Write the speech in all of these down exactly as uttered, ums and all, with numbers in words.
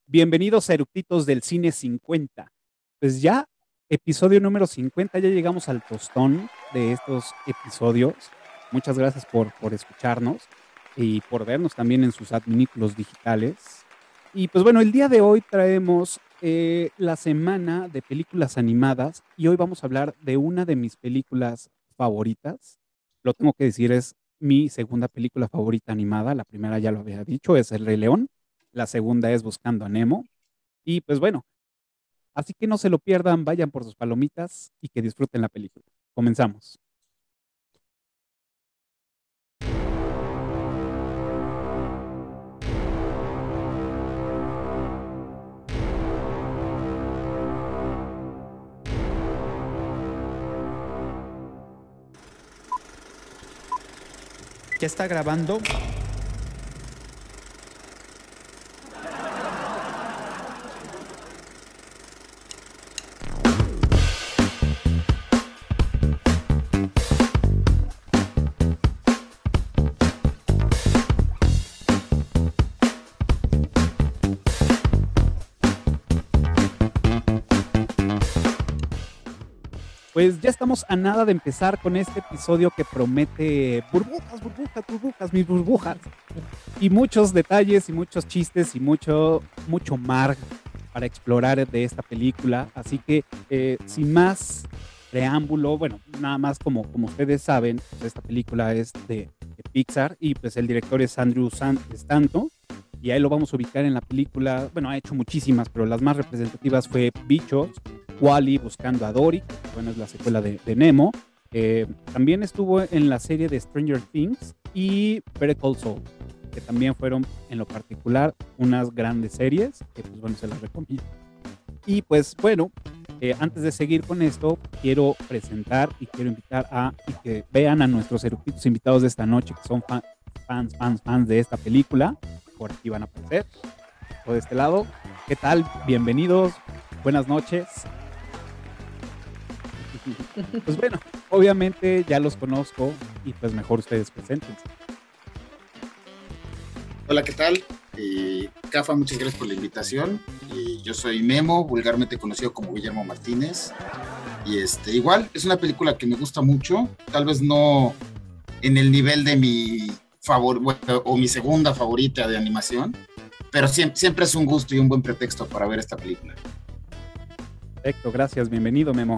Bienvenidos a Eructitos del Cine cincuenta. Pues ya, episodio número cincuenta, ya llegamos al tostón de estos episodios. Muchas gracias por, por escucharnos y por vernos también en sus adminículos digitales. Y pues bueno, el día de hoy traemos eh, la semana de películas animadas y hoy vamos a hablar de una de mis películas favoritas. Lo tengo que decir, es mi segunda película favorita animada. La primera ya lo había dicho, es El Rey León. La segunda es Buscando a Nemo. Y pues bueno, así que no se lo pierdan, vayan por sus palomitas y que disfruten la película. Comenzamos. ¿Ya está grabando? Pues ya estamos a nada de empezar con este episodio que promete burbujas, burbujas, burbujas, mis burbujas. Y muchos detalles y muchos chistes y mucho, mucho mar para explorar de esta película. Así que eh, sin más preámbulo, bueno, nada más como, como ustedes saben, pues esta película es de, de Pixar y pues el director es Andrew San- Stanton. Y ahí lo vamos a ubicar en la película. Bueno, ha hecho muchísimas, pero las más representativas fue Bichos, Wall-E, Buscando a Dory, que bueno, es la secuela de, de Nemo. Eh, también estuvo en la serie de Stranger Things y Better Call Saul, que también fueron en lo particular unas grandes series, que pues bueno, se las recomiendo. Y pues bueno, eh, antes de seguir con esto, quiero presentar y quiero invitar a y que vean a nuestros eruditos invitados de esta noche, que son fan, fans, fans, fans de esta película. Por aquí van a aparecer, por este lado. ¿Qué tal? Bienvenidos, buenas noches. Pues bueno, obviamente ya los conozco y pues mejor ustedes preséntense. Hola, ¿qué tal? Eh, Cafa, muchas gracias por la invitación. Eh, yo soy Memo, vulgarmente conocido como Guillermo Martínez. Y este, igual, es una película que me gusta mucho, tal vez no en el nivel de mi favor bueno, o mi segunda favorita de animación, pero siempre, siempre es un gusto y un buen pretexto para ver esta película. Perfecto, gracias, bienvenido Memo.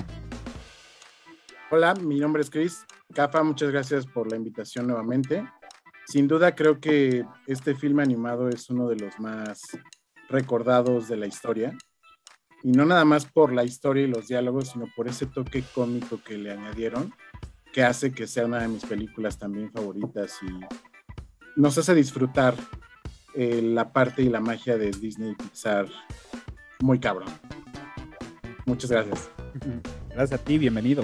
Hola, mi nombre es Chris. Cafa, muchas gracias por la invitación nuevamente. Sin duda creo que este filme animado es uno de los más recordados de la historia. Y no nada más por la historia y los diálogos, sino por ese toque cómico que le añadieron, que hace que sea una de mis películas también favoritas y nos hace disfrutar eh, la parte y la magia de Disney y Pixar muy cabrón. Muchas gracias. Gracias a ti, bienvenido.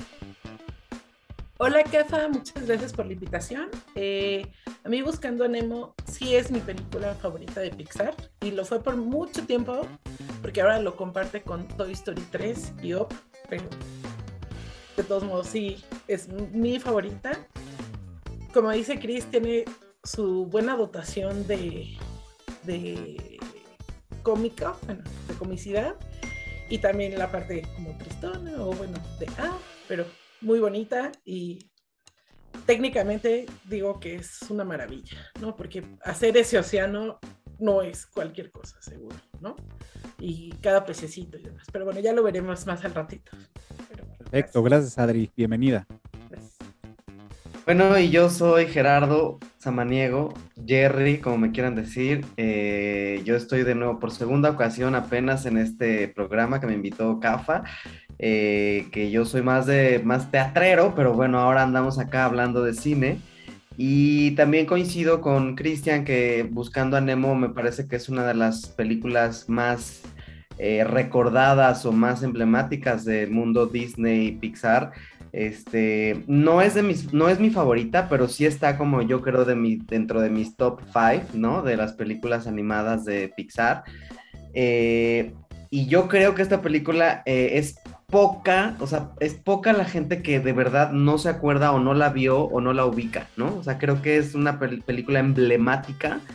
Hola, Cafa, muchas gracias por la invitación. Eh, a mí Buscando a Nemo sí es mi película favorita de Pixar y lo fue por mucho tiempo porque ahora lo comparte con Toy Story tres y Up, pero de todos modos sí es mi favorita. Como dice Chris, tiene su buena dotación de, de cómica, bueno, de comicidad y también la parte como tristona o bueno, de ah, pero muy bonita y técnicamente digo que es una maravilla, ¿no? Porque hacer ese océano no es cualquier cosa, seguro, ¿no? Y cada pececito y demás. Pero bueno, ya lo veremos más al ratito. Pero, Perfecto, gracias Adri, bienvenida. Gracias. Bueno, y yo soy Gerardo Samaniego, Jerry, como me quieran decir. Eh, yo estoy de nuevo por segunda ocasión apenas en este programa que me invitó Cafa. Eh, que yo soy más de más teatrero, pero bueno, ahora andamos acá hablando de cine. Y también coincido con Cristian que Buscando a Nemo me parece que es una de las películas más eh, recordadas o más emblemáticas del mundo Disney y Pixar. Este, no es de mis, no es mi favorita, pero sí está como yo creo de mi, dentro de mis top cinco, ¿no? De las películas animadas de Pixar. Eh, y yo creo que esta película eh, es poca, o sea, es poca la gente que de verdad no se acuerda o no la vio o no la ubica, ¿no? O sea, creo que es una pel- película emblemática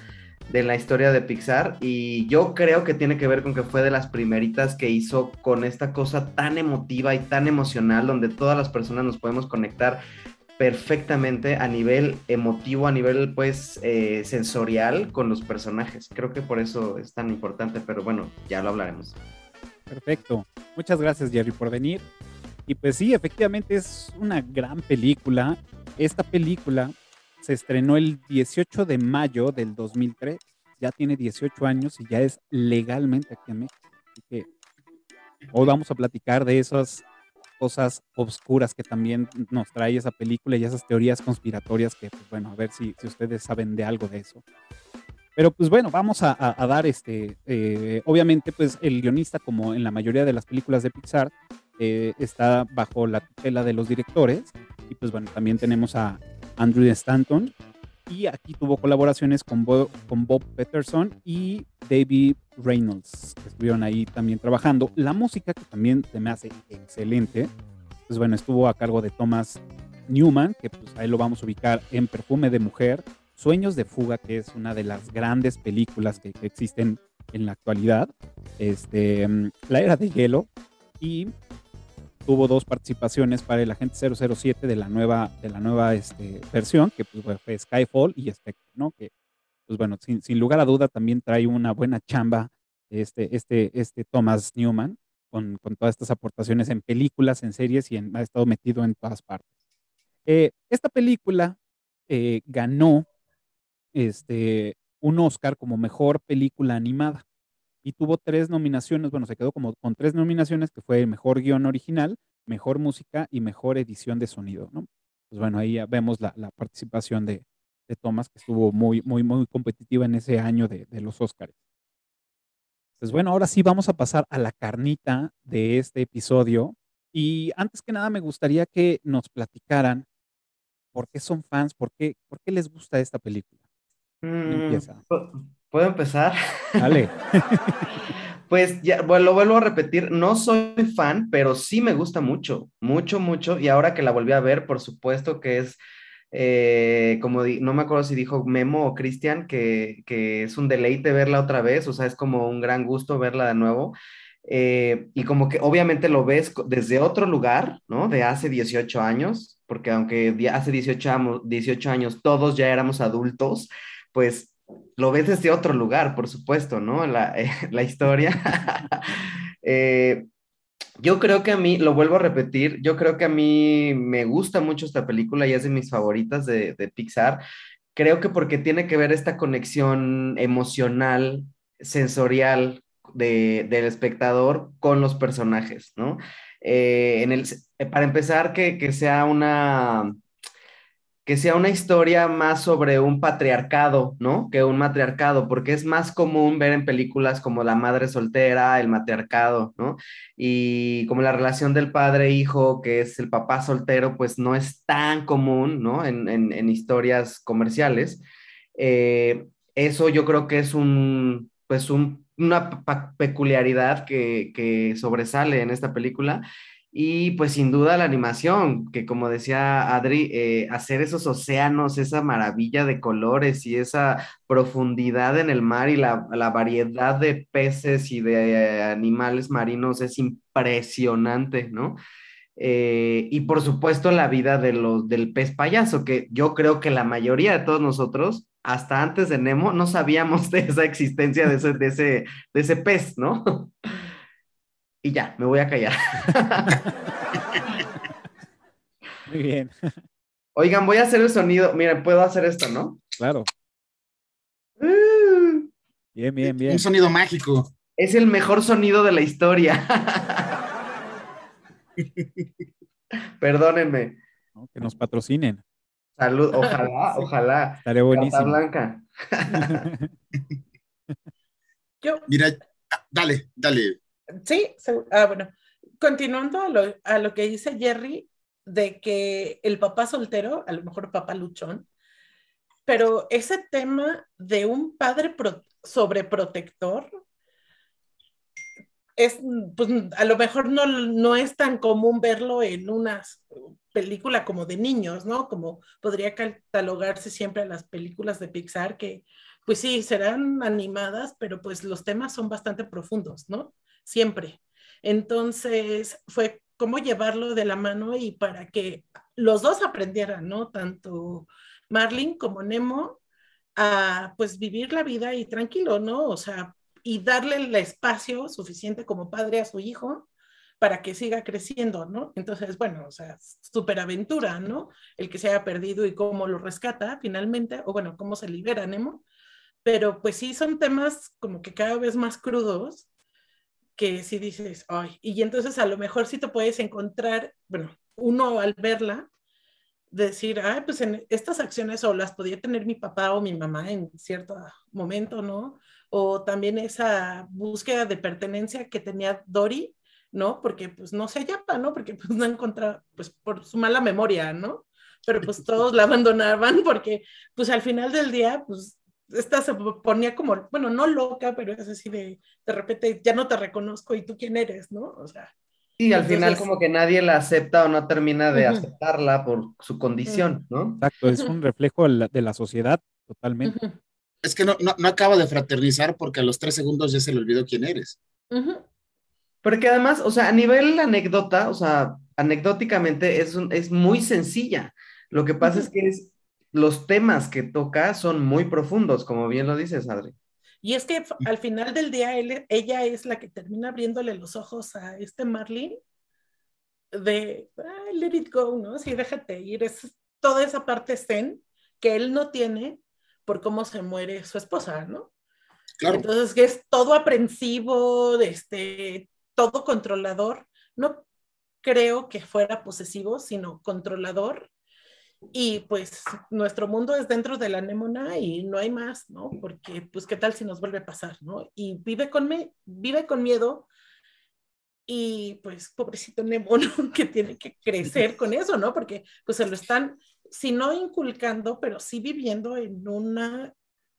de la historia de Pixar, y yo creo que tiene que ver con que fue de las primeritas que hizo con esta cosa tan emotiva y tan emocional, donde todas las personas nos podemos conectar perfectamente a nivel emotivo, a nivel pues eh, sensorial con los personajes. Creo que por eso es tan importante, pero bueno, ya lo hablaremos. Perfecto. Muchas gracias, Jerry, por venir. Y pues sí, efectivamente es una gran película. Esta película se estrenó el dieciocho de mayo del dos mil tres. Ya tiene dieciocho años y ya es legalmente aquí en México. Así que hoy vamos a platicar de esas cosas obscuras que también nos trae esa película y esas teorías conspiratorias que, pues bueno, a ver si, si ustedes saben de algo de eso. Pero pues bueno, vamos a, a, a dar este, eh, obviamente pues el guionista, como en la mayoría de las películas de Pixar, eh, está bajo la tutela de los directores, y pues bueno, también tenemos a Andrew Stanton, y aquí tuvo colaboraciones con, Bo, con Bob Peterson y David Reynolds, que estuvieron ahí también trabajando. La música, que también se me hace excelente, pues bueno, estuvo a cargo de Thomas Newman, que pues ahí lo vamos a ubicar en Perfume de Mujer, Sueños de Fuga, que es una de las grandes películas que, que existen en la actualidad, este, La Era de Hielo, y tuvo dos participaciones para el Agente cero cero siete de la nueva, de la nueva este, versión, que pues, bueno, fue Skyfall y Spectre, ¿no? Que, pues bueno, sin, sin lugar a duda también trae una buena chamba este, este, este Thomas Newman, con, con todas estas aportaciones en películas, en series, y en, ha estado metido en todas partes. Eh, esta película eh, ganó este, un Oscar como mejor película animada y tuvo tres nominaciones. Bueno, se quedó como con tres nominaciones, que fue mejor guión original, mejor música y mejor edición de sonido, ¿no? Pues bueno, ahí ya vemos la, la participación de, de Thomas, que estuvo muy, muy, muy competitiva en ese año de, de los Oscars. Pues bueno, ahora sí vamos a pasar a la carnita de este episodio, y antes que nada me gustaría que nos platicaran por qué son fans, por qué, por qué les gusta esta película. ¿Quién Mm, empieza? ¿Puedo empezar? Dale. Pues ya, bueno, lo vuelvo a repetir, no soy fan, pero sí me gusta mucho, mucho, mucho, y ahora que la volví a ver, por supuesto que es, eh, como di- no me acuerdo si dijo Memo o Cristian, que, que es un deleite verla otra vez, o sea, es como un gran gusto verla de nuevo, eh, y como que obviamente lo ves co- desde otro lugar, ¿no? De hace dieciocho años, porque aunque di- hace dieciocho, amo- dieciocho años todos ya éramos adultos, pues lo ves desde otro lugar, por supuesto, ¿no? La, eh, la historia. Eh, yo creo que a mí, lo vuelvo a repetir, yo creo que a mí me gusta mucho esta película y es de mis favoritas de, de Pixar. Creo que porque tiene que ver esta conexión emocional, sensorial de, del espectador con los personajes, ¿no? Eh, en el, para empezar, que, que sea una que sea una historia más sobre un patriarcado, ¿no? Que un matriarcado, porque es más común ver en películas como La madre soltera, el matriarcado, ¿no? Y como la relación del padre-hijo, que es el papá soltero, pues no es tan común, ¿no? En, en, en historias comerciales. Eh, Eso yo creo que es un, pues un, una peculiaridad que, que sobresale en esta película. Y pues sin duda la animación, que como decía Adri, eh, hacer esos océanos, esa maravilla de colores y esa profundidad en el mar y la, la variedad de peces y de eh, animales marinos es impresionante, ¿no? Eh, y por supuesto la vida de los, del pez payaso, que yo creo que la mayoría de todos nosotros, hasta antes de Nemo, no sabíamos de esa existencia de ese, de ese, de ese pez, ¿no? Y ya, me voy a callar. Muy bien. Oigan, voy a hacer el sonido. Miren, puedo hacer esto, ¿no? Claro. Uh, Bien, bien, bien. Un sonido mágico. es el mejor sonido de la historia. Perdónenme. ¿No? Que nos patrocinen. Salud, ojalá, Sí. ojalá. Estaría Carta buenísimo. blanca. Yo, Mira, ah, dale, dale. sí, se- ah, bueno, continuando a lo, a lo que dice Jerry, de que el papá soltero, a lo mejor papá luchón, pero ese tema de un padre pro- sobreprotector es, pues, a lo mejor no, no es tan común verlo en una película como de niños, ¿no? Como podría catalogarse siempre a las películas de Pixar, que pues sí, serán animadas, pero pues los temas son bastante profundos, ¿no? Siempre. Entonces, fue cómo llevarlo de la mano y para que los dos aprendieran, ¿no? Tanto Marlin como Nemo, a pues vivir la vida y tranquilo, ¿no? O sea, y darle el espacio suficiente como padre a su hijo para que siga creciendo, ¿no? Entonces, bueno, o sea, súper aventura, ¿no? El que se haya perdido y cómo lo rescata finalmente, o bueno, cómo se libera Nemo, pero pues sí son temas como que cada vez más crudos, que sí dices, ay, y entonces a lo mejor sí te puedes encontrar, bueno, uno al verla, decir, ay, pues en estas acciones o las podía tener mi papá o mi mamá en cierto momento, ¿no? O también esa búsqueda de pertenencia que tenía Dory, ¿no? Porque pues no se hallaba, ¿no? Porque pues no encontraba, pues por su mala memoria, ¿no? Pero pues todos la abandonaban porque pues al final del día, pues esta se ponía como, bueno, no loca, pero es así de, de repente ya no te reconozco y tú quién eres, ¿no? O sea. Y al final Entonces, como que nadie la acepta o no termina de uh-huh, aceptarla por su condición, ¿no? Exacto, es un reflejo de la, de la sociedad, totalmente. uh-huh, Es que no, no, no acaba de fraternizar porque a los tres segundos ya se le olvidó quién eres. uh-huh. Porque además, o sea, a nivel anécdota, o sea, anecdóticamente es, un- es muy sencilla. Lo que pasa es Uh-huh. que es, los temas que toca son muy profundos, como bien lo dices, Adri. Y es que al final del día él, ella es la que termina abriéndole los ojos a este Marlin de, ay, let it go, ¿no? Sí, déjate ir. Es toda esa parte zen que él no tiene por cómo se muere su esposa, ¿no? Claro. Entonces, que es todo aprensivo, este, todo controlador. No creo que fuera posesivo, sino controlador. Y pues nuestro mundo es dentro de la anémona y no hay más, ¿no? Porque pues qué tal si nos vuelve a pasar, ¿no? Y vive con, me vive con miedo y pues pobrecito Nemo, ¿no? Que tiene que crecer con eso, ¿no? Porque pues se lo están, si no inculcando, pero sí viviendo en una,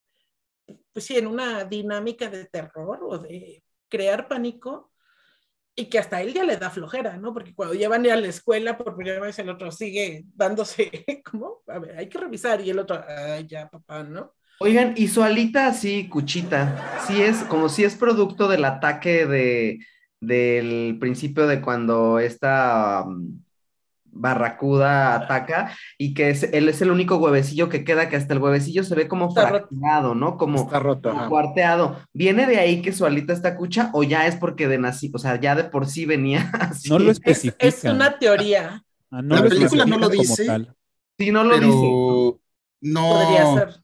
pues sí, en una dinámica de terror o de crear pánico y que hasta él ya le da flojera, ¿no? Porque cuando llevan a la escuela por primera vez el otro sigue dándose, ¿cómo? A ver, hay que revisar y el otro, ay, ya, papá, ¿no? Oigan, y su alita así, cuchita, sí es como si es producto del ataque de, del principio de cuando esta um, barracuda ataca y que es, él es el único huevecillo que queda, que hasta el huevecillo se ve como Está roto. fracturado, ¿no? Como, Está roto, como ajá. cuarteado. ¿Viene de ahí que su alita está cucha o ya es porque de nací, o sea, ya de por sí venía así? No lo Es, especifican. es una teoría. Ah, no La lo película no lo especifican como dice, tal. Sí, no lo dice. pero Podría no, ser.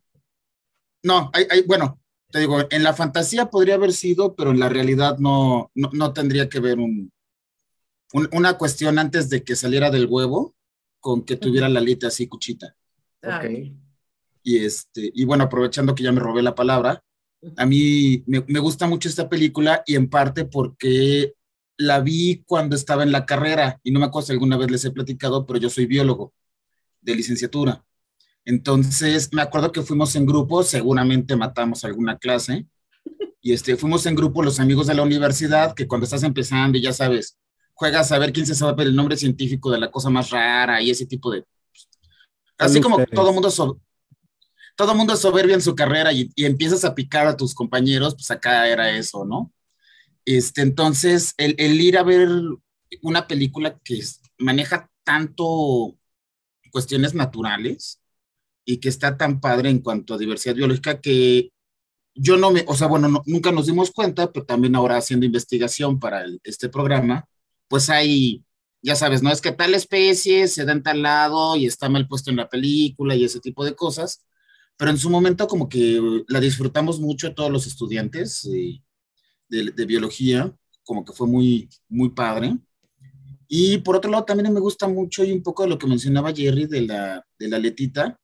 no, hay, hay, bueno, te digo, en la fantasía podría haber sido, pero en la realidad no, no, no tendría que ver un, un- una cuestión antes de que saliera del huevo con que tuviera la alita así cuchita. Ah, Ok. ok. Y, este, y bueno, aprovechando que ya me robé la palabra, a mí me, me gusta mucho esta película y en parte porque la vi cuando estaba en la carrera y no me acuerdo si alguna vez les he platicado, pero yo soy biólogo de licenciatura. Entonces, me acuerdo que fuimos en grupo, seguramente matamos alguna clase, y este, fuimos en grupo los amigos de la universidad, que cuando estás empezando y ya sabes, juegas a ver quién se sabe el nombre científico de la cosa más rara y ese tipo de... Así Solo como todo ustedes. mundo so, todo mundo es soberbio en su carrera y, y empiezas a picar a tus compañeros, pues acá era eso, ¿no? Este, entonces, el, el ir a ver una película que es- maneja tanto cuestiones naturales y que está tan padre en cuanto a diversidad biológica que yo no me, o sea, bueno, no- nunca nos dimos cuenta, pero también ahora haciendo investigación para el- este programa, pues hay, ya sabes, ¿no? Es que tal especie se da en tal lado y está mal puesto en la película y ese tipo de cosas, pero en su momento como que la disfrutamos mucho todos los estudiantes eh, de, de biología, como que fue muy, muy padre. Y por otro lado, también me gusta mucho y un poco de lo que mencionaba Jerry de la, de la letita,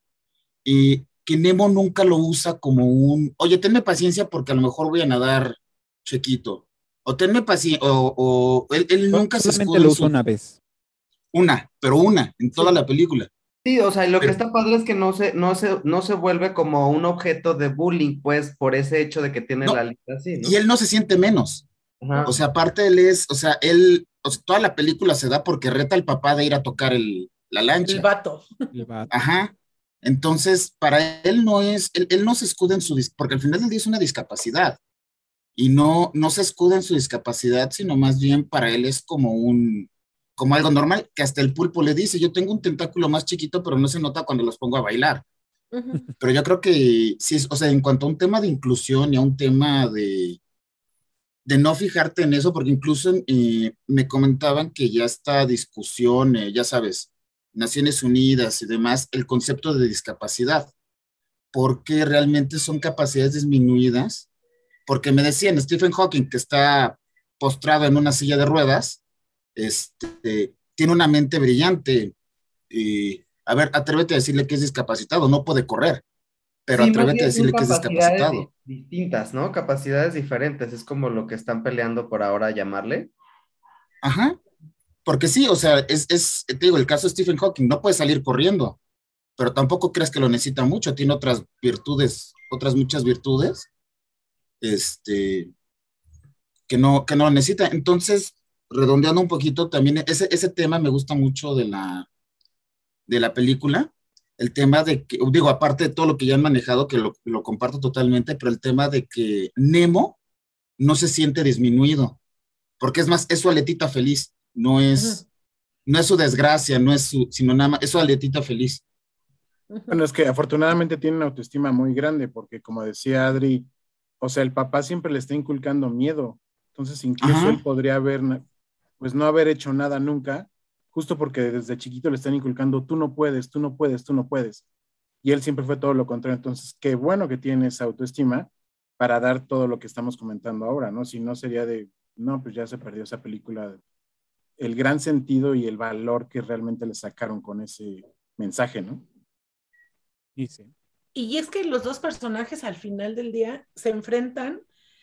y que Nemo nunca lo usa como un, oye, tenme paciencia porque a lo mejor voy a nadar chiquito, o tenme paciencia, o, o él, él So- nunca se Solamente escuda lo en uso su, una vez. una, pero una, en toda Sí. la película. Sí, o sea, y lo que Pero, está padre es que no se, no se, no se vuelve como un objeto de bullying, pues, por ese hecho de que tiene la no, alita así, y ¿no? él no se siente menos. O Ajá. sea, aparte él es, o sea, él, o sea, toda la película se da porque reta al papá de ir a tocar el, la El lancha. vato. El vato. Ajá. Entonces, para él no es, él, él no se escuda en su, dis- porque al final del día es una discapacidad, y no, no se escuda en su discapacidad, sino más bien para él es como un, como algo normal, que hasta el pulpo le dice, yo tengo un tentáculo más chiquito, pero no se nota cuando los pongo a bailar. Ujú. Pero yo creo que sí, es- o sea, en cuanto a un tema de inclusión y a un tema de, de no fijarte en eso, porque incluso eh, me comentaban que ya está discusión, eh, ya sabes, Naciones Unidas y demás, el concepto de discapacidad, porque realmente son capacidades disminuidas, porque me decían Stephen Hawking, que está postrado en una silla de ruedas, este, tiene una mente brillante, y, a ver, atrévete a decirle que es discapacitado, no puede correr, pero Sí, más atrévete a bien son decirle que es capacidades di- discapacitado. distintas, ¿no? Capacidades diferentes, es como lo que están peleando por ahora llamarle. Ajá, porque sí, o sea, es, es, te digo, el caso de Stephen Hawking, no puede salir corriendo, pero tampoco crees que lo necesita mucho, tiene otras virtudes, otras muchas virtudes, este, que no, que no lo necesita. Entonces, redondeando un poquito, también ese, ese tema me gusta mucho de la, de la película, el tema de que, digo, aparte de todo lo que ya han manejado, que lo, lo comparto totalmente, pero el tema de que Nemo no se siente disminuido, porque es más, es su aletita feliz, no Ujú, es, no es su desgracia, no es su, sino nada más, es su aletita feliz. Bueno, ujú. es que afortunadamente tiene una autoestima muy grande, porque como decía Adri, o sea, el papá siempre le está inculcando miedo. Entonces, incluso él Ajá, podría haber, na- pues no haber hecho nada nunca, justo porque desde chiquito le están inculcando, tú no puedes, tú no puedes, tú no puedes. Y él siempre fue todo lo contrario. Entonces, qué bueno que tiene esa autoestima para dar todo lo que estamos comentando ahora, ¿no? Si no sería de, no, pues ya se perdió esa película, el gran sentido y el valor que realmente le sacaron con ese mensaje, ¿no? Y sí. Y es que los dos personajes al final del día se enfrentan,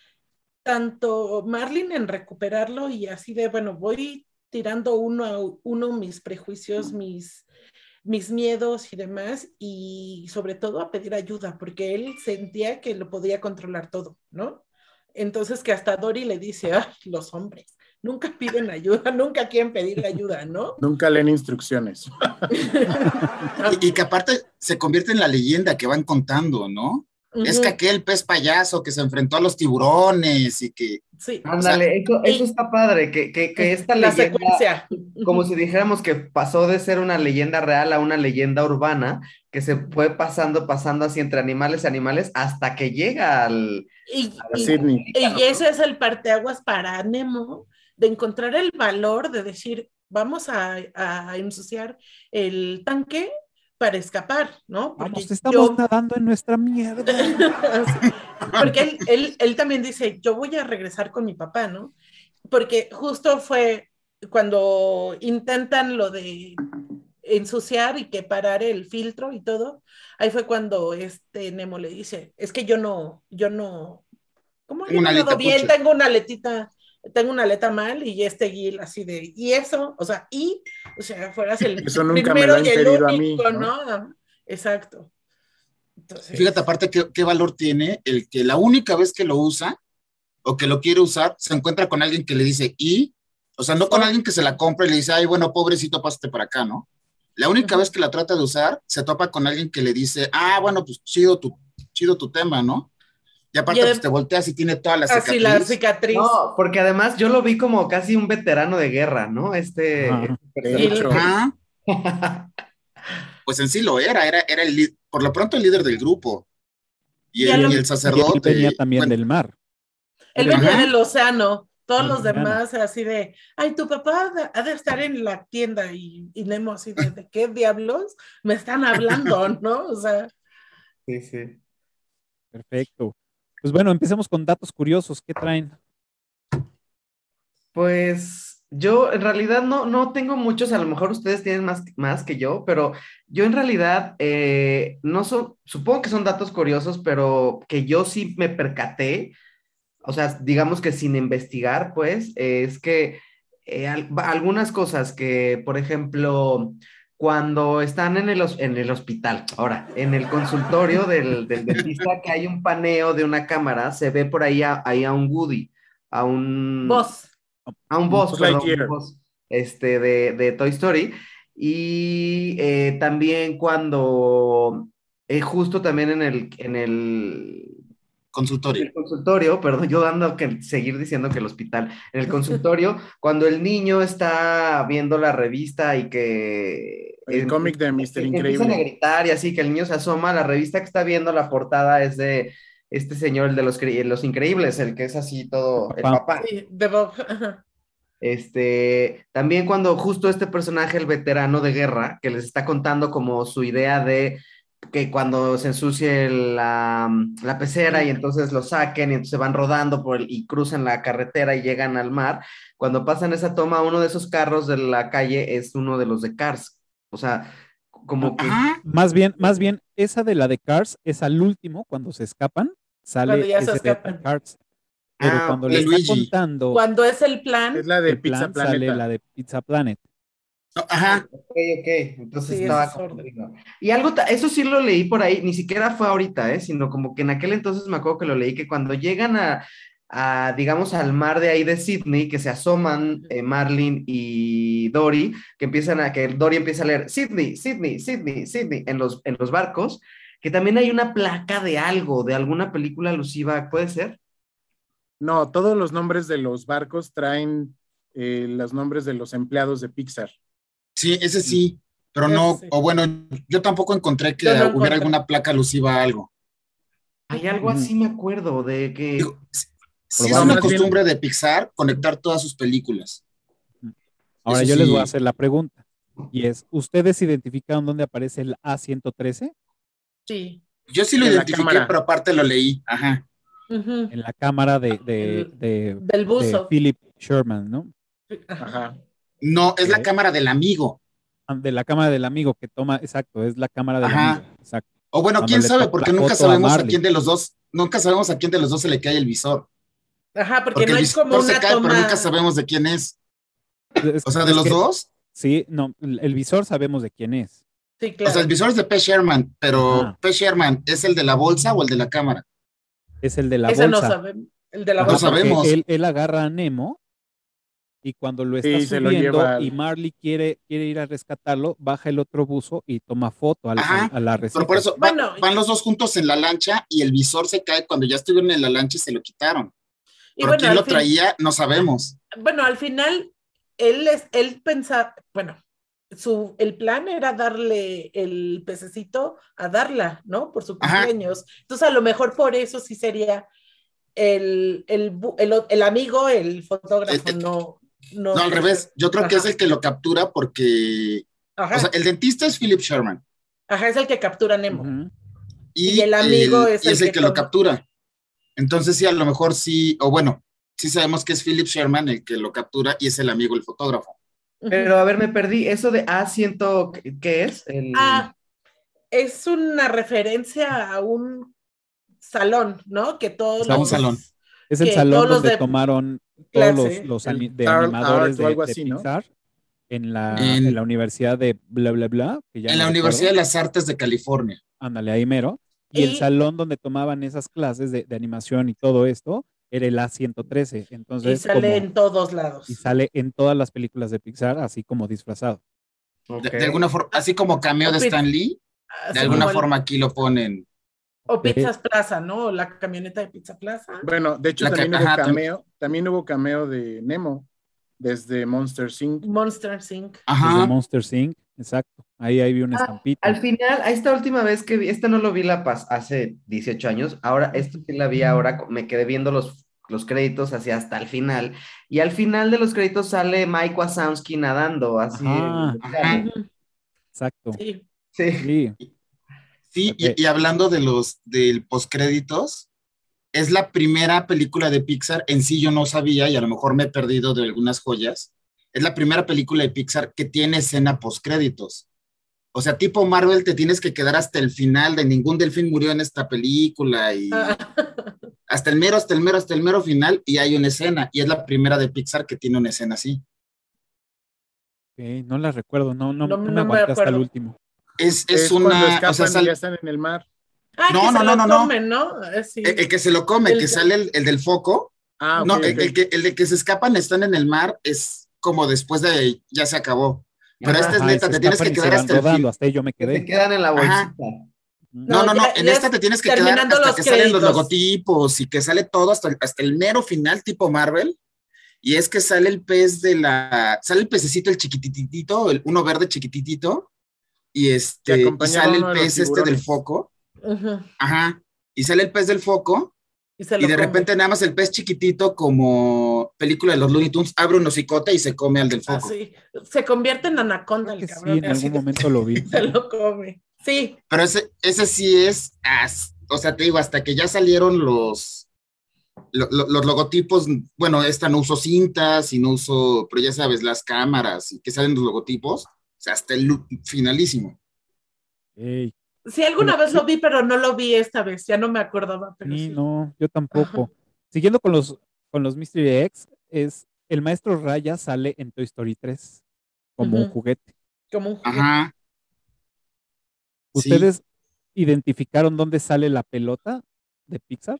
tanto Marlin en recuperarlo y así de, bueno, voy tirando uno a uno mis prejuicios, mis, mis miedos y demás, y sobre todo a pedir ayuda, porque él sentía que lo podía controlar todo, ¿no? Entonces que hasta Dory le dice, ah, los hombres nunca piden ayuda, nunca quieren pedir ayuda, ¿no? Nunca leen instrucciones. y, y que aparte se convierte en la leyenda que van contando, ¿no? Es que Ujú, aquel pez payaso que se enfrentó a los tiburones y que, sí, o sea, Ándale, eso, eso y está padre, que, que, que esta la leyenda, secuencia. como Ujú. si dijéramos que pasó de ser una leyenda real a una leyenda urbana, que se fue pasando, pasando así entre animales y animales, hasta que llega al, Y, A al, y, al Sydney. y pelícano, ese ¿no? es el parteaguas para Nemo, de encontrar el valor de decir, vamos a, a ensuciar el tanque para escapar, ¿no? Vamos, Porque estamos yo, nadando en nuestra mierda. sí, porque él, él, él también dice, yo voy a regresar con mi papá, ¿no? Porque justo fue cuando intentan lo de ensuciar y que parar el filtro y todo, ahí fue cuando este Nemo le dice, es que yo no, yo no, como tengo yo una no nado alita bien, pucha. tengo una aletita, tengo una aleta mal y este Gil así de, y eso, o sea, y, o sea, fueras el Eso nunca me primero lo ha y el impedido a mí, único, ¿no? ¿no? Exacto. Fíjate Entonces, aparte qué, qué valor tiene el que la única vez que lo usa o que lo quiere usar, se encuentra con alguien que le dice, y, o sea, no con oh, alguien que se la compra y le dice, ay, bueno, pobrecito, pásate para acá, ¿no? La única uh-huh. vez que la trata de usar, se topa con alguien que le dice, ah, bueno, pues chido tu, chido tu tema, ¿no? Y Y aparte, pues te adem- volteas y tiene toda la así la cicatriz. cicatriz, No, porque además yo lo vi como casi un veterano de guerra, ¿no? Este, Ajá. este De y, personaje. hecho, Ajá, pues en sí lo era, era, era el, li- por lo pronto el líder del grupo. Y y a el, lo, y el Y él venía sacerdote, también bueno, del mar. él Era el venía ajá, del océano, todos del los océano. demás así de, ay, tu papá ha de, ha de estar en la tienda y, y Nemo así de, ¿de qué diablos me están hablando, no? O sea, Sí, sí. Perfecto. Pues bueno, empecemos con datos curiosos. ¿Qué traen? Pues yo en realidad no, no tengo muchos, a lo mejor ustedes tienen más, más que yo, pero yo en realidad eh, no son, supongo que son datos curiosos, pero que yo sí me percaté, o sea, digamos que sin investigar, pues, eh, es que eh, al- va- algunas cosas que, por ejemplo, cuando están en el, hos- en el hospital, ahora, en el consultorio del, del dentista, que hay un paneo de una cámara, se ve por ahí a, ahí a un Woody, a un, vos. a un Un boss, Buzz perdón, un Lightyear. boss, este, de, de Toy Story. Y eh, también cuando, eh, justo también en el, en el Consultorio. En el consultorio, perdón, yo dando que seguir diciendo que el hospital, en el consultorio, cuando el niño está viendo la revista y que... El em- cómic de míster que empiezan a Increíble. gritar y así, que el niño se asoma, la revista que está viendo, la portada es de este señor, el de los, cre- los Increíbles, el que es así todo, el Papá. papá. Sí, de Bob. Ajá. Este, también cuando justo este personaje, el veterano de guerra, que les está contando como su idea de que cuando se ensucie la, la pecera y entonces lo saquen y entonces van rodando por el, y cruzan la carretera y llegan al mar, cuando pasan esa toma, uno de esos carros de la calle es uno de los de Cars. O sea, como que... Ajá. Más bien, más bien, esa de la de Cars es al último, cuando se escapan, sale Cuando ya se ese de escapan. Cars. Pero Ah, cuando de le está Luigi. contando Cuando es el plan, Es la de el Pizza plan, sale Planeta. la de Pizza Planet. No, ajá. Ok, ok, entonces Sí, estaba ese es orden. confundido. Y algo, ta- eso sí lo leí por ahí, ni siquiera fue ahorita, ¿eh? Sino como que en aquel entonces me acuerdo que lo leí, que cuando llegan a, a, digamos, al mar de ahí de Sydney, que se asoman eh, Marlin y Dory, que empiezan a, que Dory empieza a leer Sydney, Sydney, Sydney, Sydney, en los, en los barcos, que también hay una placa de algo, de alguna película alusiva, ¿puede ser? No, todos los nombres de los barcos traen eh, los nombres de los empleados de Pixar. Sí, ese sí. Pero Ese no, sí. o bueno, yo tampoco encontré que Yo no hubiera encontré. alguna placa alusiva a algo. Hay algo así, me acuerdo, de que... Digo, sí sí es Probable. una Más bien- costumbre de Pixar conectar todas sus películas. Ahora Eso yo les sí. voy a hacer la pregunta. Y es, ¿ustedes identificaron dónde aparece el A ciento trece? sí. Yo sí lo De la identifiqué, cámara. pero aparte lo leí. Ajá. Ujú. En la cámara de, de, El- de- Del de buzo. Philip Sherman, ¿no? Ajá. Ajá. No, es la Ok. cámara del amigo. Ah, De la cámara del amigo que toma, exacto, es la cámara del Ajá. amigo, exacto. O bueno, Cuando quién le sabe, toma porque la nunca foto a sabemos a, Marley. quién de los dos, nunca sabemos a quién de los dos se le cae el visor. Ajá, porque, Porque no el hay como visor se una cae, toma. pero nunca sabemos de quién es. Es- O sea, de es los que- dos. Sí, no, el el visor sabemos de quién es. Sí, O sea, claro. el visor es de P. Sherman, pero Ajá. P. Sherman, ¿es el de la bolsa o el de la cámara? Es el de la Ese no bolsa. sabemos. El de la Ajá, No bolsa. porque sabemos. Él, él agarra a Nemo y cuando lo está Sí, se lo subiendo lleva al- y Marley quiere, quiere ir a rescatarlo, baja el otro buzo y toma foto al- Ajá, al- a la Pero arrecife. por eso va- Bueno, van los dos juntos en la lancha y el visor se cae cuando ya estuvieron en la lancha y se lo quitaron. y Pero bueno, quién al lo fin- traía, no sabemos. bueno, al final, él es, él pensaba, bueno, su, el plan era darle el pececito a Darla, ¿no? Por su Ajá. cumpleaños. Entonces, a lo mejor por eso sí sería el, el, bu- el, o- el amigo, el fotógrafo, Eh, eh, no. No, No, al revés. Yo creo que Ajá. es el que lo captura porque, Ajá, o sea, el dentista es Philip Sherman ajá, es el que captura a Nemo. Ujú. y, Y el amigo es y el es el que que lo toma. captura. Entonces sí, a lo mejor sí, o bueno, sí sabemos que es Philip Sherman el que lo captura y es el amigo, el fotógrafo. Ujú. Pero a ver, me perdí. Eso de A ciento, ¿qué es? El... Ah, es una referencia a un salón, ¿no? Que todos A un los... salón. Es el que salón todos los donde de tomaron todos clase, los, los el ani- de Carl animadores Art o de, algo de así, ¿no? Pixar en la, En- en la universidad de bla bla bla, que ya En no la recuerdo. Universidad de las Artes de California. Ándale, ahí mero. Y el Y- salón donde tomaban esas clases de, de animación y todo esto era el A ciento trece. y Entonces, sale como- en todos lados. y sale en todas las películas de Pixar, así como disfrazado. De, Ok. de alguna forma, así como cameo de O pi- Stan Lee, Así de alguna como el- forma aquí lo ponen. O Pizzas Plaza, ¿no? La camioneta de Pizza Plaza. Bueno, de hecho La ca- también hubo ajá, tam- cameo, también hubo cameo de Nemo desde Monster inc. Monster inc. Desde Ajá. Monster inc. Exacto. Ahí, ahí vi una Ah, estampita. Al final, a esta última vez que vi, esta no lo vi la pas hace dieciocho años, ahora esto sí la vi ahora, me quedé viendo los, los créditos hacia hasta el final, y al final de los créditos sale Mike Wazowski nadando, así. Ajá. en- Ajá. Ujú. Exacto. Sí. Sí. Sí. Sí, Ok. y, y hablando de los del postcréditos, es la primera película de Pixar, en sí yo no sabía, y a lo mejor me he perdido de algunas joyas, es la primera película de Pixar que tiene escena postcréditos. O sea, tipo Marvel, te tienes que quedar hasta el final, de ningún delfín murió en esta película, y Ah, hasta el mero, hasta el mero, hasta el mero final, y hay una escena, y es la primera de Pixar que tiene una escena así. Ok, no la recuerdo, no, no, No- no me no me aguanté hasta el acuerdo. último. Es, es, Es cuando una, escapan o sea, y sal- ya están en el mar. Ah, No, que no, se no, lo no, no. comen, ¿no? Ah, sí. el, el que se lo come, El que que- sale el, el del foco. Ah, ok, No, ok. el, el que, el de que se escapan están en el mar es como después de ya se acabó. Pero esta es Ajá, y neta, se te tienes que escapan y se quedar van hasta el rodando, fin. hasta ahí yo me Que se quedé. quedan en la Ajá. bolsita. No, no, no, ya- en ya esta es te tienes que quedar terminando hasta los que salen los créditos. logotipos y que sale todo hasta, hasta el mero final tipo Marvel. Y es que sale el pez de la, sale el pececito, el chiquititito, el uno verde chiquititito, y Que este, y acompañaba sale uno el de los pez este del tiburones. foco, Ujú. ajá, y sale el pez del foco, Y se y lo de come. repente nada más el pez chiquitito, como película de los Looney Tunes, abre un hocicote y se come al del foco. Así. Se convierte en anaconda Creo el que sí, cabrón. en así algún momento lo vi. se lo come. Sí. Pero ese, ese sí es, as- o sea, te digo, hasta que ya salieron los, lo- lo- los logotipos, bueno, esta no uso cintas y no uso, pero ya sabes, las cámaras y que salen los logotipos, o sea, hasta el lu- finalísimo. Ey, Sí, alguna bueno, vez sí, lo vi, pero no lo vi esta vez. Ya no me acordaba, pero sí, sí. no, yo Ajá. tampoco. Siguiendo con los, con los Mystery Eggs, es el maestro Raya sale en Toy Story tres como un Ujú. juguete. Como un juguete. Ajá, sí, ¿Ustedes identificaron dónde sale la pelota de Pixar?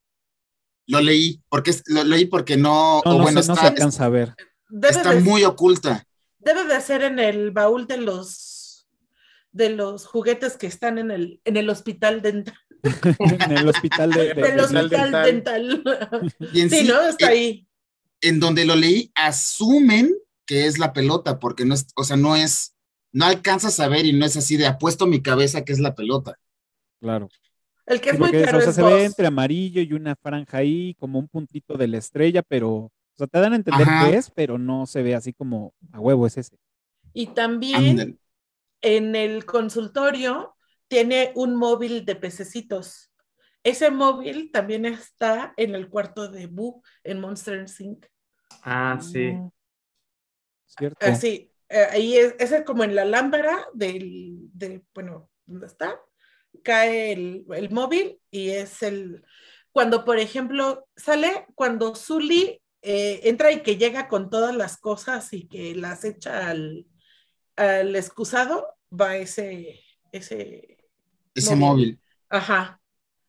lo leí, porque es- lo leí porque no, No, o no bueno, se, no se está, es- alcanza a ver. Debe está de, muy oculta. debe de ser en el baúl de los de los juguetes que están en el, en el hospital dental. En el hospital de, de- Del de Hospital Disney. hospital dental. dental. Y en Sí, sí, ¿no? Está eh, ahí. en donde lo leí, asumen que es la pelota, porque no es, o sea, no es, no alcanzas a ver y no es así de apuesto mi cabeza que es la pelota. Claro. El que Sí, es muy porque es- claro o sea, es se ve Buzz. entre amarillo y una franja ahí, como un puntito de la estrella, pero, o sea, te dan a entender Ajá, qué es, pero no se ve así como a huevo es ese. Y también ándale. en el consultorio tiene un móvil de pececitos. Ese móvil también está en el cuarto de Boo en Monster inc. Ah, sí. Mm, Cierto. Así, eh, ahí es, ese es como en la lámpara del, de, bueno, ¿dónde está? Cae el, el móvil y es el, cuando por ejemplo sale, cuando Zully eh, entra y que llega con todas las cosas y que las echa al, al excusado, va ese, ese Ese móvil. móvil. Ajá,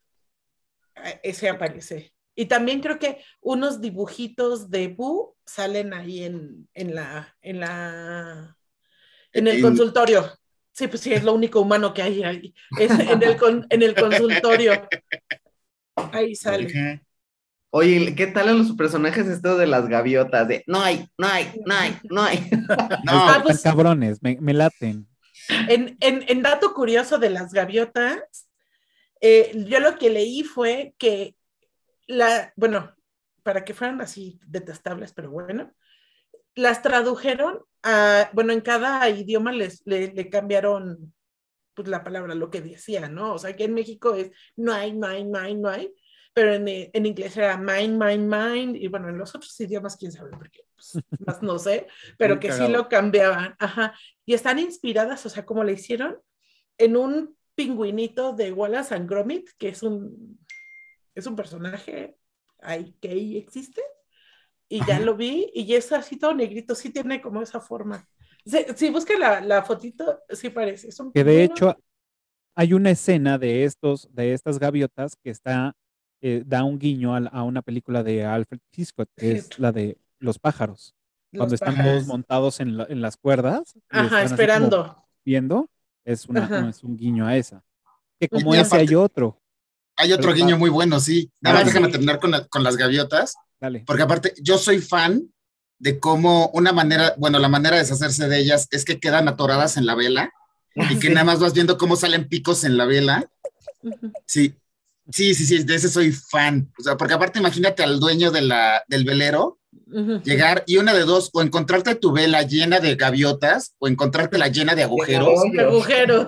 ese aparece. Y también creo que unos dibujitos de Boo salen ahí en, en la, en la, en el En- consultorio. Sí, pues sí, es lo único humano que hay ahí. Es en el, con, en el consultorio. Ahí sale. Ajá. Oye, ¿qué tal en los personajes estos de las gaviotas? De no hay, no hay, no hay, no hay. No, Ah, Están pues, cabrones, me, me laten. en, en, en dato curioso de las gaviotas, eh, yo lo que leí fue que la, bueno, para que fueran así detestables, pero bueno, las tradujeron a, bueno, en cada idioma les, le, le cambiaron pues la palabra, lo que decía, ¿no? O sea, que en México es no hay, no hay, no hay, no hay, pero en, en inglés era mind, mind, mind, y bueno, en los otros idiomas, quién sabe por qué, pues, más no sé, pero Muy que cagado. sí lo cambiaban, ajá, y están inspiradas, o sea, como le hicieron, en un pingüinito de Wallace and Gromit, que es un, es un personaje ahí, que ahí existe, y ya Ajá. lo vi, y es así todo negrito, sí tiene como esa forma. Si, si busca la, la fotito, sí parece, es un Que de pingüino. hecho hay una escena de estos, de estas gaviotas que está, eh, da un guiño a, la- a una película de Alfred Hitchcock, que es la de Los pájaros, cuando Los están pájaros. todos montados en, la- en las cuerdas y Ajá, están así como esperando. viendo, es, una, Ajá. es un guiño a esa. Que Y- como y ese hay aparte- otro. Hay otro Pero guiño va- muy bueno, sí. Nada Ah, más déjame sí. terminar con, la- con las gaviotas, Dale. porque aparte yo soy fan de cómo una manera, bueno, la manera de deshacerse de ellas es que quedan atoradas en la vela y que Sí. nada más vas viendo cómo salen picos en la vela. Ujú. Sí, sí, sí, sí, de ese soy fan. O sea, porque aparte imagínate al dueño de la, del velero Ujú. llegar y una de dos, o encontrarte tu vela llena de gaviotas o encontrártela llena de agujeros. Hoyos. Agujeros.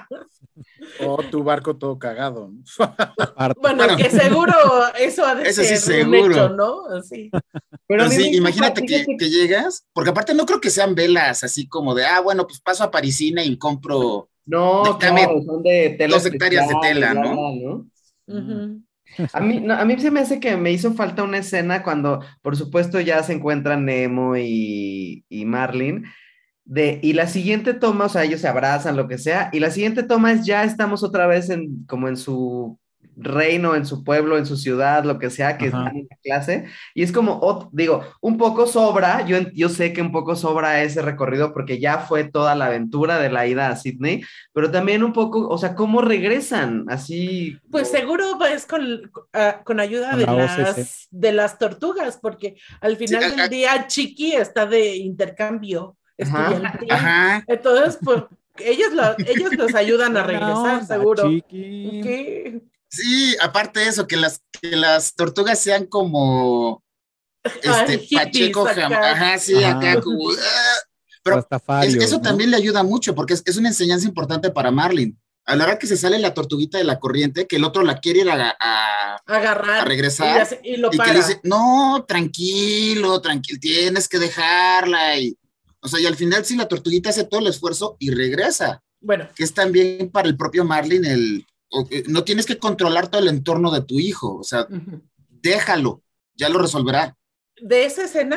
O tu barco todo cagado. ¿no? Aparte. Bueno, Bueno. que seguro eso ha de Eso sí, ser un seguro. hecho, ¿no? Así. Pero a mí sí, me hizo imagínate fa- que, fíjate- que llegas, porque aparte no creo que sean velas así como de, ah, bueno, pues paso a Parisina y compro No, Dame claro, son de tela dos hectáreas de especial y tela, bla, ¿no? bla, ¿no? Ujú. A mí, no, a mí se me hace que me hizo falta una escena cuando, por supuesto, ya se encuentran Nemo y, y Marlin, de, y la siguiente toma, o sea, ellos se abrazan, lo que sea, y la siguiente toma es ya estamos otra vez en, como en su reino, en su pueblo, en su ciudad, lo que sea, que Ajá. están en la clase, y es como, ot- digo, un poco sobra, yo, en- yo sé que un poco sobra ese recorrido porque ya fue toda la aventura de la ida a Sydney, pero también un poco, o sea, ¿cómo regresan? Así, Pues como- seguro es con, ah, con ayuda Con de la O C C. las, de las tortugas, porque al Sí, final a- del a- día Chiqui está de intercambio Ajá. estudiantil. Ajá. Entonces, pues ellos, lo- ellos los ayudan a Buena regresar, onda, seguro. Chiqui. ¿Qué? Sí, aparte de eso, que las, que las tortugas sean como este Ay, hippies Pacheco, jam- acá. ajá, sí, Ajá. acá como. ah. Pero es- Rastafarios, eso ¿no? también le ayuda mucho, porque es, es una enseñanza importante para Marlin. A la hora que se sale la tortuguita de la corriente, que el otro la quiere ir a, a- Agarrar a regresar, y, hace- y lo y que para. le dice, no, tranquilo, tranquilo, tienes que dejarla. Y, o sea, y al final sí, la tortuguita hace todo el esfuerzo y regresa, Bueno, que es también para el propio Marlin el, o- eh, no tienes que controlar todo el entorno de tu hijo, o sea, ujú. déjalo, ya lo resolverá. De esa escena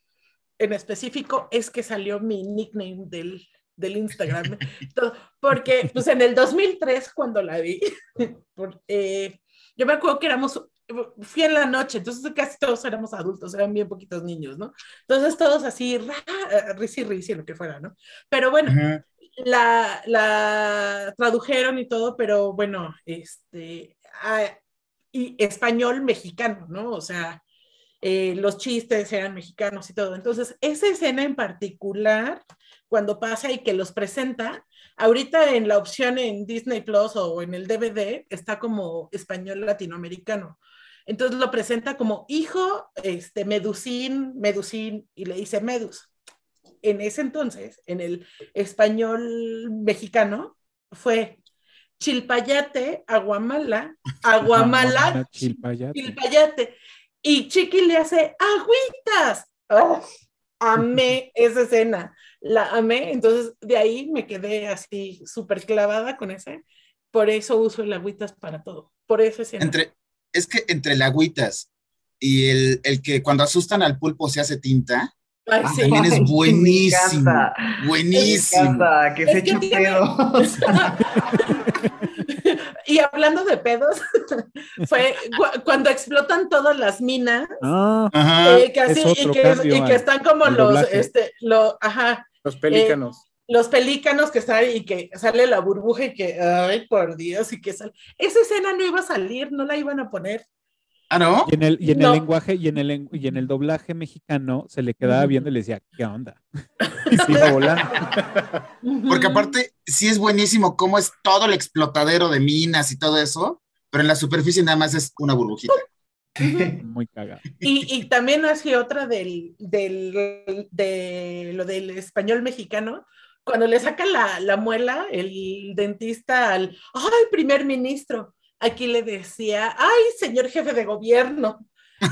en específico es que salió mi nickname del, del Instagram. Todo- Porque pues en el dos mil tres cuando la vi, por- eh, yo me acuerdo que éramos, fui en la noche, entonces casi todos éramos adultos, eran bien poquitos niños, ¿no? Entonces todos así, ra- risi, risi, lo que fuera, ¿no? Pero bueno, Ujú. la, la tradujeron y todo, pero bueno, este, ah, y español mexicano, ¿no? O sea, eh, los chistes eran mexicanos y todo. Entonces, esa escena en particular, cuando pasa y que los presenta, ahorita en la opción en Disney Plus o en el D V D está como español latinoamericano. Entonces lo presenta como hijo, este, Medusín, Medusín, y le dice Medus. En ese entonces, en el español mexicano, fue Chilpayate, Aguamala, Aguamala, Chilpayate. Chilpayate. Y Chiqui le hace agüitas. ¡Oh! Amé esa escena, la amé. Entonces de ahí me quedé así súper clavada con ese. Por eso uso el agüitas para todo. Por esa escena. Entre, es que entre el agüitas y el, el que cuando asustan al pulpo se hace tinta, Ay, sí. también es Ay, buenísimo, me encanta. Me buenísimo. encanta, que Es se que eche tiene- pedos. Y hablando de pedos, fue cu- cuando explotan todas las minas, Ah, Ajá. eh, que así, es otro y, que, cambio y que al- están como al los, doblaje. este, lo, ajá, Los pelícanos. los pelícanos que están y que sale la burbuja y que, ay, por Dios, y que sale. Esa escena no iba a salir, no la iban a poner. Ah, ¿no? y en el, y en No. el lenguaje y en el, len- y en el doblaje mexicano se le quedaba viendo y le decía, ¿qué onda? Y se iba volando. Porque aparte, sí es buenísimo cómo es todo el explotadero de minas y todo eso, pero en la superficie nada más es una burbujita. Muy cagado. Y, y también así otra del, del, de lo del español mexicano, cuando le saca la, la muela el dentista al, ay, primer ministro, aquí le decía, ay, señor jefe de gobierno.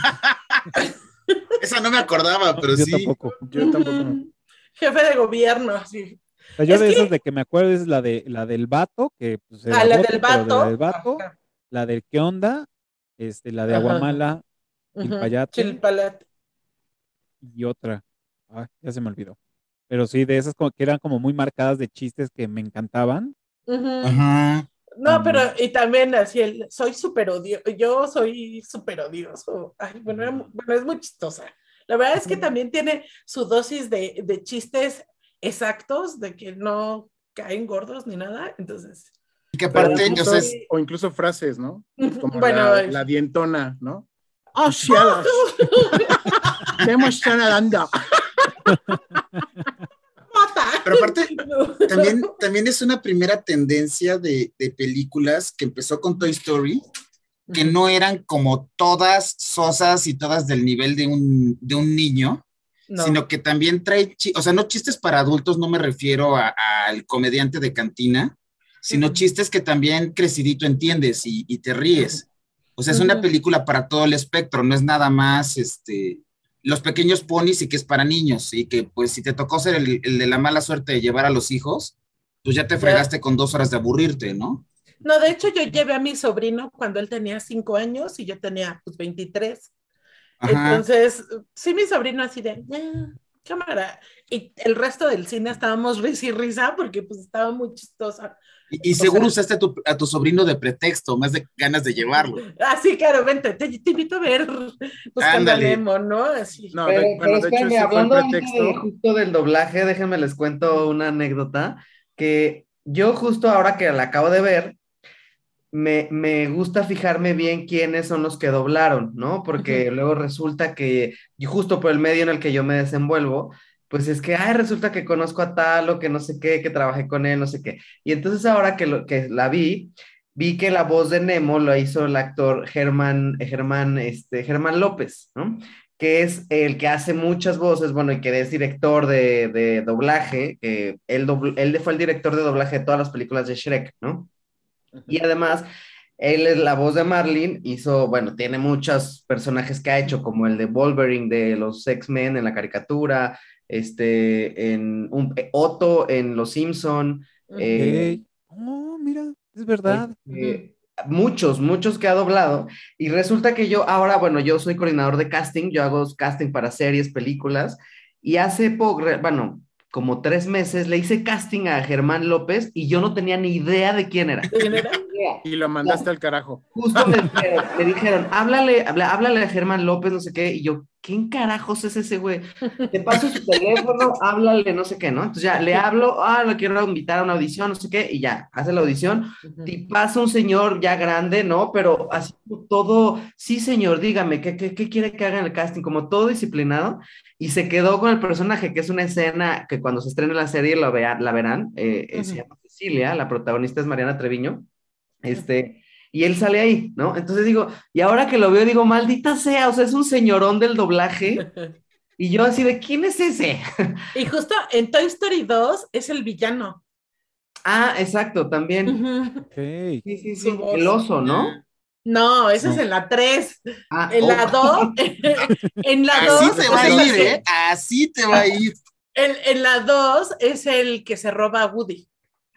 Esa no me acordaba, pero Yo sí. tampoco. Yo tampoco. Ujú. Jefe de gobierno, así. O sea, yo Es de que- esas de que me acuerdo es la de la del vato, que pues, era Ah, la bote, del pero de vato. la del vato, Ajá. la del qué onda, este, la de Ajá. Aguamala Ujú. Chilpayate. Chilpalate. y otra. Ay, ya se me olvidó. Pero sí, de esas como que eran como muy marcadas de chistes que me encantaban. Ujú. Ajá. No, pero También. y también así el soy súper odioso, yo soy súper odioso. Ay, bueno, era mu- bueno, es muy chistosa. La verdad es que también tiene su dosis de, de chistes exactos, de que no caen gordos ni nada. Entonces, Y que Pero aparte, incluso- o sea, es- o incluso frases, ¿no? Como bueno, la, es- la dientona, ¿no? ¡Oh, cielos! ¿Qué hemos estado nadando? ¡mata! pero aparte, también, también es una primera tendencia de, de películas que empezó con Toy Story, que no eran como todas sosas y todas del nivel de un, de un niño, No. sino que también trae, chi- o sea, no chistes para adultos, no me refiero a- al comediante de cantina, sino Ujú. chistes que también crecidito entiendes y, y te ríes. O sea, es una Ujú. película para todo el espectro, no es nada más, este, Los Pequeños Ponis y que es para niños, y que pues si te tocó ser el, el de la mala suerte de llevar a los hijos, pues ya te Ya. fregaste con dos horas de aburrirte, ¿no? No, de hecho yo llevé a mi sobrino cuando él tenía cinco años y yo tenía pues veintitrés. Ajá. Entonces, sí, mi sobrino así de, "Ah, cámara. Y el resto del cine estábamos risa y risa porque pues estaba muy chistosa. Y, y seguro sea, usaste a tu, a tu sobrino de pretexto, más de ganas de llevarlo. Ah, sí, claro, vente, te, te invito a ver Buscando a Nemo, ¿no? Así. No, Pero, de, pero bueno, de hecho, espérame, ese fue el hablando ahorita pretexto. de justo del doblaje, déjenme les cuento una anécdota que yo justo ahora que la acabo de ver, me, me gusta fijarme bien quiénes son los que doblaron, ¿no? Porque Ujú. luego resulta que, y justo por el medio en el que yo me desenvuelvo, pues es que, ay, resulta que conozco a tal o que no sé qué, que trabajé con él, no sé qué. Y entonces ahora que, lo, que la vi, vi que la voz de Nemo lo hizo el actor Germán, Germán, este, Germán López, ¿no? Que es el que hace muchas voces, bueno, y que es director de, de doblaje, que él, dobl- él fue el director de doblaje de todas las películas de Shrek, ¿no? Y además, él es la voz de Marlin, hizo, bueno, tiene muchos personajes que ha hecho, como el de Wolverine de los X-Men en la caricatura, este, en un, eh, Otto en Los Simpson, eh, Ok. Oh, mira, es verdad. este, muchos, muchos que ha doblado. Y resulta que yo ahora, bueno, yo soy coordinador de casting, yo hago casting para series, películas, y hace poco, bueno, como tres meses le hice casting a Germán López y yo no tenía ni idea de quién era. ¿De quién era? Y lo mandaste al carajo. Justo me dijeron, me dijeron, háblale, habla- háblale a Germán López, no sé qué, y yo, ¿quién carajos es ese güey? Te paso su teléfono, háblale, no sé qué, ¿no? Entonces ya le hablo, ah, lo quiero invitar a una audición, no sé qué, y ya, hace la audición, y pasa un señor ya grande, ¿no? Pero así todo, sí, señor, dígame, ¿qué, qué, qué quiere que haga en el casting? Como todo disciplinado, y se quedó con el personaje, que es una escena que cuando se estrene la serie lo vea, la verán, eh, eh, se llama Cecilia, la protagonista es Mariana Treviño, este, y él sale ahí, ¿no? Entonces digo, y ahora que lo veo, digo, maldita sea, o sea, es un señorón del doblaje, y yo así de, ¿quién es ese? Y justo en Toy Story dos es el villano. Ah, exacto, también. Ujú. Ok. Sí, sí, Su sí, voz. el oso, ¿no? No, ese No. es en la tres. Ah, En oh. la dos, en la Así dos, te va a es ir, el- ¿eh? Así te va a ir. En, en la dos es el que se roba a Woody.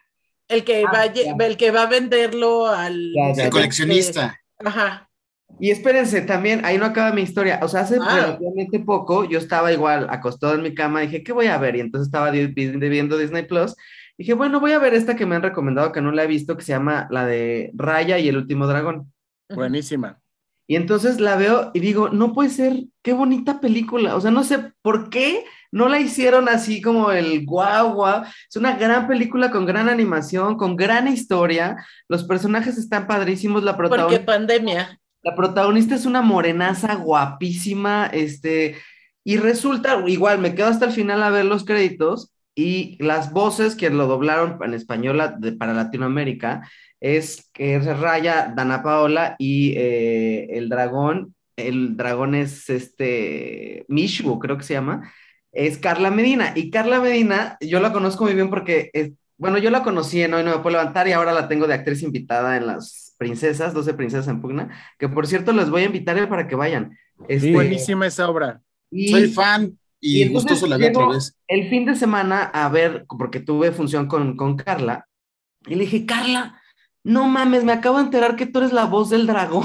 El que, Ah, va, a lle- ya. el que va a venderlo al... Ya, ya, El ya. coleccionista. Ajá. Y espérense, también, ahí no acaba mi historia. O sea, hace Ah. relativamente poco, yo estaba igual acostado en mi cama, dije, ¿qué voy a ver? Y entonces estaba di- vi- viendo Disney Plus. Dije, bueno, voy a ver esta que me han recomendado, que no la he visto, que se llama la de Raya y el último dragón. Buenísima. Y entonces la veo y digo, no puede ser, qué bonita película. O sea, no sé por qué no la hicieron así como el guau, guau. Es una gran película con gran animación, con gran historia. Los personajes están padrísimos. La Porque protagonista, pandemia. la protagonista es una morenaza guapísima, este, y resulta, igual me quedo hasta el final a ver los créditos y las voces que lo doblaron en español a- de- para Latinoamérica es que es Raya, Dana Paola y eh, el dragón, el dragón es este, Mishu, creo que se llama, es Carla Medina. Y Carla Medina, yo la conozco muy bien porque, es- bueno, yo la conocí en Hoy No Me Puedo Levantar y ahora la tengo de actriz invitada en Las Princesas, doce Princesas en Pugna, que por cierto les voy a invitar para que vayan. Es Este, buenísima esa obra. y, Soy fan y y entonces gustoso la veo otra llego vez. el fin de semana a ver, porque tuve función con, con Carla, y le dije, Carla, no mames, me acabo de enterar que tú eres la voz del dragón.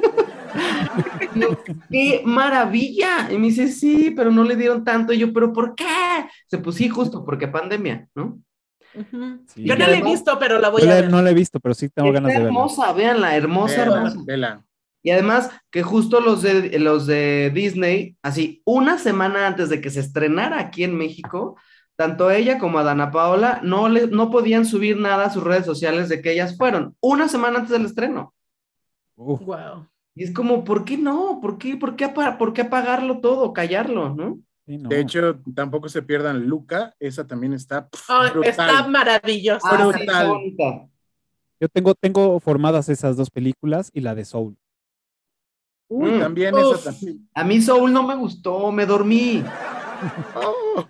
Y yo, ¡qué maravilla! Y me dice, sí, pero no le dieron tanto. Y yo, ¿pero por qué? Se pues sí, justo porque pandemia, ¿no? Ujú. Sí. Yo Y no la he además- visto, pero la voy Yo a la- ver. no la he visto, pero sí tengo Está ganas de verla. hermosa, véanla, hermosa, Vela, hermosa. vela. Y además que justo los de, los de Disney, así una semana antes de que se estrenara aquí en México, tanto ella como a Dana Paola no, le, no podían subir nada a sus redes sociales de que ellas fueron, una semana antes del estreno. Uf, Wow. Y es como, ¿por qué no? ¿Por qué, por qué, apa- por qué apagarlo todo, callarlo, no? sí, no. De hecho, tampoco se pierdan Luca. Esa también está pff, Oh, brutal. está maravillosa. Ah, Brutal. sí, está bonita. Yo tengo, tengo formadas esas dos películas y la de Soul. Uy, Mm. también Uf. esa también. A mí Soul no me gustó, me dormí. Oh,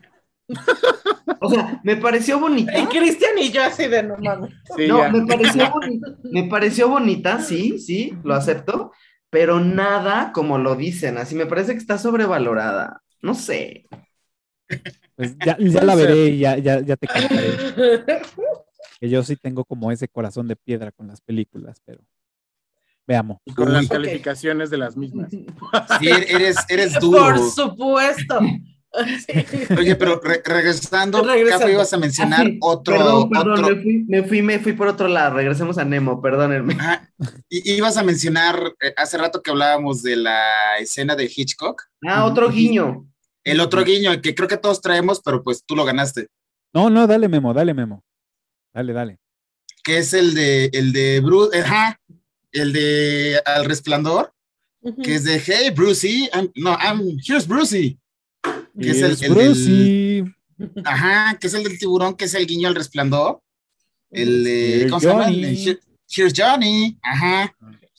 O sea, me pareció bonita. Y Cristian y yo así de no mames. sí, No, ya. me pareció bonita, me pareció bonita, sí, sí, lo acepto, pero nada como lo dicen, así me parece que está sobrevalorada, no sé. Pues ya, ya Puede la ser. veré y ya, ya, ya te contaré. Que yo sí tengo como ese corazón de piedra con las películas, pero veamos. Y con Uy. las Ok. calificaciones de las mismas. Sí, eres, eres Por duro. supuesto. Sí. Oye, pero re- regresando, Regresando. Cafa, ibas a mencionar Ah, sí. otro, Perdón, perdón, otro, me fui, me fui, me fui por otro lado. Regresemos a Nemo, perdónenme. ajá, i- ibas a mencionar eh, hace rato que hablábamos de la escena de Hitchcock, Ah, otro guiño. el otro guiño, el que creo que todos traemos, pero pues tú lo ganaste, No, no, dale Memo, dale Memo. Dale, dale. que es el de, el de Bruce, ajá, el de Al Resplandor, Ujú. que es de Hey Brucey, I'm- no, I'm, here's Brucey, que es el, Here's el del, Brucey. ajá, que es el del tiburón, que es el guiño al Resplandor, el, eh, Here's ¿cómo se llama? El- Johnny. Here- here's Johnny, ajá,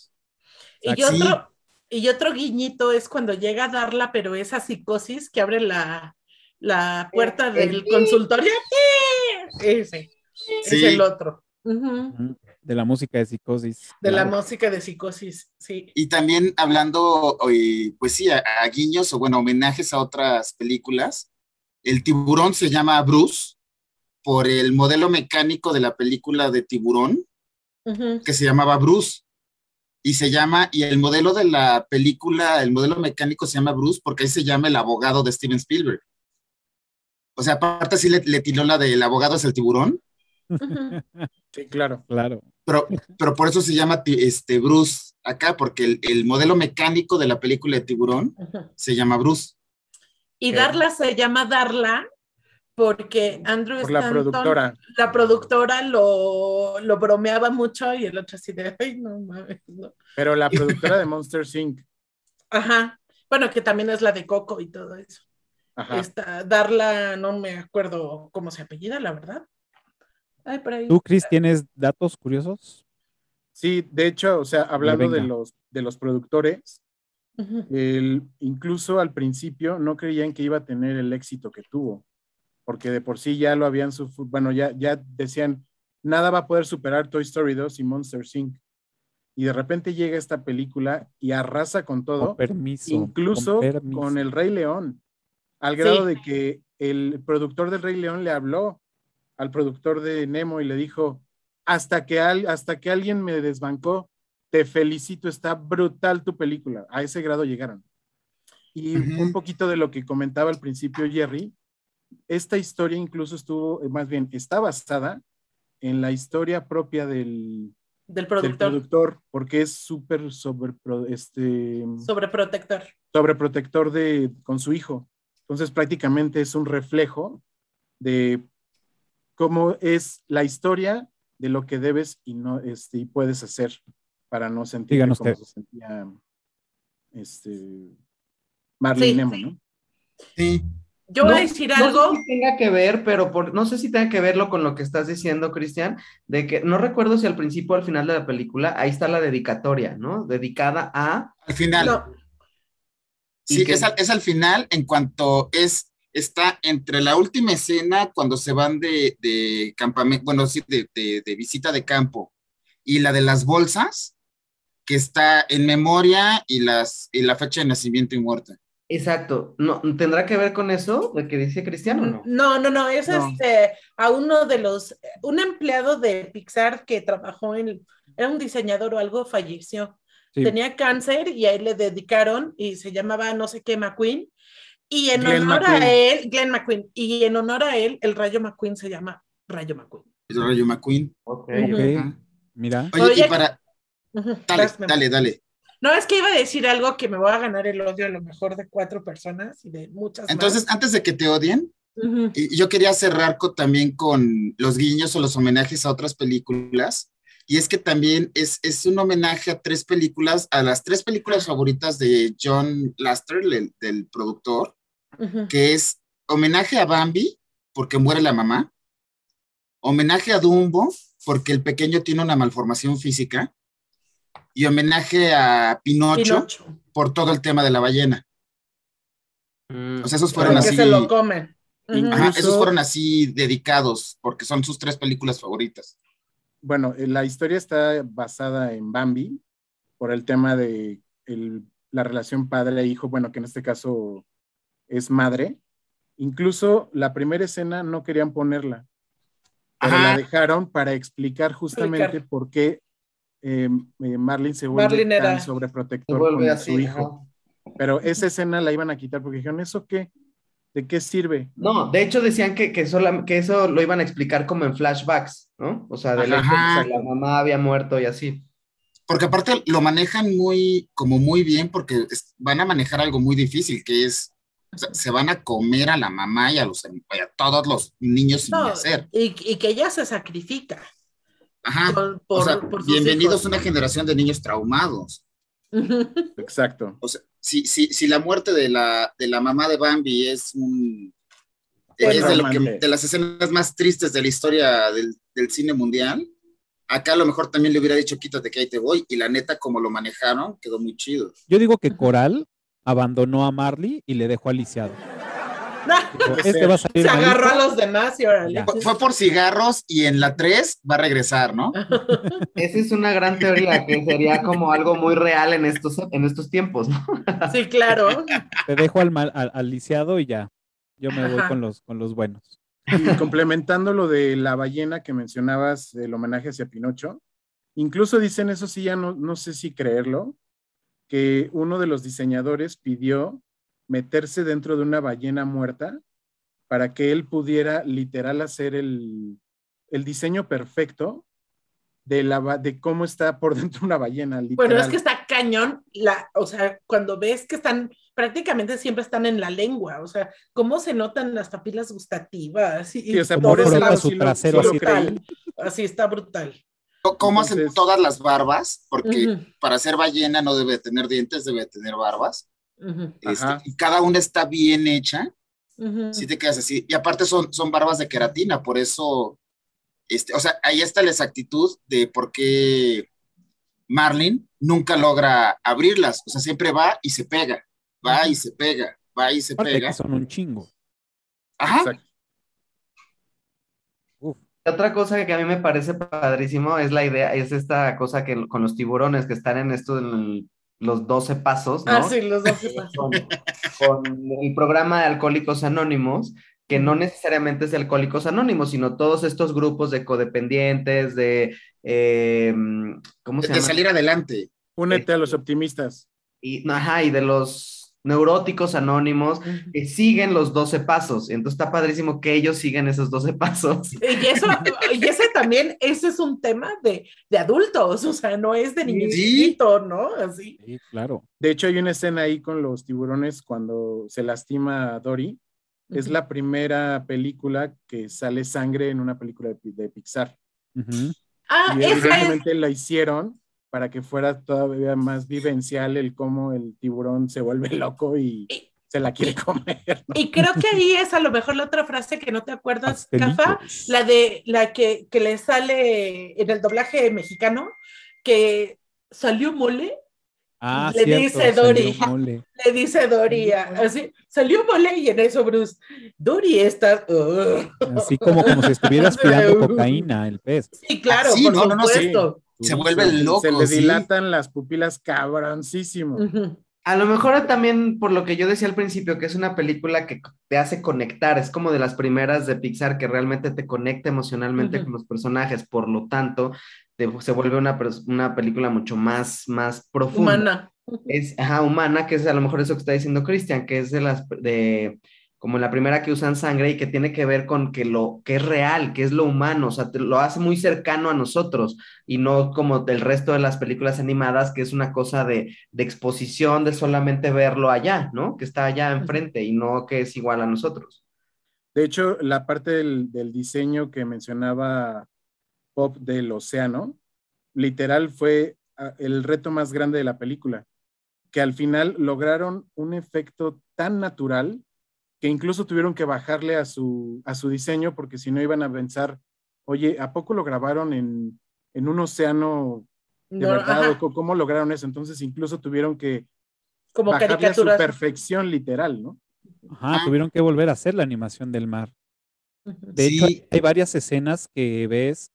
Y sí. otro, y otro guiñito es cuando llega a Darla, pero esa psicosis que abre la, la puerta del consultorio. Ese, es Sí. el otro. Ujú. Ujú. De la música de Psicosis. De la claro. música de psicosis, sí. Y también hablando, eh, pues sí, a, a guiños o bueno, homenajes a otras películas, el tiburón se llama Bruce por el modelo mecánico de la película de Tiburón, Ujú. que se llamaba Bruce. Y se llama, y el modelo de la película, el modelo mecánico se llama Bruce porque ahí se llama el abogado de Steven Spielberg. O sea, aparte sí le, le tiró la del abogado es el tiburón, Ujú. Sí, claro. Claro. pero, pero por eso se llama ti- este, Bruce acá, porque el, el modelo mecánico de la película de Tiburón Ujú. se llama Bruce. Y Ok. Darla se llama Darla porque Andrew Por la Stanton, productora. la productora lo, lo bromeaba mucho y el otro así de, ay, no mames, no. Pero la productora de Monster incorporated. Ajá. Bueno, que también es la de Coco y todo eso. Ajá. Esta, Darla, no me acuerdo cómo se apellida, la verdad. Ay, por ahí. ¿Tú, Chris, tienes datos curiosos? Sí, de hecho, o sea, hablando de venga. los, de los productores, Ujú. el, incluso al principio no creían que iba a tener el éxito que tuvo, porque de por sí ya lo habían, sufrido, bueno, ya, ya decían, nada va a poder superar Toy Story dos y Monster incorporated. Y de repente llega esta película y arrasa con todo, Con permiso. incluso con con, permiso. El Rey León, al grado Sí. de que el productor del Rey León le habló al productor de Nemo y le dijo, hasta que, al, hasta que alguien me desbancó, te felicito, está brutal tu película. A ese grado llegaron. Y Ujú. un poquito de lo que comentaba al principio Jerry, esta historia incluso estuvo, eh, más bien, está basada en la historia propia del, Del del productor. productor, porque es súper sobre, este, Sobreprotector. sobreprotector de, con su hijo. Entonces prácticamente es un reflejo de cómo es la historia de lo que debes y no este, y puedes hacer para no sentirte Digan como usted. se sentía este, Marley Sí. Nemo, ¿no? Sí. Yo voy No- a decir no algo. sé si tenga que ver, pero por, no sé si tenga que verlo con lo que estás diciendo, Cristian, de que no recuerdo si al principio o al final de la película, ahí está la dedicatoria, ¿no? Dedicada a... Al final. No, Sí, y que- es al, es al final en cuanto es, está entre la última escena cuando se van de, de campamento, bueno, sí, de, de, de visita de campo, y la de las bolsas, que está en memoria y, las, y la fecha de nacimiento y muerte. Exacto. No, ¿tendrá que ver con eso de que dice Cristian o no? no, no, no, es No. este a uno de los, un empleado de Pixar que trabajó en, era un diseñador o algo, falleció. Sí. Tenía cáncer y a él le dedicaron y se llamaba no sé qué McQueen. Y en Glenn honor McQueen. a él, Glenn McQueen, y en honor a él, el Rayo McQueen se llama Rayo McQueen. El Rayo McQueen. Ok, Ujú. Ok, Ajá. mira. Oye, Oye, y para. Ujú, Dale, vas, Memo. dale, dale. No, es que iba a decir algo que me voy a ganar el odio a lo mejor de cuatro personas y de muchas Entonces, más. antes de que te odien, Ujú. y yo quería cerrar con, también con los guiños o los homenajes a otras películas. Y es que también es, es un homenaje a tres películas, a las tres películas favoritas de John Lasseter, el, del productor, Ujú. que es homenaje a Bambi, porque muere la mamá, homenaje a Dumbo, porque el pequeño tiene una malformación física, y homenaje a Pinocho, Pinocho. por todo el tema de la ballena. Mm, O sea, esos fueron Porque así. se lo comen. Ujú. Ajá, Incluso- esos fueron así dedicados, porque son sus tres películas favoritas. Bueno, eh, la historia está basada en Bambi por el tema de el- la relación padre-hijo, bueno, que en este caso es madre. Incluso la primera escena no querían ponerla, pero Ajá. la dejaron para explicar justamente Explicar. por qué eh, eh, Marlin se vuelve Marlin era- tan sobreprotector se vuelve con así, su hijo. ajá. Pero esa escena la iban a quitar porque dijeron, ¿eso qué? ¿De qué sirve? No, de hecho decían que, que, sola- que eso lo iban a explicar como en flashbacks, ¿no? O sea, del hecho Ajá, de que la mamá había muerto y así. porque aparte lo manejan muy, como muy bien, porque es- van a manejar algo muy difícil, que es, o sea, se van a comer a la mamá y a, los, a todos los niños sin No, nacer. y, y que ella se sacrifica Ajá, por, o sea, por, por sus bienvenidos hijos. a una generación de niños traumados. Exacto. O sea, si, si, si la muerte de la, de la mamá de Bambi es un, Fue es de, lo que, traumante. de las escenas más tristes de la historia del, del cine mundial, acá a lo mejor también le hubiera dicho quítate que ahí te voy, y la neta como lo manejaron quedó muy chido. Yo digo que Coral abandonó a Marley y le dejó a Lisiado. Dijo, Puede este ser. va a salir Se agarró a malito. los demás y órale. Ya. Fue, fue por cigarros y en la tres va a regresar, ¿no? Esa es una gran teoría que sería como algo muy real en estos, en estos tiempos, ¿no? Sí, claro. Te dejo al, mal- al, al lisiado y ya. Yo me voy Ajá. con los, con los buenos. Y complementando lo de la ballena que mencionabas, el homenaje hacia Pinocho, incluso dicen, eso sí, ya no, no sé si creerlo, que uno de los diseñadores pidió meterse dentro de una ballena muerta para que él pudiera literal hacer el, el diseño perfecto de, la, ba- de cómo está por dentro una ballena, literal. Bueno, es que está cañón, la, o sea, cuando ves que están, prácticamente siempre están en la lengua, o sea, cómo se notan las papilas gustativas y, Sí, o sea, Cómo por ese frota lado su sí lo, trasero sí lo así. creí. así está brutal. ¿Cómo hacen Entonces- todas las barbas? Porque Ujú, para ser ballena no debe tener dientes, debe tener barbas. ujú, Este, Ajá. y cada una está bien hecha, ujú. si te quedas así. Y aparte son, son barbas de queratina, por eso, este, o sea, ahí está la exactitud de por qué Marlin nunca logra abrirlas. O sea, siempre va y se pega, va y se pega, va y se Aparte pega. que son un chingo. Ajá. Exacto. Uf. Otra cosa que a mí me parece padrísimo es la idea, es esta cosa que con los tiburones que están en esto de los doce pasos, ¿no? Ah, sí, los dos se pasan. Con, con el programa de Alcohólicos Anónimos, que no necesariamente es de Alcohólicos Anónimos, sino todos estos grupos de codependientes, de, eh, ¿cómo se De llama? salir adelante. Únete a los optimistas. Y, ajá, y de los neuróticos anónimos Ujú. que siguen los doce pasos. Entonces está padrísimo que ellos sigan esos doce pasos. Y eso, y ese también, ese es un tema de, de adultos, o sea, no es de niño Sí. chiquito, ¿no? Así. Sí, claro. De hecho, hay una escena ahí con los tiburones cuando se lastima a Dory. Es la primera película que sale sangre en una película de, de Pixar. Ujú. Ah, Y esa es, evidentemente la hicieron para que fuera todavía más vivencial el cómo el tiburón se vuelve loco y y, se la quiere comer, ¿no? y creo que ahí es a lo mejor la otra frase que no te acuerdas, Cafa, Pastelillos. la de la que, que le sale en el doblaje mexicano, que salió mole, Ah, le cierto, dice salió Dory. mole. le dice Dory, así, salió mole y en eso Bruce, Dory está... uh". Así como, como si estuviera aspirando cocaína el pez. Sí, claro, Ah, sí, por no, no, no, sí. supuesto. Se Durísimo. vuelve loco. Se le sí. dilatan las pupilas cabroncísimo. Ujú. A lo mejor también, por lo que yo decía al principio, que es una película que te hace conectar, es como de las primeras de Pixar que realmente te conecta emocionalmente Ujú. con los personajes, por lo tanto, te- se vuelve una, pers- una película mucho más, más profunda. Humana. Es, ajá, humana, que es a lo mejor eso que está diciendo Cristian, que es de las, de, como la primera que usan sangre y que tiene que ver con que lo, que es real, que es lo humano, o sea, te, lo hace muy cercano a nosotros, y no como del resto de las películas animadas, que es una cosa de, de exposición, de solamente verlo allá, ¿no? Que está allá enfrente y no que es igual a nosotros. De hecho, la parte del, del diseño que mencionaba Pop del océano, literal fue ah, el reto más grande de la película, que al final lograron un efecto tan natural que incluso tuvieron que bajarle a su, a su diseño porque si no iban a pensar, oye, ¿a poco lo grabaron en, en un océano de No, verdad? ajá, ¿O co- cómo lograron eso? Entonces incluso tuvieron que como bajarle a su caricaturas. perfección literal, ¿no? Ajá, Ah. tuvieron que volver a hacer la animación del mar. Ujú. De Sí. hecho, hay, hay varias escenas que ves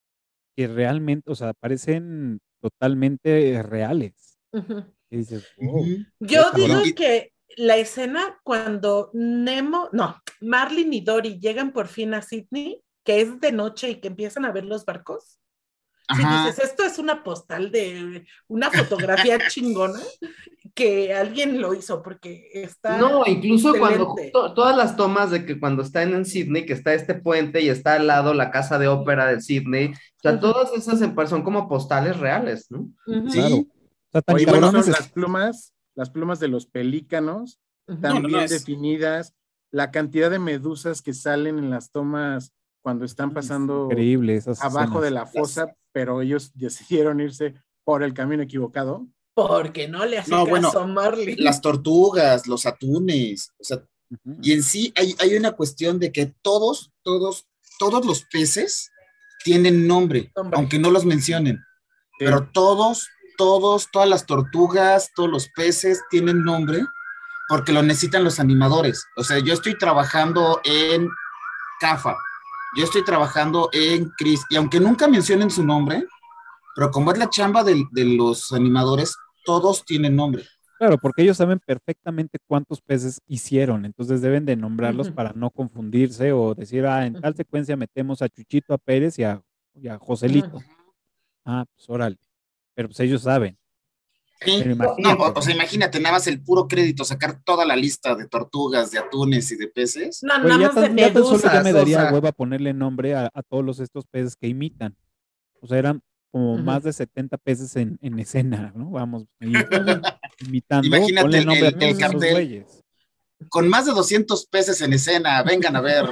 que realmente, o sea, parecen totalmente reales. Ujú. Y dices, wow. Ujú. Yo Qué cabrón. digo que la escena cuando Nemo, no, Marlin y Dory llegan por fin a Sydney, que es de noche y que empiezan a ver los barcos. Si Ajá. dices, esto es una postal de una fotografía chingona, que alguien lo hizo, porque está... No, incluso cuando excelente. to- todas las tomas de que cuando están en Sydney, que está este puente y está al lado la casa de ópera de Sydney, o sea, Ujú. todas esas en- son como postales reales, ¿no? Ujú. Sí. Claro. O sea, tan Oye, bueno, bueno, cabrones son es- las plumas, las plumas de los pelícanos, Ujú. tan No, no, no, bien es- definidas, la cantidad de medusas que salen en las tomas cuando están pasando increíble esas abajo escenas. de la fosa, pero ellos decidieron irse por el camino equivocado. Porque no le hace No, caso bueno, a Marley. las tortugas, los atunes, o sea, Ujú. y en sí hay, hay una cuestión de que todos, todos, todos los peces tienen nombre, Nombre. aunque no los mencionen, Sí. pero todos, todos, todas las tortugas, todos los peces tienen nombre porque lo necesitan los animadores. O sea, yo estoy trabajando en Cafa, yo estoy trabajando en Chris, y aunque nunca mencionen su nombre, pero como es la chamba de, de los animadores, todos tienen nombre. Claro, porque ellos saben perfectamente cuántos peces hicieron, entonces deben de nombrarlos Ujú. para no confundirse o decir, ah, en tal Ujú. secuencia metemos a Chuchito, a Pérez y a, y a Joselito. Ujú. Ah, pues órale. Pero pues ellos saben. Sí, Pero no, imagínate. o, o sea, imagínate nada más el puro crédito, sacar toda la lista de tortugas, de atunes y de peces. No, Güey, nada ya más de tan, ya tan solo ya medusas, me o daría sea. hueva ponerle nombre a, a todos los estos peces que imitan. O sea, eran como Ujú. más de setenta peces en, en escena, ¿no? Vamos, ahí Ujú. imitando, Imagínate ponle el, nombre a el- todos el esos cartel güeyes. con más de doscientos peces en escena, vengan a ver.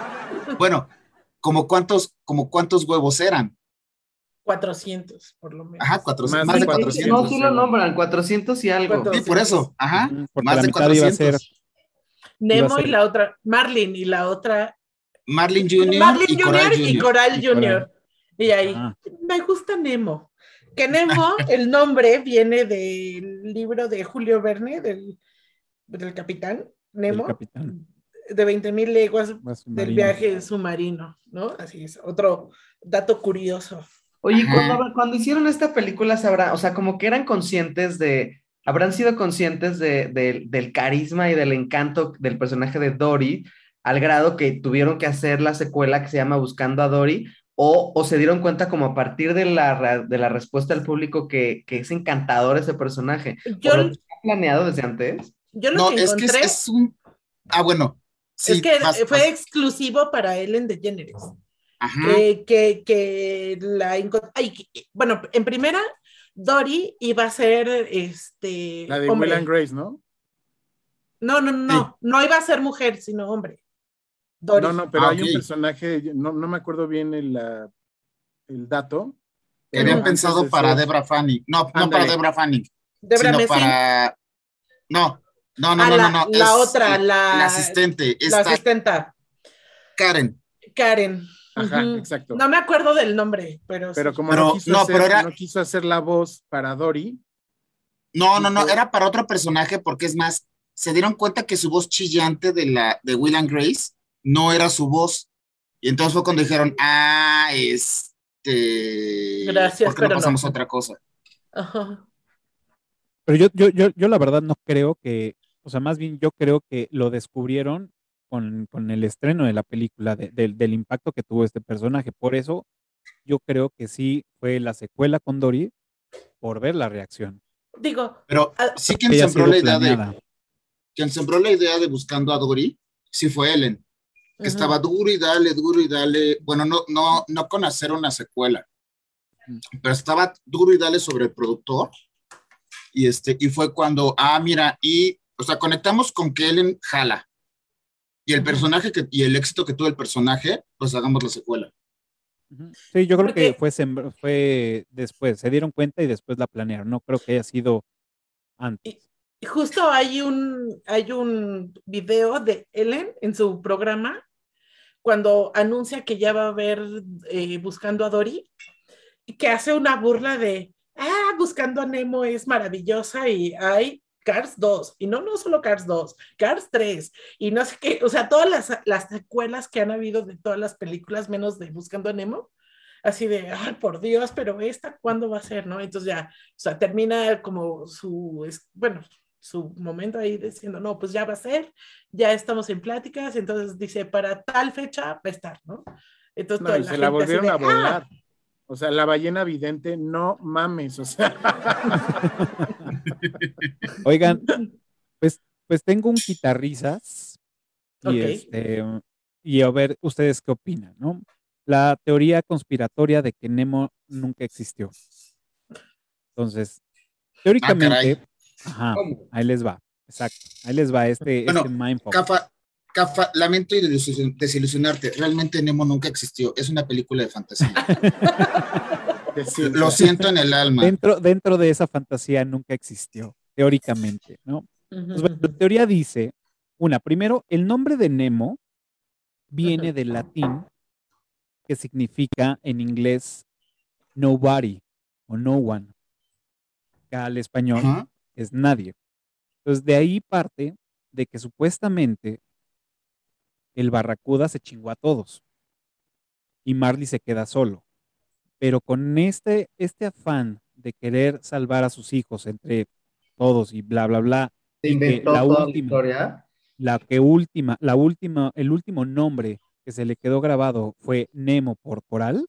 Bueno, como cuántos, como cuántos huevos eran. cuatrocientos, por lo menos. Ajá, cuatrocientos, Más más de de No, cuatrocientos. sí lo nombran, cuatrocientos y algo. Cuatro- Sí, por eso, ajá, Ujú, porque más la de mitad iba a ser cuatrocientos. iba a Nemo y ser- la otra, Marlin y la otra, Marlin junior Marlin y Coral Junior y junior Coral Y Junior. Y ahí, Ah. me gusta Nemo. Que Nemo, el nombre viene del libro de Julio Verne, del, del capitán del Nemo, capitán de veinte mil leguas más del submarino. viaje submarino, ¿no? Así es, otro dato curioso. Oye, Ajá. cuando, cuando hicieron esta película, sabrá, o sea, como que eran conscientes de, habrán sido conscientes de, de- del carisma y del encanto del personaje de Dory, al grado que tuvieron que hacer la secuela que se llama Buscando a Dory, o, o se dieron cuenta como a partir de la, ra- de la respuesta del público que, que es encantador ese personaje, Yo, o lo que está planeado desde antes. yo lo No, que es que es, encontré es un. Ah, bueno. Sí, es que vas- fue vas- exclusivo para Ellen DeGeneres. Ajá. Que, que, que la enco- ay, que- bueno, en primera, Dory iba a ser este La de hombre. Will and Grace, ¿no? No, no, no, no, no iba a ser mujer, sino hombre. Dory. No, no, pero Ah, hay un ok. personaje, no, no me acuerdo bien el, la- el dato. Que pero habían antes pensado de para ser- Debra Fanning. No, no Ándale. para Debra Fanning, Debra sino Messing. para. No, no, no, Ah, no, la, no, no. la es otra, el- la, la asistente, la esta asistenta, Karen. Karen. Ajá, Ujú. exacto. No me acuerdo del nombre, pero, Pero sí. como Pero- no, quiso no, hacer, pero era- no quiso hacer la voz para Dory, No, no, no, Dijo- era para otro personaje porque es más, se dieron cuenta que su voz chillante de la de Will and Grace no era su voz. Y entonces fue cuando dijeron, ah, este. Gracias, ¿por qué no pero no. pasamos a otra cosa? Ajá. Pero yo, yo, yo, yo la verdad no creo que, o sea, más bien yo creo que lo descubrieron con, con el estreno de la película, de- del- del impacto que tuvo este personaje. Por eso yo creo que sí fue la secuela con Dory por ver la reacción. Digo, Pero Ah, sí Que quien haya sembró sido la idea de, planeada. quien sembró la idea de buscando a Dory, sí fue Ellen, que ujú. estaba duro y dale, duro y dale. Bueno, no, no, no con hacer una secuela, Mm. pero estaba duro y dale sobre el productor. Y este, y fue cuando, ah, mira, y, o sea, conectamos con que Ellen jala. Y el Ujú. personaje que, y el éxito que tuvo el personaje, pues hagamos la secuela. Ujú. Sí, yo creo Porque- que fue, sembr- fue después, se dieron cuenta y después la planearon. No creo que haya sido antes. Y justo hay un, hay un video de Ellen en su programa cuando anuncia que ya va a haber eh, Buscando a Dory y que hace una burla de, ah, Buscando a Nemo es maravillosa y hay Cars dos, y no, no solo Cars dos, Cars tres, y no sé qué, o sea, todas las, las secuelas que han habido de todas las películas, menos de Buscando a Nemo, así de, ay, por Dios, pero esta, ¿cuándo va a ser, no? Entonces ya, o sea, termina como su, es- bueno, su momento ahí diciendo, no, pues ya va a ser, ya estamos en pláticas, entonces dice, para tal fecha va a estar, ¿no? Entonces no, toda y la se la gente así volvieron de, a "Ah". volar. O sea, la ballena vidente, no mames, o sea. Oigan, pues, pues tengo un quitarrisas y Ok. este, y a ver ustedes qué opinan, ¿no? La teoría conspiratoria de que Nemo nunca existió. Entonces, Ah, teóricamente, caray. ajá, ¿Cómo? ahí les va, exacto, ahí les va este, este Bueno, mindfuck. Cafa, Cafa, lamento y desilusion- desilusionarte. Realmente Nemo nunca existió. Es una película de fantasía. De Lo ciencia. siento en el alma. Dentro, dentro de esa fantasía nunca existió, teóricamente, ¿no? Pues bueno, la Ujú, teoría dice, una, primero, el nombre de Nemo viene ujú. del latín que significa en inglés nobody o no one, que al español Ajá. es nadie. Entonces, de ahí parte de que supuestamente el Barracuda se chingó a todos y Marley se queda solo. Pero con este, este afán de querer salvar a sus hijos entre todos y bla, bla, bla, Se y que la inventó toda la última, historia. la que última, la última, el último nombre que se le quedó grabado fue Nemo por Coral,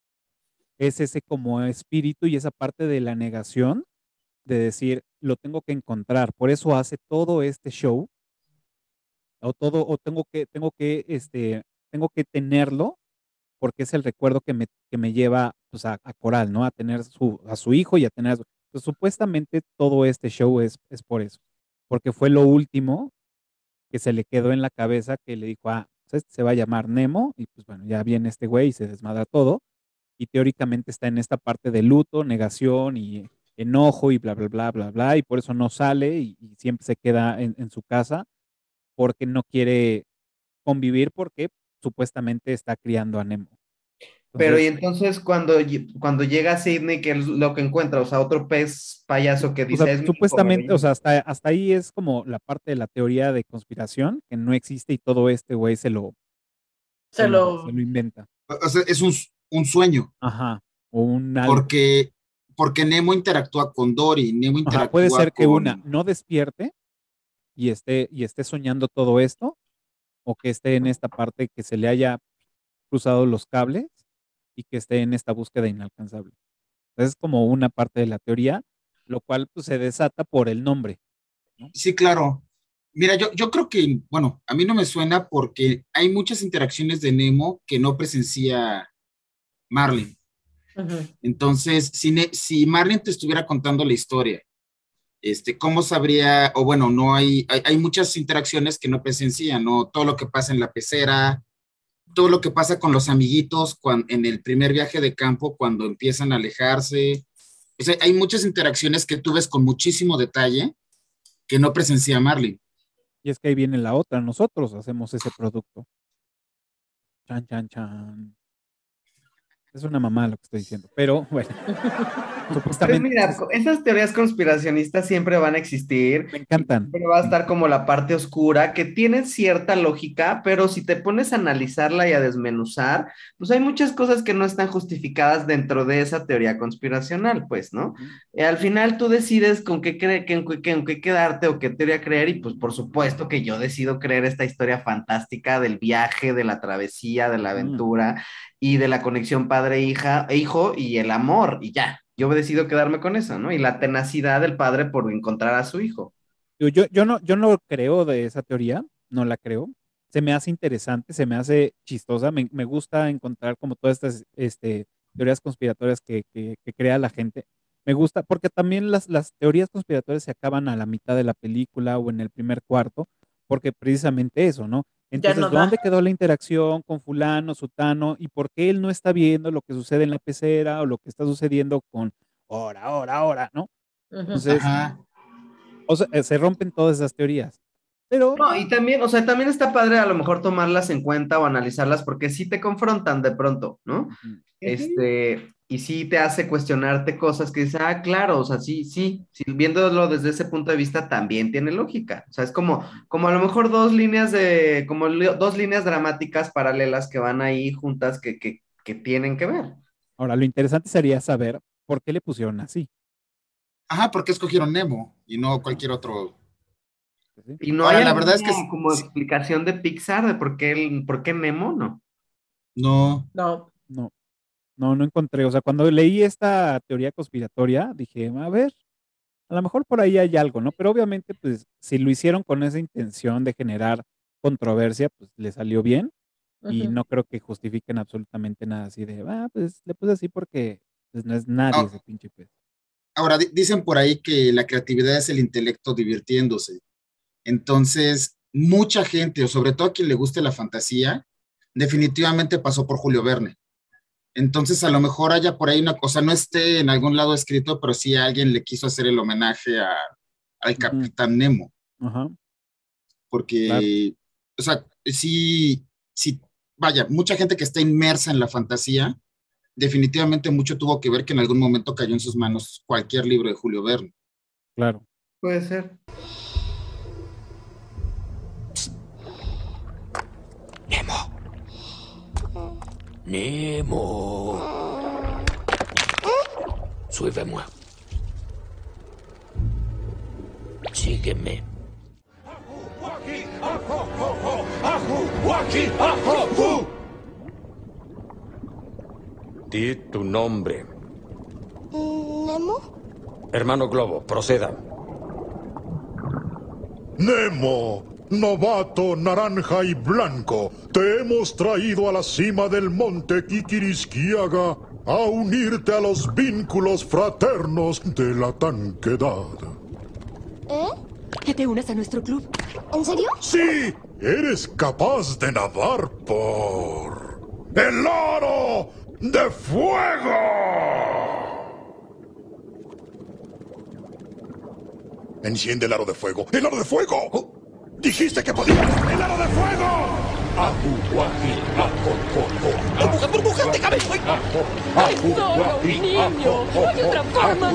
es ese como espíritu y esa parte de la negación de decir, lo tengo que encontrar. Por eso hace todo este show, o todo, o tengo que, tengo que, este, tengo que tenerlo, porque es el recuerdo que me, que me lleva pues, a, a Coral, ¿no? A tener su, a su hijo y a tener a su... Pues, supuestamente todo este show es, es por eso, porque fue lo último que se le quedó en la cabeza que le dijo, ah, pues este se va a llamar Nemo, y pues bueno, ya viene este güey y se desmadra todo, y teóricamente está en esta parte de luto, negación y enojo y bla, bla, bla, bla, bla, y por eso no sale y, y siempre se queda en, en su casa porque no quiere convivir porque supuestamente está criando a Nemo. Pero y Entonces, entonces cuando, lle- cuando llega Sidney, que es lo que encuentra, o sea, otro pez payaso que o sea, dice, es mi hijo, me lo supuestamente, o sea, llevo. hasta, hasta ahí es como la parte de la teoría de conspiración, que no existe y todo este güey se lo, se Se lo, se lo. lo inventa. O sea, es un, un sueño, Ajá, o un algo. porque, porque Nemo interactúa con Dory, Nemo Ajá, puede interactúa ser que una con... no despierte y esté, y esté soñando todo esto, o que esté en esta parte que se le haya cruzado los cables y que esté en esta búsqueda inalcanzable. Entonces, es como una parte de la teoría, lo cual pues, se desata por el nombre, ¿no? Sí, claro. Mira, yo, yo creo que, bueno, a mí no me suena porque hay muchas interacciones de Nemo que no presencia Marlin. Ujú. Entonces, si, Ne- si Marlin te estuviera contando la historia, este, ¿cómo sabría? O bueno, no hay, hay, hay muchas interacciones que no presencian, ¿no? Todo lo que pasa en la pecera, todo lo que pasa con los amiguitos cuan- en el primer viaje de campo cuando empiezan a alejarse. O sea, hay muchas interacciones que tú ves con muchísimo detalle que no presencia Marlin. Y es que ahí viene la otra, nosotros hacemos ese producto. Chan, chan, chan. Es una mamá lo que estoy diciendo, pero bueno, Pues supuestamente mira, es- co- esas teorías conspiracionistas siempre van a existir me y encantan. siempre va a Me estar como la parte oscura que tiene cierta lógica, pero si te pones a analizarla y a desmenuzar, pues hay muchas cosas que no están justificadas dentro de esa teoría conspiracional, pues, ¿no? encantan. Eh, al final tú decides con qué, cre que- que- que- en qué quedarte o qué teoría creer y pues por supuesto que yo decido creer esta historia fantástica del viaje, de la travesía, de la Mm. aventura y de la conexión padre-hija, hijo y el amor, y ya. Yo decido quedarme con eso, ¿no? Y la tenacidad del padre por encontrar a su hijo. Digo, Yo, yo no, yo no creo de esa teoría, no la creo. Se me hace interesante, se me hace chistosa. Me, me gusta encontrar como todas estas este, teorías conspiratorias que, que, que crea la gente. Me gusta, porque también las, las teorías conspiratorias se acaban a la mitad de la película o en el primer cuarto, porque precisamente eso, ¿no? Ya Entonces, no da. ¿dónde quedó la interacción con fulano, sutano, y por qué él no está viendo lo que sucede en la pecera o lo que está sucediendo con ahora, ahora, ahora, ¿no? Ujú. Entonces, Ajá. o sea, eh, se rompen todas esas teorías. Pero, No, y también, o sea, también está padre a lo mejor tomarlas en cuenta o analizarlas porque sí te confrontan de pronto, ¿no? ujú, Este, y sí te hace cuestionarte cosas que dices, ah, claro, o sea, sí, sí, sí, viéndolo desde ese punto de vista también tiene lógica. O sea, es como, ujú. como a lo mejor dos líneas de, como li- dos líneas dramáticas paralelas que van ahí juntas que, que, que tienen que ver. Ahora, lo interesante sería saber por qué le pusieron así. Ajá, ¿por qué escogieron Nemo y no Ajá, cualquier otro? pues sí. Y no hay Ahora, la verdad es que alguna como sí- explicación de Pixar de por qué, el- por qué Nemo, ¿no? no, No. No, no, no encontré. O sea, cuando leí esta teoría conspiratoria, dije, a ver, A lo mejor por ahí hay algo, ¿no? Pero obviamente, pues, si lo hicieron con esa intención de generar controversia, pues le salió bien y Ujú. no creo que justifiquen absolutamente nada así de, ah, pues le puse así porque pues, no es nadie Ah, ese pinche pez. ahora, di- dicen por ahí que la creatividad es el intelecto divirtiéndose. Entonces, mucha gente, o sobre todo a quien le guste la fantasía, definitivamente pasó por Julio Verne. Entonces, a lo mejor haya por ahí una cosa, no esté en algún lado escrito, pero sí alguien le quiso hacer el homenaje a, al Ujú, Capitán Nemo, ajá, claro. porque, o sea, sí, sí, vaya, mucha gente que está inmersa en la fantasía, definitivamente mucho tuvo que ver que en algún momento cayó en sus manos cualquier libro de Julio Verne. Claro. Puede ser. Nemo. Nemo. Suivez-moi. Sígueme. Di tu nombre. ¿Nemo? Hermano Globo, proceda. Nemo, novato naranja y blanco, te hemos traído a la cima del monte Kikirisquiaga a unirte a los vínculos fraternos de la tanquedad. ¿Eh? Que te unas a nuestro club. ¿En serio? Sí, eres capaz de nadar por el aro de fuego. Enciende el aro de fuego. ¡El aro de fuego! ¡Dijiste que podías! ¡El aro de fuego! ¡Burbuja, burbuja, te cabello! ¡Ay, solo, niño! ¡Hay otra forma!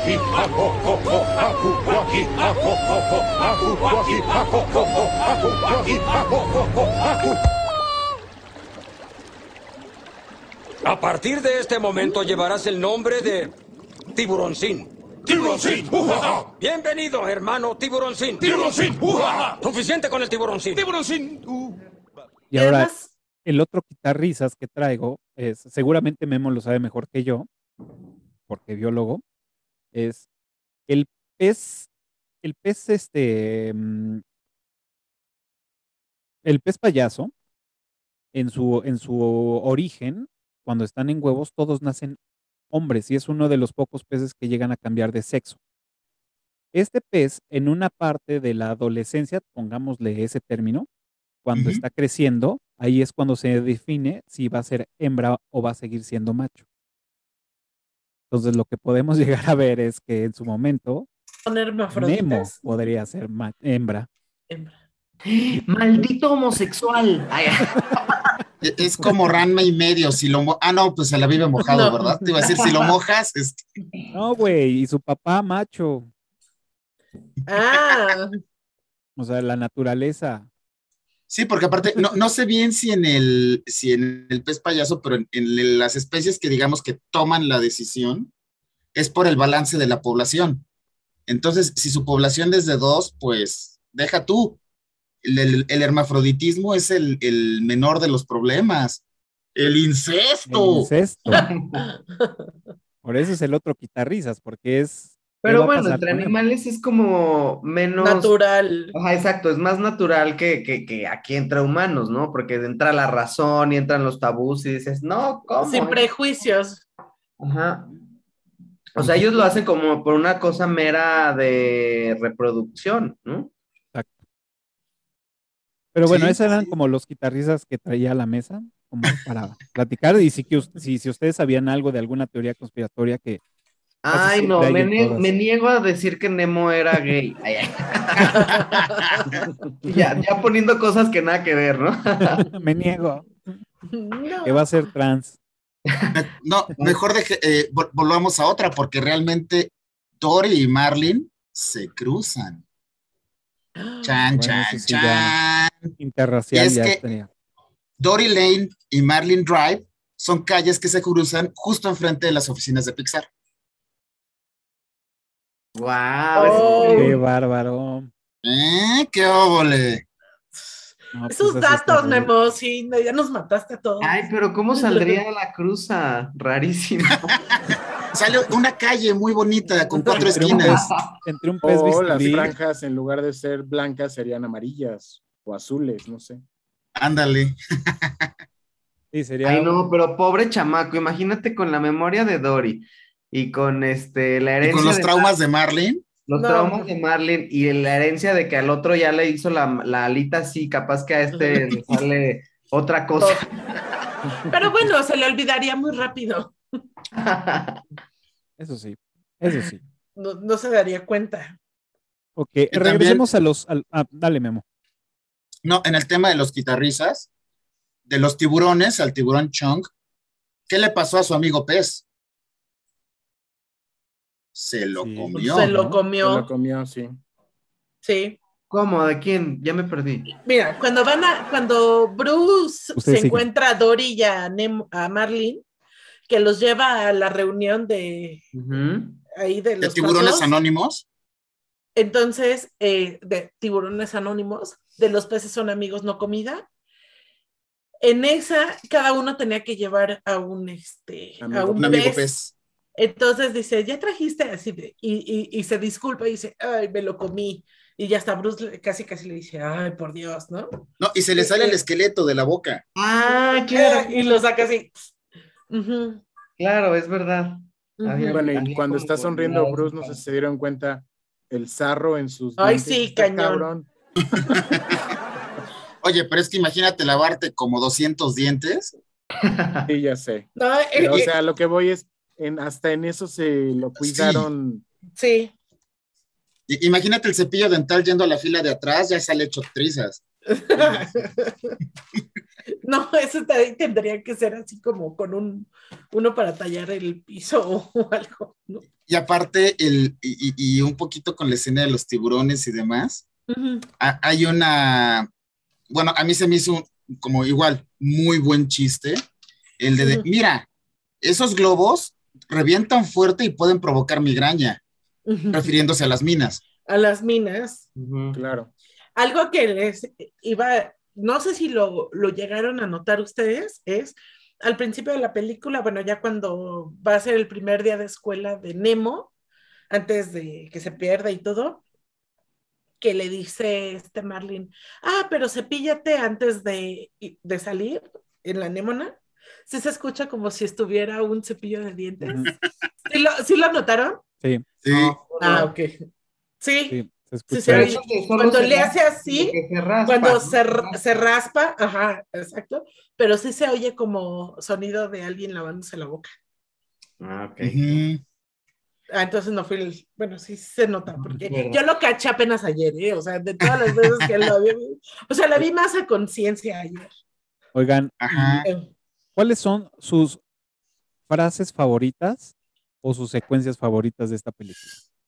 A partir de este momento llevarás el nombre de Tiburoncín. ¡Tiburoncín! ¡Ujaja! Bienvenido, hermano Tiburoncín. ¡Tiburoncín! ¡Ujaja! Suficiente con el Tiburoncín. ¡Tiburoncín! Uh. Y Y ahora, además, el otro quitarrisas que traigo es, seguramente Memo lo sabe mejor que yo, porque biólogo, es el pez, el pez este, mm, el pez payaso, en su, en su origen, cuando están en huevos, todos nacen hombres y es uno de los pocos peces que llegan a cambiar de sexo. Este pez, en una parte de la adolescencia, pongámosle ese término, cuando Ujú. está creciendo, ahí es cuando se define si va a ser hembra o va a seguir siendo macho. Entonces, lo que podemos llegar a ver es que en su momento, son Nemo hermafroditas. podría ser ma- hembra. Hembra. Maldito homosexual. Ay, E- Es como Ranma y medio, si lo mo- ah, no, pues se la vive mojado, No. ¿verdad? Te iba a decir, si lo mojas, este, No, güey, y su papá macho, Ah, o sea, la naturaleza. sí, porque aparte, no, no sé bien si en el, si en el pez payaso, pero en, en las especies que digamos que toman la decisión, es por el balance de la población. Entonces, si su población es de dos, pues deja tú. El, el- el hermafroditismo es el, el menor de los problemas. El El incesto. incesto. Por eso es el otro quitarrisas, porque es. ¿qué Pero va a bueno, pasar entre con él? animales es como menos... natural. Ajá, exacto, es más natural que, que, que aquí entre humanos, ¿no? Porque entra la razón y entran los tabús y dices, no, ¿cómo? Sin prejuicios. Ajá. O sea, ellos lo hacen como por una cosa mera de reproducción, ¿no? Exacto. Pero bueno, Sí, esos eran sí. como los guitarristas que traía a la mesa, como para platicar. Y si, que us- si, si ustedes sabían algo de alguna teoría conspiratoria que casi Ay, no, siempre hay me, en nie- todas. me niego a decir que Nemo era gay. Ay, ay. Ya, ya poniendo cosas que nada que ver, ¿no? Me niego. No. Que va a ser trans. No, mejor deje- eh, vol- volvamos a otra, porque realmente Dory y Marlin se cruzan. Chan, Bueno, chan, eso sí ya. chan. Interracial Y es ya que- estaría. Dory Lane y Marlin Drive son calles que se cruzan justo enfrente de las oficinas de Pixar. Wow, Oh. Qué bárbaro. ¿Eh? ¡Qué óvole! No, pues Esos así está datos, rudo. Memo, sí, no, ya nos mataste a todos. Ay, pero ¿cómo saldría la cruza? Rarísimo. Sale una calle muy bonita con cuatro Entre un esquinas. pez, entre un pez O las bisturí. franjas, en lugar de ser blancas, serían amarillas o azules, no sé. Ándale. Sí, sería Ay, un- no, pero pobre chamaco, imagínate con la memoria de Dory y con este la Y herencia con los de traumas de Marlene. los No. traumas de Marlene y la herencia de que al otro ya le hizo la, la alita así, capaz que a este le sale otra cosa. Pero bueno, se le olvidaría muy rápido. Eso sí, eso sí. No, no se daría cuenta. Ok, también- regresemos a los... al- ah, dale, Memo. No, en el tema de los guitarrizas, de los tiburones al tiburón Chong, ¿qué le pasó a su amigo pez? Se lo Sí. comió. se lo ¿no? Se comió. lo comió, sí. Sí. ¿Cómo? ¿De quién? Ya me perdí. Mira, cuando van a, cuando Bruce Ustedes se sigan. encuentra a Dory y a, Nemo- a Marlene, que los lleva a la reunión de Ujú. ahí de De los tiburones pasos, anónimos. entonces, eh, de tiburones anónimos, de los peces son amigos, no comida. En esa, cada uno tenía que llevar a un, este, a Amigo. un, Un amigo pez. pez. Entonces dice, ya trajiste así, de- y, y, y se disculpa y dice, ay, me lo comí. Y ya hasta Bruce le- casi casi le dice, ay, por Dios, ¿no? No, y se le sale el esqueleto de la boca. Ah, claro, Eh, y lo saca así. Ujú, claro, es verdad. ujú. Había- Bueno, y había cuando como está sonriendo olvidado Bruce, esa no sé parte. si se dieron cuenta, el sarro en sus Ay, dientes. sí, Está cañón. cabrón. Oye, pero es que imagínate lavarte como doscientos dientes. Sí, ya sé. No, eh, Pero, o Y- sea, lo que voy es, en, hasta en eso se lo cuidaron. sí. y- Imagínate el cepillo dental yendo a la fila de atrás, ya sale hecho trizas. No, eso también tendría que ser así como con un uno para tallar el piso o algo, ¿no? Y aparte, el, y, y- y un poquito con la escena de los tiburones y demás, Ujú. ha- hay una, bueno, a mí se me hizo un- como igual, muy buen chiste, el de, de, Ujú. mira, esos globos revientan fuerte y pueden provocar migraña, Ujú. refiriéndose a las minas. A las minas. Ujú. Claro. Algo que les iba, no sé si lo, lo llegaron a notar ustedes, es al principio de la película, bueno, ya cuando va a ser el primer día de escuela de Nemo, antes de que se pierda y todo, que le dice este Marlin, ah, pero cepíllate antes de, de salir en la anémona. Sí se escucha como si estuviera un cepillo de dientes. Ujú. ¿Sí lo, sí lo notaron? Sí, Sí, No, Ah, no. ok. Sí, sí, se sí, escucha. se Pero oye. eso que solo Cuando se le raspa, hace así, que se raspa, Cuando ¿no? se, r- se raspa, ajá, exacto, pero sí se oye como sonido de alguien lavándose la boca. Ah, ok. ujú. Ah, entonces no fue el, bueno, sí se nota, porque Verdad. yo lo caché apenas ayer, ¿eh? O sea, de todas las veces que lo había, o sea, la vi más a conciencia ayer. Oigan, Ajá. Eh, ¿cuáles son sus frases favoritas o sus secuencias favoritas de esta película?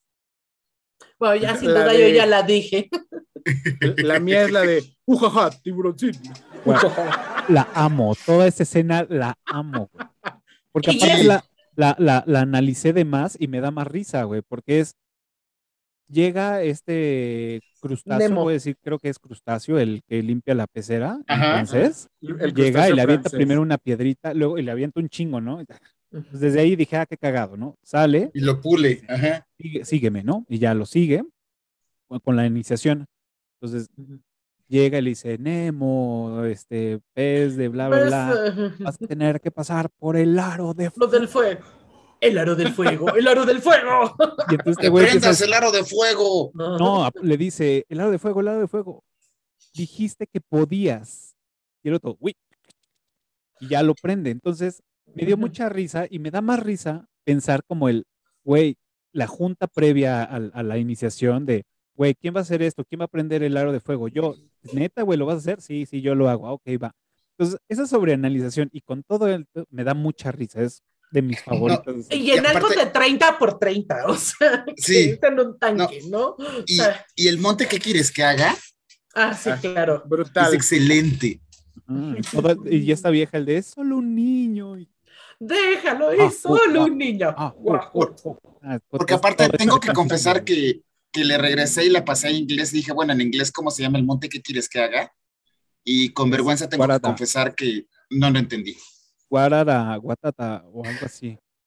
Bueno, ya sin La duda de- yo ya la dije. La mía es la de, ujaja, tiburoncito. Bueno, la amo, toda esa escena la amo, güey. Porque Y aparte es- la, la, la, la analicé de más y me da más risa, güey, porque es, llega este crustáceo, Nemo. voy a decir, creo que es crustáceo, el que limpia la pecera en Ajá. francés, El llega y crustáceo le avienta francés. primero una piedrita, luego y le avienta un chingo, ¿no? Pues desde ahí dije, ah, qué cagado, ¿no? Sale, Y lo pule. Ajá. sigue- sígueme, ¿no? Y ya lo sigue con- con la iniciación. Entonces llega y le dice, Nemo, este, pez de bla, bla, Pues, bla, eh, vas a tener que pasar por el aro de lo del fuego. El aro del fuego, el aro del fuego. Y entonces este ¡Que güey empieza, prendas el aro de fuego! no, le dice, el aro de fuego, el aro de fuego. Dijiste que podías. Y el otro, uy. Y ya lo prende. Entonces, me dio Ujú. mucha risa y me da más risa pensar como el, güey, la junta previa a, a la iniciación de, güey, ¿quién va a hacer esto? ¿Quién va a prender el aro de fuego? Yo, neta, güey, ¿lo vas a hacer? Sí, sí, yo lo hago. Ah, ok, va. Entonces, esa sobreanalización y con todo el, me da mucha risa. Es de mis favoritos. Y en Y algo aparte- de treinta por treinta, o sea, que Sí. está en un tanque, ¿no? O Y, sea, y el monte, ¿qué quieres que haga? ah, sí, Ah, claro. Es Brutal. excelente. Ah, y, toda- y esta vieja, el de, es solo un niño. Y, Déjalo, Ah, es solo oh, un niño. ah, oh, Guau. oh, oh. Ah, Porque es aparte toda esa tengo que secuencia, confesar güey. que, que le regresé y la pasé a inglés. Dije, bueno, en inglés, ¿cómo se llama el monte? ¿Qué quieres que haga? Y con vergüenza tengo que Guarada. confesar que no lo entendí. Guarara, Guatata o algo así.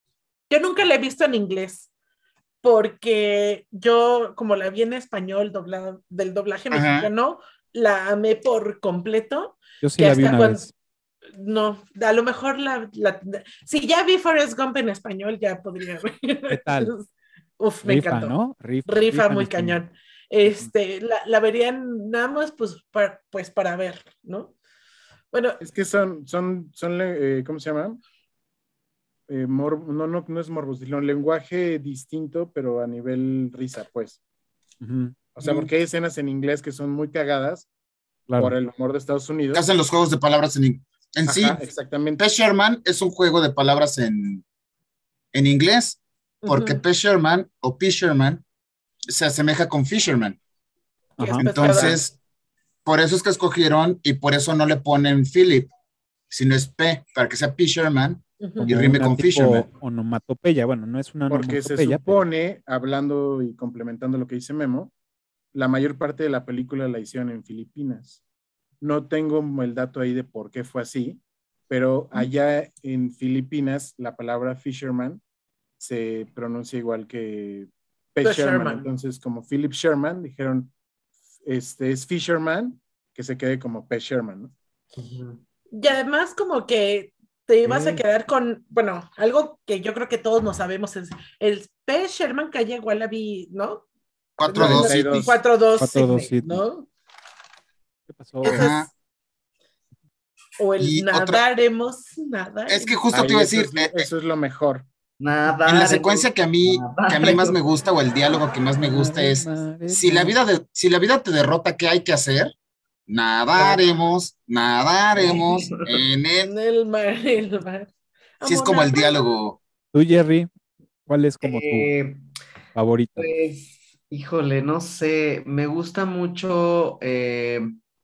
Yo nunca la he visto en inglés, porque yo, como la vi en español, doblada, del doblaje Ajá. mexicano, la amé por completo. Yo sí que la vi hasta una cuando- vez. No, a lo mejor la, la- si ya vi Forrest Gump en español, ya podría ver. ¿Qué tal? Uf, me Rifa, encantó. ¿no? Rifa, Rifa rifa en muy español. cañón. Este, la, la verían nada más pues para, pues para ver, ¿no? Bueno, Es que son, son, son, eh, ¿cómo se llama? Eh, mor- no, no, no es morbos, sino lenguaje distinto, pero a nivel risa, pues. Ujú, O sea, porque hay escenas en inglés que son muy cagadas claro. por el humor de Estados Unidos. Hacen los juegos de palabras en, in- en Ajá, sí. exactamente. P. Sherman es un juego de palabras en, en inglés, porque ujú, P. Sherman o P. Sherman se asemeja con Fisherman. que es Ajá. pescador. Entonces, por eso es que escogieron y por eso no le ponen Philip, sino es P, para que sea P. Sherman Ujú. y rime una con tipo Fisherman. onomatopeya. Bueno, no es una Porque se onomatopeya, pero supone, hablando y complementando lo que dice Memo, la mayor parte de la película la hicieron en Filipinas. No tengo el dato ahí de por qué fue así, pero allá en Filipinas la palabra fisherman se pronuncia igual que P. The Sherman. Sherman. Entonces, como Philip Sherman, dijeron, este es Fisherman, que se quede como P. Sherman, ¿no? Ujú. Y además como que te ibas a Sí. quedar con, bueno, algo que yo creo que todos no sabemos es el P. Sherman Calle Wallaby, ¿no? cuatro dos noventa y Sydney. dos. cuatro dos cuatro dos Sydney, Sydney. ¿no? ¿qué pasó? Eso Ajá. es- o el Y otra- nadaremos, nadaremos. Es que justo Ay, te iba a eso, decir, es, eh, eh, eso es lo mejor. Nada. en la secuencia que a mí, que a mí más me gusta, o el diálogo que más me gusta es, si la vida, de, si la vida te derrota, ¿qué hay que hacer? Nadaremos, nadaremos en el... En el mar, el mar. Sí, es como el Amor, diálogo. Tú, Jerry, ¿cuál es como tu Eh, favorita? Pues, híjole, no sé, me gusta mucho, eh,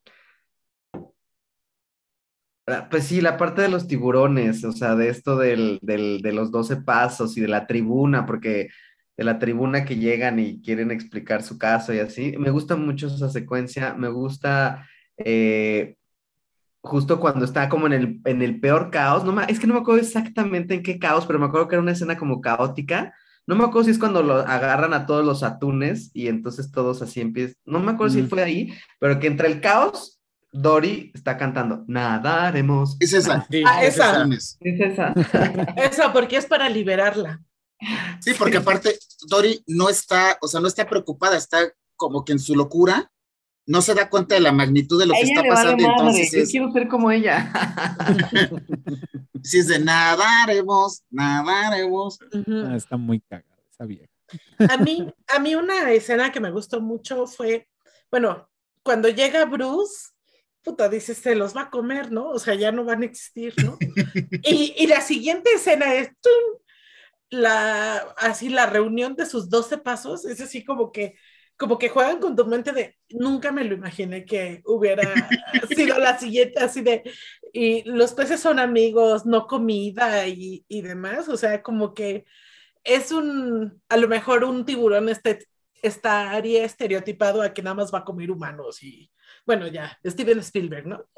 ah, pues sí, la parte de los tiburones, o sea, de esto del, del- de los doce pasos y de la tribuna, porque de la tribuna que llegan y quieren explicar su caso y así, me gusta mucho esa secuencia, me gusta eh, justo cuando está como en el, en el peor caos, no me- es que no me acuerdo exactamente en qué caos, pero me acuerdo que era una escena como caótica. No me acuerdo si es cuando lo agarran a todos los atunes y entonces todos así empiezan. No me acuerdo si Mm. fue ahí, pero que entre el caos, Dory está cantando, nadaremos. Es esa. Sí, Ah, es esa. esa. Lunes. Es esa. Eso, porque es para liberarla. Sí, porque aparte Dory no está, o sea, no está preocupada, está como que en su locura, no se da cuenta de la magnitud de lo A que ella está le vale pasando, madre, entonces yo es, quiero ser como ella. sí es de nadaremos, nadaremos. Ujú. Ah, está muy cagada esa vieja. A mí, a mí una escena que me gustó mucho fue, bueno, cuando llega Bruce, puta, dices, se los va a comer, ¿no? O sea, ya no van a existir, ¿no? Y, y la siguiente escena es, ¡tum! La, así la reunión de sus doce pasos, es así como que, como que juegan con tu mente de, nunca me lo imaginé que hubiera sido la siguiente, así de, y los peces son amigos, no comida y, y demás, o sea, como que es un, a lo mejor un tiburón este, estaría estereotipado a que nada más va a comer humanos y, bueno, ya, Steven Spielberg, ¿no?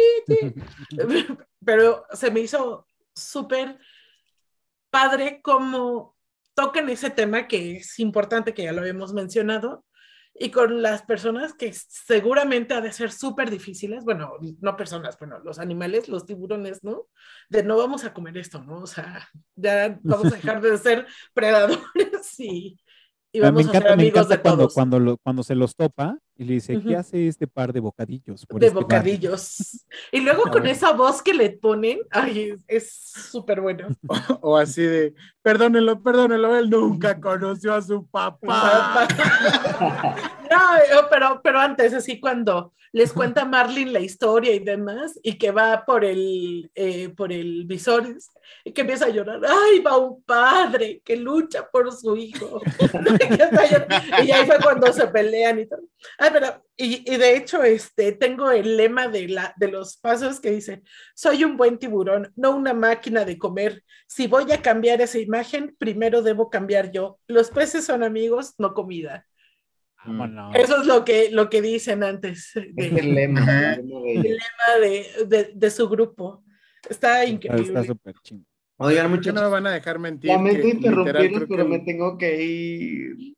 Pero se me hizo súper padre cómo tocan ese tema que es importante, que ya lo habíamos mencionado, y con las personas que seguramente ha de ser súper difíciles, bueno, no personas, bueno, los animales, los tiburones, ¿no? De no vamos a comer esto, ¿no? O sea, ya vamos a dejar de ser predadores y, y Ah, me vamos a ser encanta, me amigos encanta de cuando, todos. cuando, lo- cuando se los topa y le dice, ¿qué Ujú. hace este par de bocadillos por De este barrio?" bocadillos. Y luego Está con bueno. esa voz que le ponen, ay, es súper bueno. O así de, perdónenlo, perdónenlo, él nunca conoció a su papá. No, pero, pero antes, así cuando les cuenta Marlin la historia y demás, y que va por el, eh, por el Visores, y que empieza a llorar, ¡ay, va un padre que lucha por su hijo! Y ahí fue cuando se pelean y todo. Ay, pero, y, y de hecho, este, tengo el lema de, la, de los pasos que dice, soy un buen tiburón, no una máquina de comer. Si voy a cambiar esa imagen, primero debo cambiar yo. Los peces son amigos, no comida. Vámonos. Eso es lo que, lo que dicen antes Es de, el lema, Ajá. el lema de el ellos. lema de, de, de su grupo. Está Está- increíble. Está súper chingón. Oigan, ¿Por qué muchachos, no me van a dejar mentir? lamento Que literal interrumpirlos, creo pero que me tengo que ir.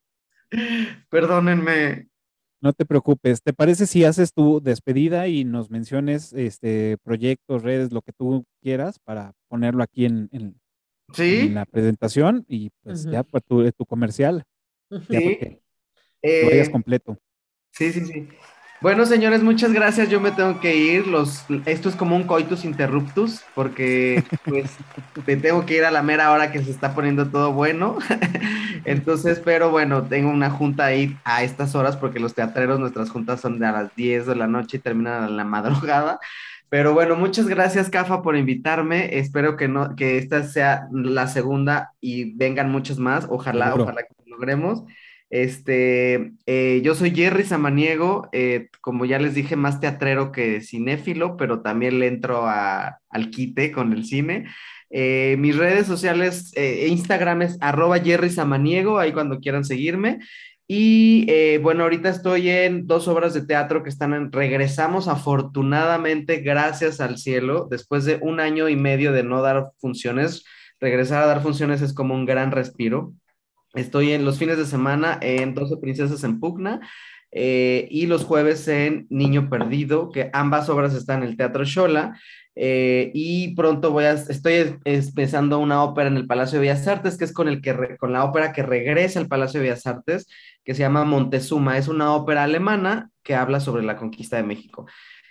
Perdónenme. No te preocupes. ¿Te parece si haces tu despedida y nos menciones este proyectos, redes, lo que tú quieras para ponerlo aquí en, en- en ¿Sí? la presentación y pues Ujú, ya pues, tu, tu comercial, ya para Sí. que, que vayas Eh, completo. sí, sí, sí. Bueno, señores, muchas gracias. Yo me tengo que ir. Los, esto es como un coitus interruptus, porque pues me tengo que ir a la mera hora que se está poniendo todo bueno. Entonces, pero bueno, tengo una junta ahí a estas horas, porque los teatreros, nuestras juntas son de a las diez de la noche y terminan a la madrugada. Pero bueno, muchas gracias, Cafa, por invitarme. Espero que no, que esta sea la segunda y vengan muchos más. Ojalá, Seguro. ojalá que lo logremos. Este, eh, yo soy Jerry Samaniego, eh, como ya les dije, más teatrero que cinéfilo, pero también le entro a- al quite con el cine. Eh, mis redes sociales, eh, Instagram es arroba Jerry Samaniego, ahí cuando quieran seguirme. Y eh, bueno, ahorita estoy en dos obras de teatro que están en, regresamos afortunadamente, gracias al cielo, después de un año y medio de no dar funciones, regresar a dar funciones es como un gran respiro. Estoy en los fines de semana en doce Princesas en Pugna eh, y los jueves en Niño Perdido, que ambas obras están en el Teatro Xola. Eh, y pronto voy a, estoy empezando una ópera en el Palacio de Bellas Artes, que es con, el que re, con la ópera que regresa al Palacio de Bellas Artes, que se llama Montezuma. Es una ópera alemana que habla sobre la conquista de México.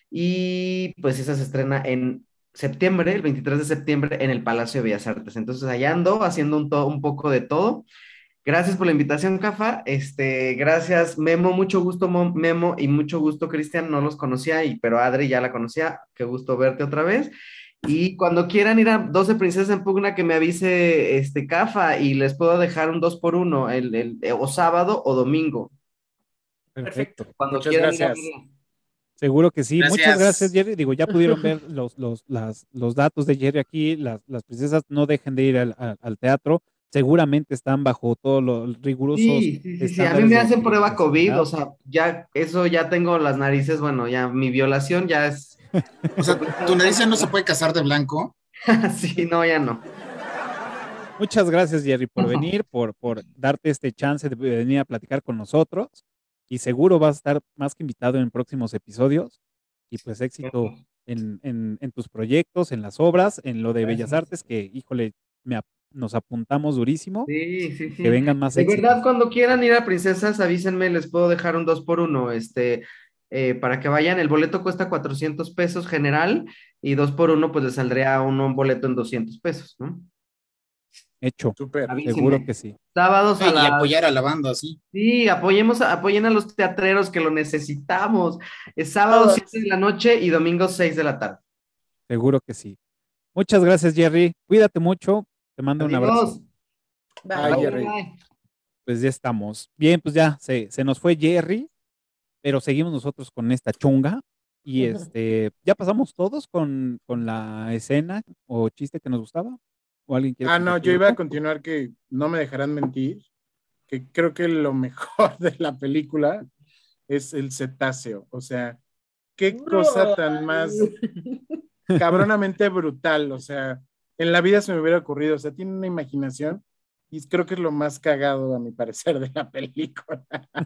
Y pues esa se estrena en septiembre, el veintitrés de septiembre, en el Palacio de Bellas Artes. Entonces allá ando haciendo un, to un poco de todo. Gracias por la invitación, Cafa. Este, gracias, Memo. Mucho gusto, Mo- Memo, y mucho gusto, Cristian. No los conocía, y, pero Adri ya la conocía. Qué gusto verte otra vez. Y cuando quieran ir a doce Princesas en Pugna, que me avise este Cafa y les puedo dejar un dos por uno el, el, eh, o sábado o domingo. perfecto. Perfecto. Cuando muchas quieran ir a gracias. verla. Seguro que sí. Muchas gracias, Gracias. Jerry. Digo, ya pudieron ver los, los, las, los datos de Jerry aquí. Las, las princesas no dejen de ir al, al- al teatro. Seguramente están bajo todos los rigurosos Sí, sí, sí, sí. A mí estándares me de, hacen de- prueba de COVID, o sanidad. sea, ya eso ya tengo las narices, bueno, ya mi violación ya es O sea, tu nariz no se puede casar de blanco. sí, no, ya no. Muchas gracias, Jerry, por venir, por, por darte este chance de venir a platicar con nosotros. Y seguro vas a estar más que invitado en próximos episodios. Y pues éxito en, en- en tus proyectos, en las obras, en lo de Bellas Gracias. Artes, que híjole, me ap- nos apuntamos durísimo. Sí, sí, Que sí. vengan más De verdad, éxitos. cuando quieran ir a Princesas, avísenme, les puedo dejar un dos por uno, este, eh, para que vayan. El boleto cuesta cuatrocientos pesos general y dos por uno, pues les saldría un, un boleto en doscientos pesos, ¿no? Hecho, Súper. seguro Avísenme. que sí. Sábados a Y las... apoyar a la banda, sí. Sí, apoyemos, a- apoyen a los teatreros que lo necesitamos. Es sábado siete Todos. de la noche y domingo seis de la tarde. Seguro que sí. Muchas gracias, Jerry. Cuídate mucho. Te mando un abrazo. Adiós. Bye, Bye. Jerry. Bye. Pues ya estamos. Bien, pues ya se, se nos fue Jerry, pero seguimos nosotros con esta chunga. Y Ujú. este, ya pasamos todos con, con la escena o chiste que nos gustaba. ¿O alguien quiere Ah, no, yo compartir iba a otro? continuar que no me dejarán mentir, que creo que lo mejor de la película es el cetáceo. O sea, qué cosa tan más cabronamente brutal. O sea, en la vida se me hubiera ocurrido. O sea, tiene una imaginación y creo que es lo más cagado, a mi parecer, de la película.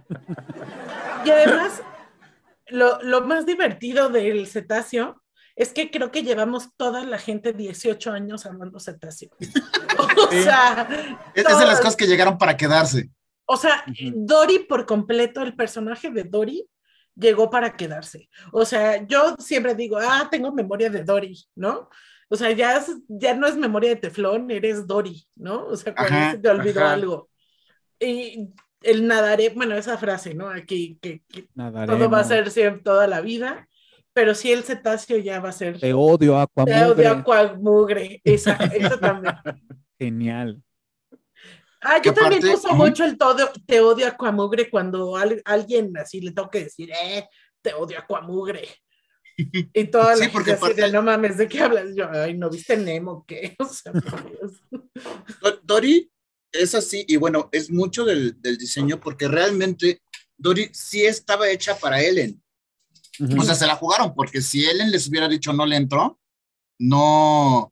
Y además, lo, lo más divertido del cetáceo es que creo que llevamos toda la gente dieciocho años amando cetáceo. O Sí. sea, Es, es de las todas- cosas que llegaron para quedarse. o sea, Ujú. Dory por completo, el personaje de Dory llegó para quedarse. O sea, yo siempre digo, ah, tengo memoria de Dory, ¿no? O sea, ya, es- ya no es memoria de teflón, eres Dory, ¿no? O sea, cuando Ajá, se te olvidó ajá. algo. Y el nadaré, bueno, esa frase, ¿no? Aquí, que, que todo va a Nadaremos. ser siempre, toda la vida, pero sí el cetáceo ya va a ser Te odio, te odio Aquamugre. acuamugre, esa, eso también. Genial. Ah, Que yo también aparte, uso ujú. mucho el todo, te odio acuamugre cuando al- alguien así le tengo que decir, eh, te odio acuamugre. Y toda Sí, la porque gente así de, aparte- no mames, ¿de qué hablas? Yo, ay, ¿no viste Nemo? ¿Qué? O sea, por Dios. Do- Dory es así, y bueno, es mucho del, del diseño, porque realmente Dory sí estaba hecha para Ellen. Ujú. O sea, se la jugaron, porque si Ellen les hubiera dicho no le entró, no,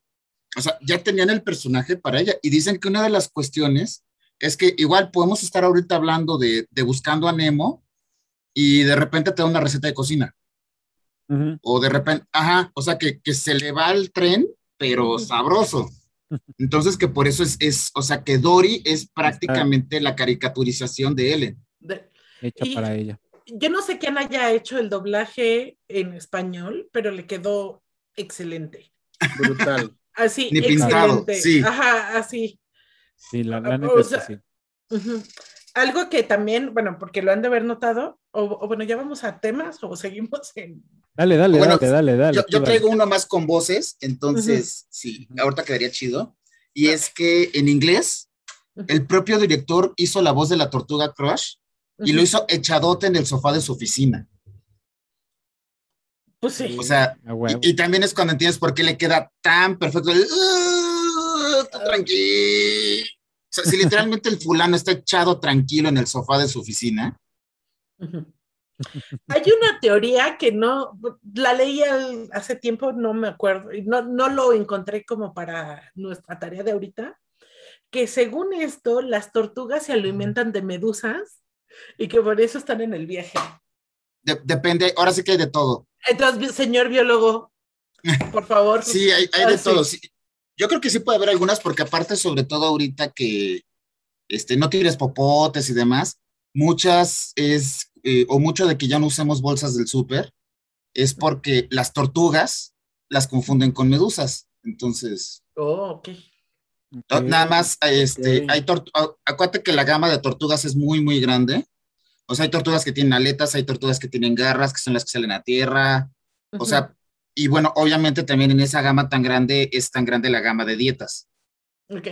o sea, ya tenían el personaje para ella. Y dicen que una de las cuestiones es que igual podemos estar ahorita hablando de, de Buscando a Nemo y de repente te da una receta de cocina. Uh-huh. O de repente, ajá, o sea, que, que se le va el tren, pero sabroso. Entonces, que por eso es, es o sea, que Dory es prácticamente la caricaturización de Ellen. De, hecha y, para ella. Yo no sé quién haya hecho el doblaje en español, pero le quedó excelente. Brutal. Así, Ni pintado, sí. Ajá, así. Sí, la, la neta o es sea, que sí. Uh-huh. Algo que también, bueno, porque lo han de haber notado, o, o bueno, ya vamos a temas o seguimos en... Dale, dale, bueno, dale, dale, dale. Yo, yo traigo uno más con voces, entonces, uh-huh. sí, ahorita quedaría chido. Y uh-huh. es que en inglés, uh-huh. el propio director hizo la voz de la Tortuga Crush uh-huh. y lo hizo echadote en el sofá de su oficina. Pues sí. O sea, y, y también es cuando entiendes por qué le queda tan perfecto el... Uh, tranquilo. O sea, si literalmente el fulano está echado tranquilo en el sofá de su oficina. Uh-huh. Hay una teoría que no, la leí al, hace tiempo, no me acuerdo, y no, no lo encontré como para nuestra tarea de ahorita, que según esto, las tortugas se alimentan de medusas y que por eso están en el viaje. De, depende, ahora sí que hay de todo. Entonces, señor biólogo, por favor. Sí, hay, hay de ah, todo. Sí. Sí. Yo creo que sí puede haber algunas, porque aparte, sobre todo ahorita que este, no tires popotes y demás, muchas es, eh, o mucho de que ya no usemos bolsas del súper, es porque las tortugas las confunden con medusas. Entonces, oh, ok. okay. Nada más, este, okay. hay tortu- acuérdate que la gama de tortugas es muy, muy grande. O sea, hay tortugas que tienen aletas, hay tortugas que tienen garras, que son las que salen a tierra. Uh-huh. O sea, y bueno, obviamente también en esa gama tan grande es tan grande la gama de dietas. Ok.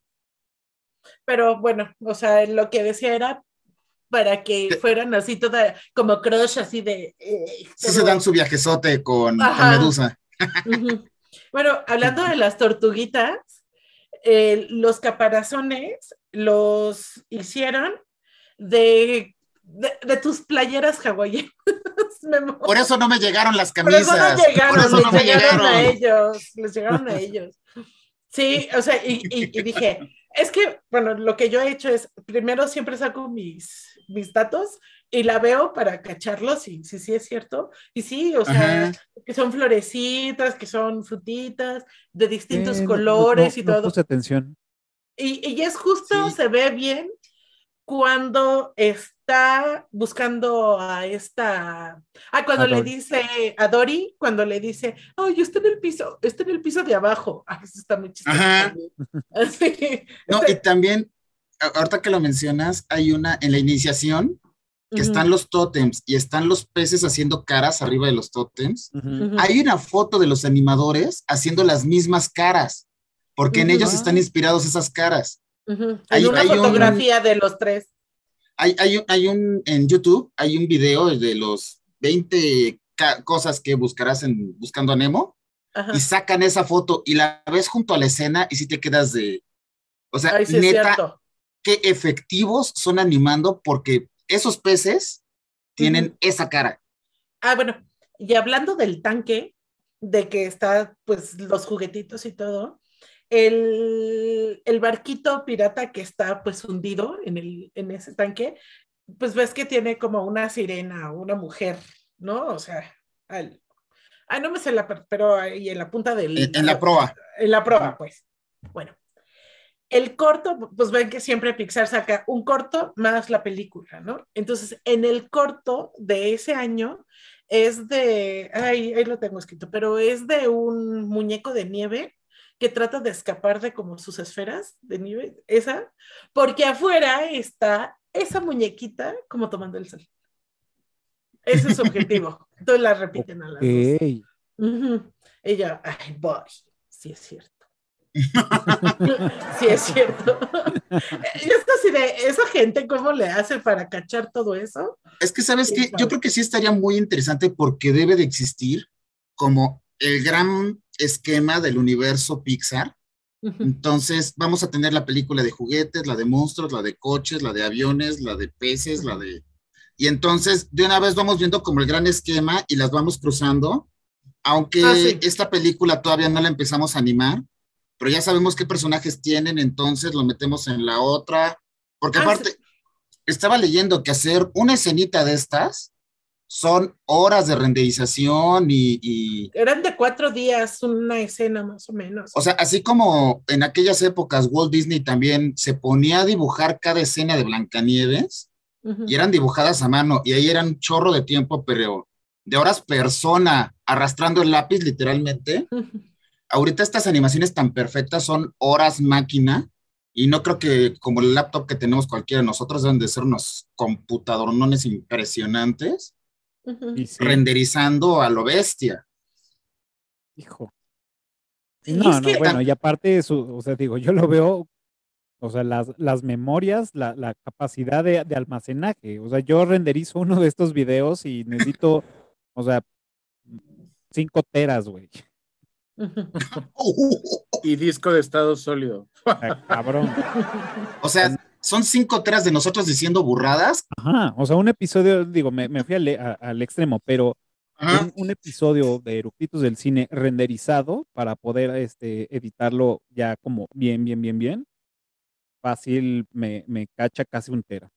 Pero bueno, o sea, lo que decía era para que de, fueran así toda, como Crush, así de... Eh, sí se dan su viajezote con, con Medusa. Uh-huh. Bueno, hablando de las tortuguitas, eh, los caparazones los hicieron de... De, de tus playeras hawaianas. Por eso no me llegaron las camisas. Por eso no llegaron, Por eso les no me llegaron, llegaron a ellos, les llegaron a ellos. Sí, o sea, y, y, y dije, es que, bueno, lo que yo he hecho es, primero siempre saco mis, mis datos y la veo para cacharlos, y si sí, sí es cierto. Y sí, o sea, ajá, que son florecitas, que son frutitas, de distintos eh, colores no, no, y todo. No puse atención. Y, y es justo, sí. Se ve bien cuando está buscando a esta, ah, cuando a le Dory. dice a Dory, cuando le dice, oh, yo estoy en el piso, estoy en el piso de abajo. Ah, eso está muy chistoso. Ajá. Sí. No, y también, ahorita que lo mencionas, hay una, en la iniciación, que uh-huh. están los tótems y están los peces haciendo caras arriba de los tótems. Uh-huh. Hay una foto de los animadores haciendo las mismas caras, porque uh-huh. en ellos están inspirados esas caras. Uh-huh. Hay, hay una hay fotografía un, de los tres. Hay, hay, hay un, en YouTube, hay un video de los veinte ca- cosas que buscarás en Buscando a Nemo, ajá, y sacan esa foto y la ves junto a la escena y si te quedas de, o sea, ay, sí, neta, qué efectivos son animando, porque esos peces tienen uh-huh. esa cara. Ah, bueno, y hablando del tanque, de que está, pues, los juguetitos y todo, El, el barquito pirata que está pues hundido en, el, en ese tanque, pues ves que tiene como una sirena o una mujer, ¿no? O sea, al, ay, no me sé la, pero ahí en la punta del... En, en la proa. En la proa, pues. Bueno, el corto, pues ven que siempre Pixar saca un corto más la película, ¿no? Entonces, en el corto de ese año es de, ay, ahí lo tengo escrito, pero es de un muñeco de nieve que trata de escapar de como sus esferas de nieve, esa, porque afuera está esa muñequita como tomando el sol. Ese es su objetivo. Entonces la repiten a las okay. dos. Uh-huh. Ella, ay, boy, sí es cierto. Sí es cierto. Y es así de, esa gente, ¿cómo le hace para cachar todo eso? Es que, ¿sabes qué? Yo creo que sí estaría muy interesante, porque debe de existir como el gran esquema del universo Pixar. Uh-huh. Entonces vamos a tener la película de juguetes, la de monstruos, la de coches, la de aviones, la de peces, uh-huh. la de... Y entonces de una vez vamos viendo como el gran esquema y las vamos cruzando, aunque ah, sí. esta película todavía no la empezamos a animar, pero ya sabemos qué personajes tienen, entonces lo metemos en la otra, porque Ah, aparte, sí. estaba leyendo que hacer una escenita de estas son horas de renderización y, y, Eran de cuatro días una escena más o menos. o sea, así como en aquellas épocas Walt Disney también se ponía a dibujar cada escena de Blancanieves, Ujú. y eran dibujadas a mano, y ahí era un chorro de tiempo, pero de horas persona, arrastrando el lápiz literalmente. Ujú. Ahorita estas animaciones tan perfectas son horas máquina, y no creo que como el laptop que tenemos cualquiera de nosotros deben de ser unos computadorones impresionantes, Ujú. Y sí, renderizando a lo bestia. hijo. Sí, No, es no, que bueno, y aparte, su, o sea, digo, yo lo veo, o sea, las, las memorias, la, la capacidad de, de almacenaje. O sea, yo renderizo uno de estos videos y necesito, o sea, cinco teras, güey. Ujú. Y disco de estado sólido. Ah, cabrón. O sea, son cinco teras de nosotros diciendo burradas. Ajá, o sea, un episodio, digo, me, me fui al, a- al extremo, pero Ajá. un, un episodio de Eructitos del Cine renderizado para poder este, editarlo ya como bien, bien, bien, bien, fácil me, me cacha casi un tera.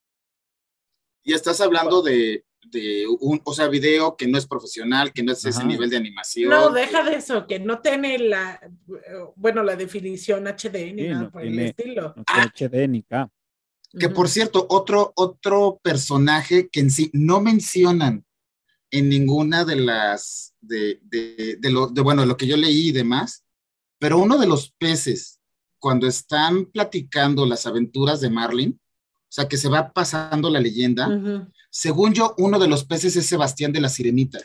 Y estás hablando de, de un, o sea, video que no es profesional, que no es ese Ajá. nivel de animación. No, deja de eso, que no tiene la, bueno, la definición H D ni Sí, nada no por el tiene, estilo. no tiene H D ni K. Que por Ujú. cierto, otro, otro personaje que en sí no mencionan en ninguna de las, de, de, de lo, de, bueno, lo que yo leí y demás, pero uno de los peces, cuando están platicando las aventuras de Marlin, o sea, que se va pasando la leyenda, Ujú. según yo, uno de los peces es Sebastián de la Sirenita.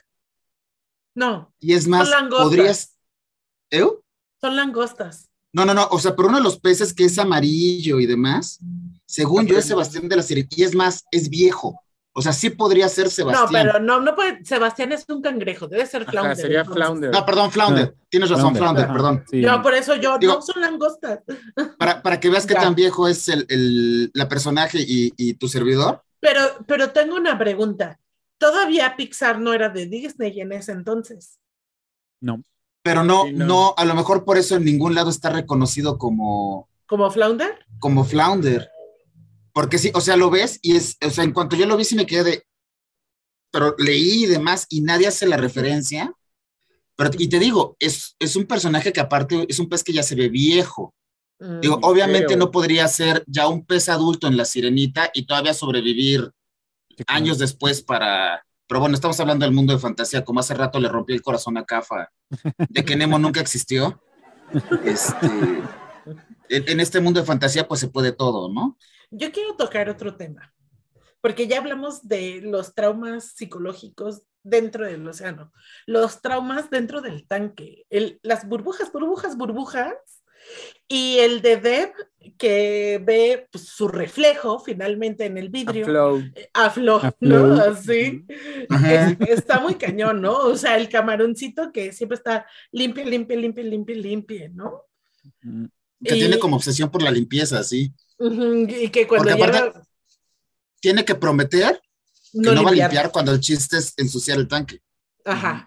No, Y es son más, langostas. podrías... ¿Eh? Son langostas. No, no, no, o sea, pero uno de los peces que es amarillo y demás, según yo es Aprendí. Sebastián de la Sirenita, y es más, es viejo. O sea, sí podría ser No, Sebastián. pero no, no puede, Sebastián es un cangrejo, debe ser Ajá, Flounder. sería entonces. Flounder. No, perdón, Flounder. Ah, Tienes razón, Flounder, Flounder, ajá, perdón. sí. Yo por eso yo, Digo- no son langostas. Para, para que veas qué Ya. tan viejo es el, el- la personaje y, y tu servidor. Pero, pero tengo una pregunta. Todavía Pixar no era de Disney en ese entonces. No, Pero no, Sí, no. no. a lo mejor por eso en ningún lado está reconocido como, ¿Como Flounder? como Flounder. Porque sí, o sea, lo ves y es, o sea, en cuanto yo lo vi, sí me quedé de. Pero leí y demás y nadie hace la referencia. Pero, y te digo, es, es un personaje que aparte es un pez que ya se ve viejo. Mm. Digo, Muy obviamente feo. no podría ser ya un pez adulto en La Sirenita y todavía sobrevivir sí, claro. años después para... Pero bueno, estamos hablando del mundo de fantasía, como hace rato le rompí el corazón a Cafa, de que Nemo nunca existió. Este, en, en este mundo de fantasía pues se puede todo, ¿no? Yo quiero tocar otro tema, porque ya hablamos de los traumas psicológicos dentro del océano, los traumas dentro del tanque, el, las burbujas, burbujas, burbujas, y el de Deb que ve pues, su reflejo finalmente en el A vidrio. Flow. A Flo, A ¿no? Flo. Así. Ajá. Es- está muy cañón, ¿no? O sea, el camaroncito que siempre está limpia, limpia, limpia, limpia, limpia, ¿no? Mm, Que Y- tiene como obsesión por la limpieza, sí. Ujú, y que cuando Porque aparte- llega... Tiene que prometer que no, va a limpiar cuando el chiste es ensuciar el tanque. Ajá.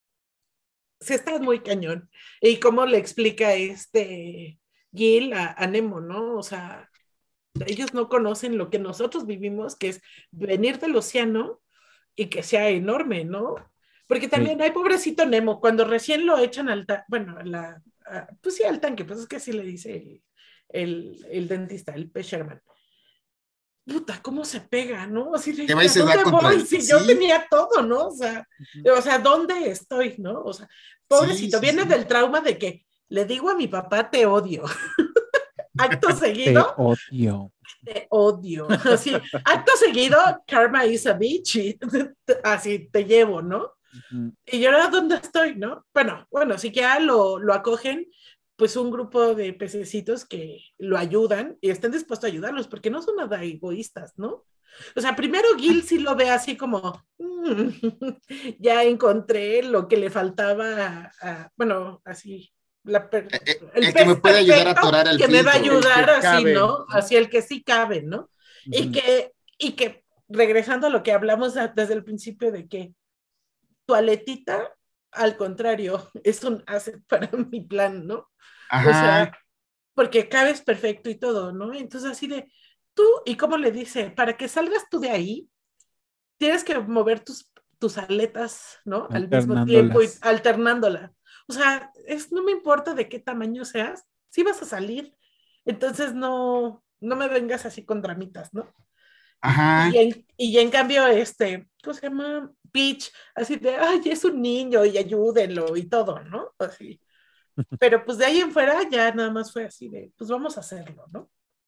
Sí, está muy cañón. Y cómo le explica este Gil a, a Nemo, ¿no? O sea, ellos no conocen lo que nosotros vivimos, que es venir del océano y que sea enorme, ¿no? Porque también hay pobrecito Nemo, cuando recién lo echan al tanque, bueno, a la, a- pues sí, al tanque, pues es que así le dice el, el, el dentista, el pez Sherman. Puta, ¿cómo se pega, no? Así de, Que va y ¿a se da dónde contra voy? el- Si yo sí. tenía todo, ¿no? O sea, o sea, ¿dónde estoy, no? O sea, pobrecito, Sí, sí, viene sí. del trauma de que le digo a mi papá, te odio. Acto Te seguido, odio. te odio. Así, acto seguido, karma is a bitch. Y así te llevo, ¿no? Ujú. Y yo ahora, ¿dónde estoy, no? Bueno, bueno, sí que ya lo, lo acogen, pues un grupo de pececitos que lo ayudan y están dispuestos a ayudarlos, porque no son nada egoístas, ¿no? O sea, primero Gil sí lo ve así como, "Mm, ya encontré lo que le faltaba, a, a- bueno, así, la per- Eh, eh, el, el que me pez puede ayudar a perfecto atorar el que me va a filtro. ayudar El que así, cabe. ¿no? Así el que sí cabe, ¿no? Y Ujú. que, y que, regresando a lo que hablamos a- desde el principio de que tu aletita al contrario, es un asset para mi plan, ¿no? Ajá. O sea, porque cabes perfecto y todo, ¿no? Entonces así de, tú, ¿y cómo le dice? Para que salgas tú de ahí, tienes que mover tus, tus aletas, ¿no? Al mismo tiempo y Alternándolas. alternándola. O sea, es, no me importa de qué tamaño seas, sí vas a salir. Entonces no, no me vengas así con dramitas, ¿no? Ajá. Y en, y en cambio, este, ¿cómo se llama? Peach, así de, ay, es un niño y ayúdenlo y todo, ¿no? Así. Pero pues de ahí en fuera ya nada más fue así de, pues vamos a hacerlo, ¿no?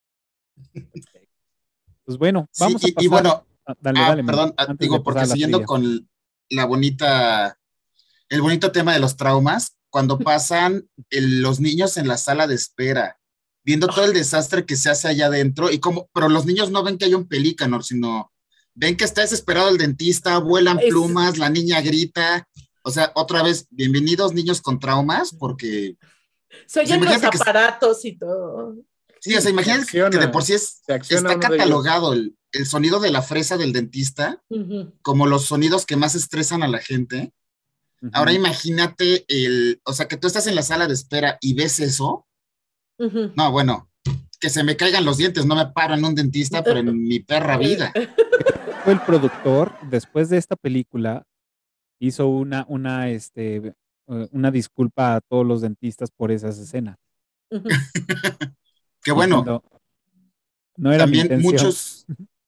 Pues bueno, Sí, vamos a y, y pasar. bueno, Ah, dale, ah, dale, Memo, perdón, ah, antes de digo, pasar porque a la siguiendo trivia. con la bonita, el bonito tema de los traumas, cuando pasan el- los niños en la sala de espera, viendo todo el desastre que se hace allá adentro, y como, pero los niños no ven que hay un pelícano, sino ven que está desesperado el dentista, vuelan Es, plumas, la niña grita, o sea, otra vez, bienvenidos niños con traumas, porque, se o sea, oyen los imagínate que, aparatos y todo. sí, o sea, Se imagínate que, que de por acciona, sí es, se acciona está uno de ellos. catalogado el, el sonido de la fresa del dentista Ujú. como los sonidos que más estresan a la gente. Ujú. Ahora imagínate el, o sea, que tú estás en la sala de espera y ves eso. Ujú. No, bueno, que se me caigan los dientes, no me paro en un dentista, pero en mi perra vida. Fue el productor, después de esta película, hizo una, una, este, eh, una disculpa a todos los dentistas por esas escenas, Ujú. Que bueno, diciendo, no era mi también intención. muchos,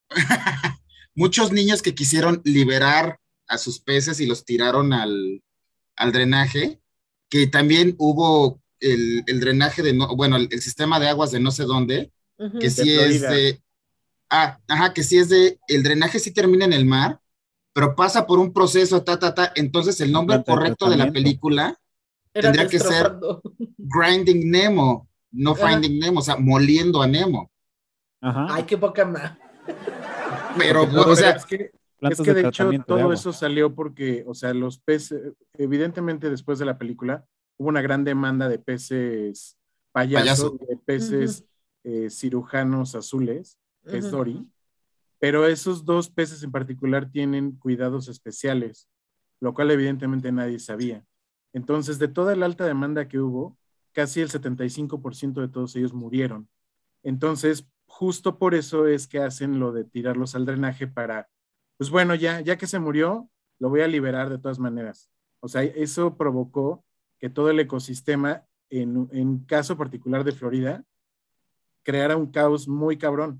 muchos niños que quisieron liberar a sus peces y los tiraron al, al drenaje, que también hubo el, el drenaje de, no, bueno, el, el sistema de aguas de no sé dónde, Ujú. que De sí es Florida. de, ah, ajá, que sí es de, el drenaje sí termina en el mar, pero pasa por un proceso, ta, ta, ta, entonces el La nombre planta de correcto de la tratamiento. película Era tendría que ser destrozando. Grinding Nemo, no Ajá. Finding Nemo, o sea, moliendo a Nemo. Ajá, Ay, qué poca más. Pero, Porque o Pero sea, es que, es plantas que de de hecho tratamiento de todo agua. eso salió porque, o sea, los peces, evidentemente después de la película hubo una gran demanda de peces payaso, payaso. de peces eh, cirujanos azules, que es Ujú. Dory, pero esos dos peces en particular tienen cuidados especiales, lo cual evidentemente nadie sabía. Entonces, de toda la alta demanda que hubo, casi el setenta y cinco por ciento de todos ellos murieron. Entonces, justo por eso es que hacen lo de tirarlos al drenaje para, pues bueno, ya, ya que se murió, lo voy a liberar de todas maneras. O sea, eso provocó que todo el ecosistema, en, en caso particular de Florida, creara un caos muy cabrón.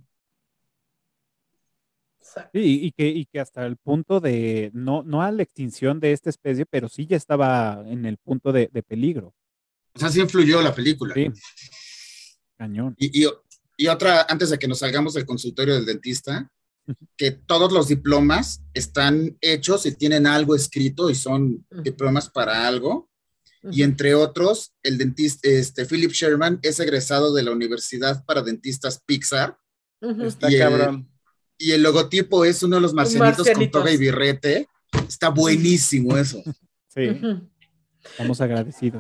Sí, y que, y que hasta el punto de, no, no a la extinción de esta especie, pero sí ya estaba en el punto de, de peligro. O sea, sí influyó la película. Sí, cañón. Y, y, y otra, antes de que nos salgamos del consultorio del dentista, que todos los diplomas están hechos y tienen algo escrito y son diplomas para algo. Y entre otros, el dentista, este, Philip Sherman es egresado de la Universidad para Dentistas Pixar. Ujú. Está Y el, cabrón. y el logotipo es uno de los marcianitos, con Marcianitos. toga y birrete. Está buenísimo eso. Sí, Ujú. estamos agradecidos.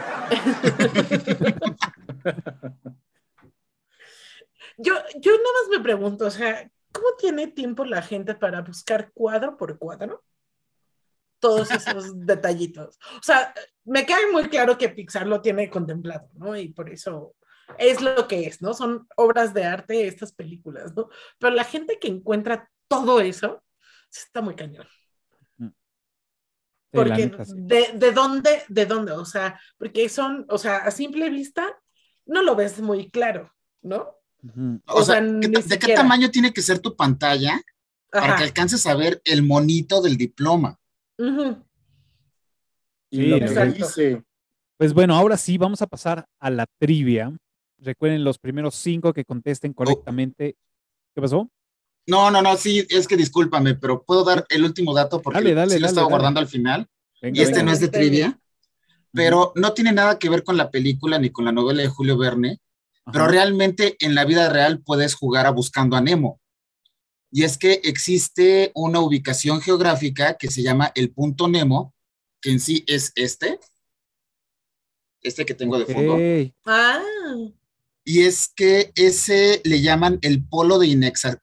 Yo, yo nada más me pregunto, o sea, ¿cómo tiene tiempo la gente para buscar cuadro por cuadro todos esos detallitos? O sea, me queda muy claro que Pixar lo tiene contemplado, ¿no? Y por eso es lo que es, ¿no? Son obras de arte estas películas, ¿no? Pero la gente que encuentra todo eso está muy cañón. Sí, la Porque neta, sí. de, de dónde, de dónde, o sea, porque son, o sea, a simple vista no lo ves muy claro, ¿no? Ujú. O, O sea, sea, ¿qué ni ta- ¿de qué siquiera. tamaño tiene que ser tu pantalla para que Ajá. alcances a ver el monito del diploma? Ujú. Y Sí, lo la que Exacto. dice, Pues bueno, ahora sí, vamos a pasar a la trivia. Recuerden los primeros cinco que contesten correctamente. ¿Qué pasó? No, no, no, sí, es que discúlpame, pero puedo dar el último dato porque Dale, dale, sí lo dale, estaba dale. guardando al final. Venga, Y este venga. no es de Venga, trivia, venga. pero no tiene nada que ver con la película ni con la novela de Julio Verne, pero Ajá. realmente en la vida real puedes jugar a Buscando a Nemo. Y es que existe una ubicación geográfica que se llama el punto Nemo, que en sí es este, este que tengo de fondo. Ok. Ah, Y es que ese le llaman el polo de inexa-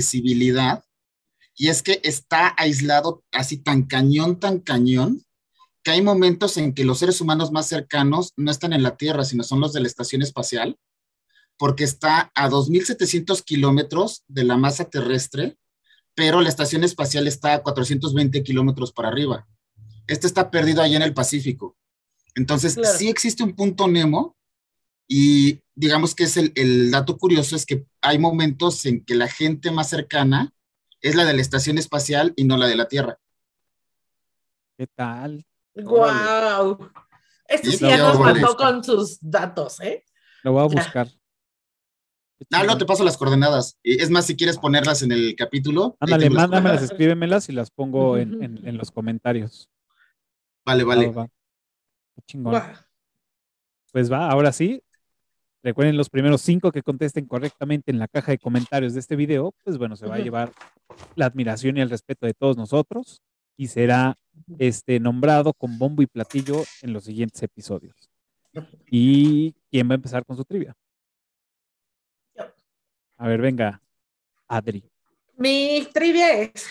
inaccesibilidad, y es que está aislado así tan cañón, tan cañón, que hay momentos en que los seres humanos más cercanos no están en la Tierra, sino son los de la estación espacial, porque está a dos mil setecientos kilómetros de la masa terrestre, pero la estación espacial está a cuatrocientos veinte kilómetros para arriba. Este está perdido allá en el Pacífico. Entonces, Claro. sí existe un punto Nemo, y digamos que es el, el dato curioso, es que hay momentos en que la gente más cercana es la de la estación espacial y no la de la Tierra. ¿Qué tal? ¡Guau! Este Sí, sí ya yo nos voy a mató buscar. con sus datos, ¿eh? Lo voy a Ya. buscar. Qué Ah, no, chingón. te paso las coordenadas. Y es más, si quieres ponerlas en el capítulo, ahí Ándale, tengo las mándamelas, coordenadas. escríbemelas y las pongo en, en, en los comentarios. Vale, Va, va, vale. va. Qué chingón. Guau. Pues va, ahora sí. Recuerden, los primeros cinco que contesten correctamente en la caja de comentarios de este video, pues bueno, se va a Ujú. llevar la admiración y el respeto de todos nosotros y será este, nombrado con bombo y platillo en los siguientes episodios. ¿Y quién va a empezar con su trivia? Yo. A ver, venga, Adri. Mi trivia es,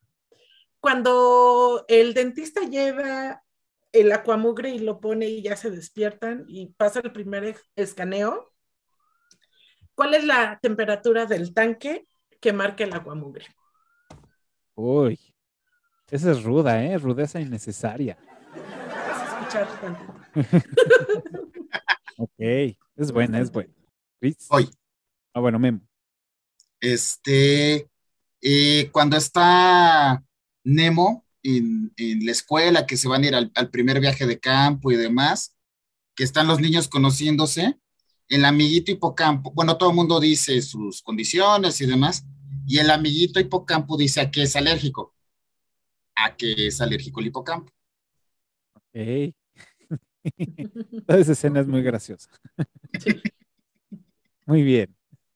cuando el dentista lleva el acuamugre y lo pone y ya se despiertan y pasa el primer ex- escaneo, ¿cuál es la temperatura del tanque que marca el acuamugre? Uy, esa es ruda, ¿eh? Rudeza innecesaria. Vas a escuchar tantito. Ok, es buena, es buena. Chris. Hoy, Ah, bueno, Memo. este, eh, cuando está Nemo en, en la escuela, que se van a ir al, al primer viaje de campo y demás, que están los niños conociéndose, el amiguito hipocampo, bueno, todo el mundo dice sus condiciones y demás, y el amiguito hipocampo dice a qué es alérgico, a qué es alérgico el hipocampo. Ok. Toda esa escena es muy graciosa. Sí. Muy bien.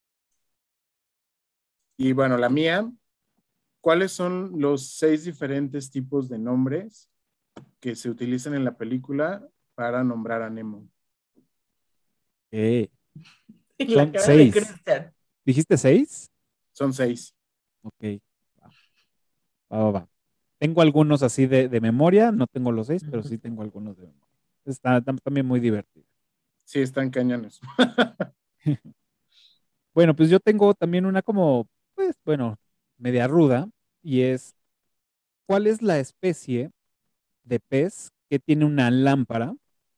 Y bueno, la mía, ¿cuáles son los seis diferentes tipos de nombres que se utilizan en la película para nombrar a Nemo? Ok. Y la Son cara seis. de Christian. ¿Dijiste seis? Son seis. Ok. Va, va, va, va. Tengo algunos así de, de memoria, no tengo los seis, pero sí tengo algunos de memoria. Está tam- también muy divertido. Sí, están cañones. Bueno, pues yo tengo también una como, pues bueno, media ruda, y es, ¿cuál es la especie de pez que tiene una lámpara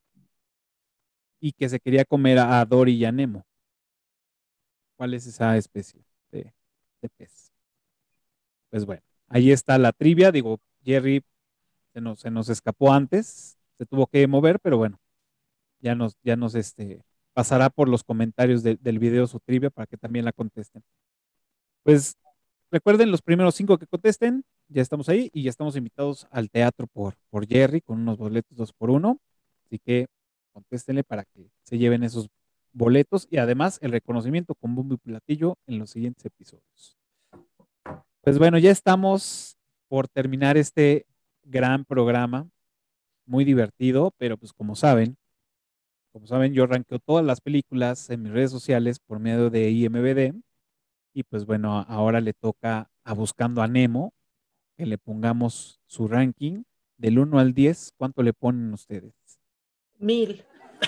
y que se quería comer a, a Dory y a Nemo? ¿Cuál es esa especie de, de pez? Pues bueno, ahí está la trivia. Digo, Jerry se nos, se nos escapó antes, se tuvo que mover, pero bueno, ya nos, ya nos este, pasará por los comentarios de- del video su trivia para que también la contesten. Pues recuerden, los primeros cinco que contesten, ya estamos ahí y ya estamos invitados al teatro por, por Jerry con unos boletos dos por uno. Así que contéstenle para que se lleven esos boletos y además el reconocimiento con bombo y platillo en los siguientes episodios. Pues bueno, ya estamos por terminar este gran programa, muy divertido, pero pues como saben, como saben, yo ranqueo todas las películas en mis redes sociales por medio de I M D B y pues bueno, ahora le toca a Buscando a Nemo que le pongamos su ranking del uno al diez. ¿Cuánto le ponen ustedes? Mil.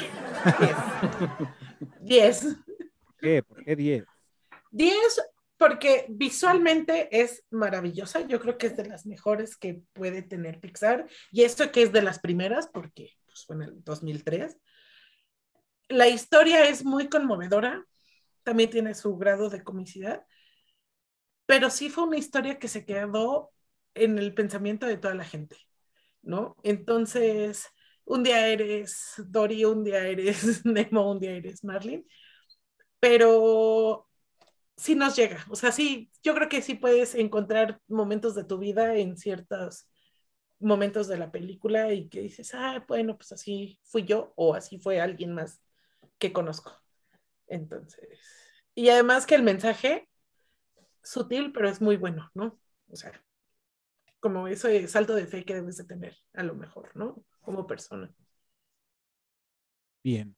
Diez. Diez. ¿Por qué? ¿Por qué diez? Diez porque visualmente es maravillosa. Yo creo que es de las mejores que puede tener Pixar. Y esto que es de las primeras, porque pues, fue en el dos mil tres. La historia es muy conmovedora. También tiene su grado de comicidad. Pero sí fue una historia que se quedó en el pensamiento de toda la gente, ¿no? Entonces, un día eres Dory, un día eres Nemo, un día eres Marlin. Pero sí nos llega, o sea, sí, yo creo que sí puedes encontrar momentos de tu vida en ciertos momentos de la película y que dices, ah, bueno, pues así fui yo o así fue alguien más que conozco. Entonces, y además que el mensaje sutil, pero es muy bueno, ¿no? O sea, como ese salto de fe que debes de tener, a lo mejor, ¿no? Como persona. Bien.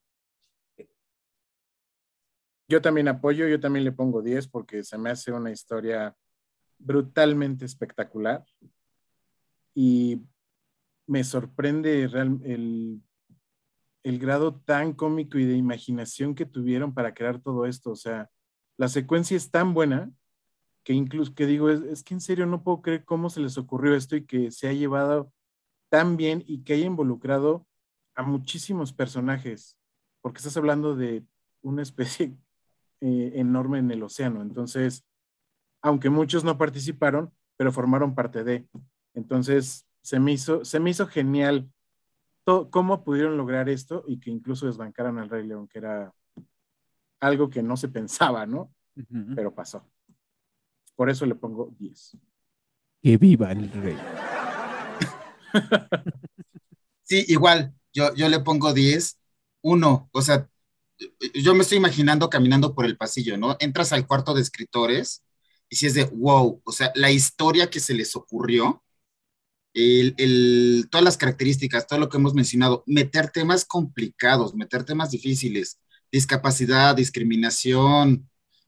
Yo también apoyo, yo también le pongo diez porque se me hace una historia brutalmente espectacular. Y me sorprende real, el, el grado tan cómico y de imaginación que tuvieron para crear todo esto. O sea, la secuencia es tan buena que incluso, que digo, es, es que en serio no puedo creer cómo se les ocurrió esto y que se ha llevado tan bien y que haya involucrado a muchísimos personajes, porque estás hablando de una especie eh, enorme en el océano. Entonces, aunque muchos no participaron, pero formaron parte de. Entonces, se me hizo, se me hizo genial todo, cómo pudieron lograr esto y que incluso desbancaran al Rey León, que era algo que no se pensaba, ¿no? Uh-huh. Pero pasó. Por eso le pongo diez. Que viva el rey. Sí, igual, yo, yo le pongo diez. Uno, o sea, yo me estoy imaginando caminando por el pasillo, ¿no? Entras al cuarto de escritores y si es de wow, o sea, la historia que se les ocurrió, el, el, todas las características, todo lo que hemos mencionado, meter temas complicados, meter temas difíciles, discapacidad, discriminación,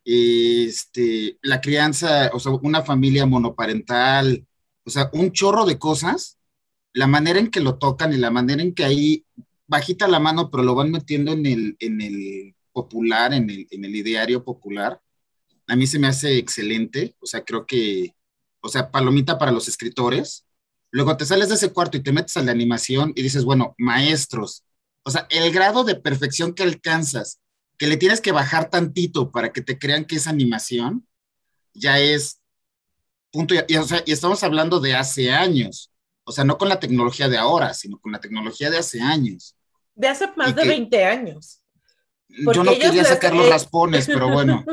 este, la crianza, o sea, una familia monoparental, o sea, un chorro de cosas, la manera en que lo tocan y la manera en que ahí bajita la mano, pero lo van metiendo en el, en el popular, en el, en el ideario popular, a mí se me hace excelente, o sea, creo que, o sea, palomita para los escritores. Luego te sales de ese cuarto y te metes a la animación y dices, bueno, maestros, o sea, el grado de perfección que alcanzas, que le tienes que bajar tantito para que te crean que es animación, ya es punto, y, y, o sea, y estamos hablando de hace años, o sea, no con la tecnología de ahora, sino con la tecnología de hace años. De hace más y de que, veinte años. Yo no quería sacar les... los raspones, pero bueno,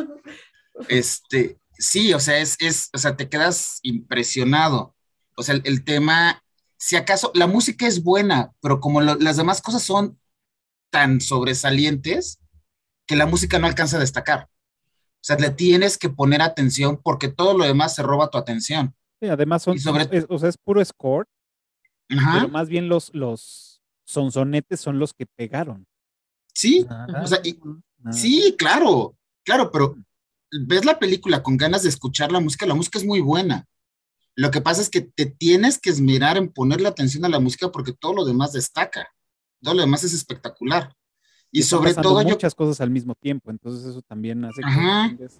este, sí, o sea, es, es, o sea, te quedas impresionado. O sea, el, el tema, si acaso, la música es buena, pero como lo, las demás cosas son tan sobresalientes, que la música no alcanza a destacar. O sea, le tienes que poner atención porque todo lo demás se roba tu atención. Sí, además son, sobre... es, o sea, es puro score, ajá, pero más bien los, los sonsonetes son los que pegaron. Sí, ajá, o sea, y, sí, claro, claro, pero ves la película con ganas de escuchar la música, la música es muy buena. Lo que pasa es que te tienes que esmerar en ponerle atención a la música porque todo lo demás destaca, todo lo demás es espectacular. Y, y sobre todo muchas yo... cosas al mismo tiempo, entonces eso también hace Ajá. que...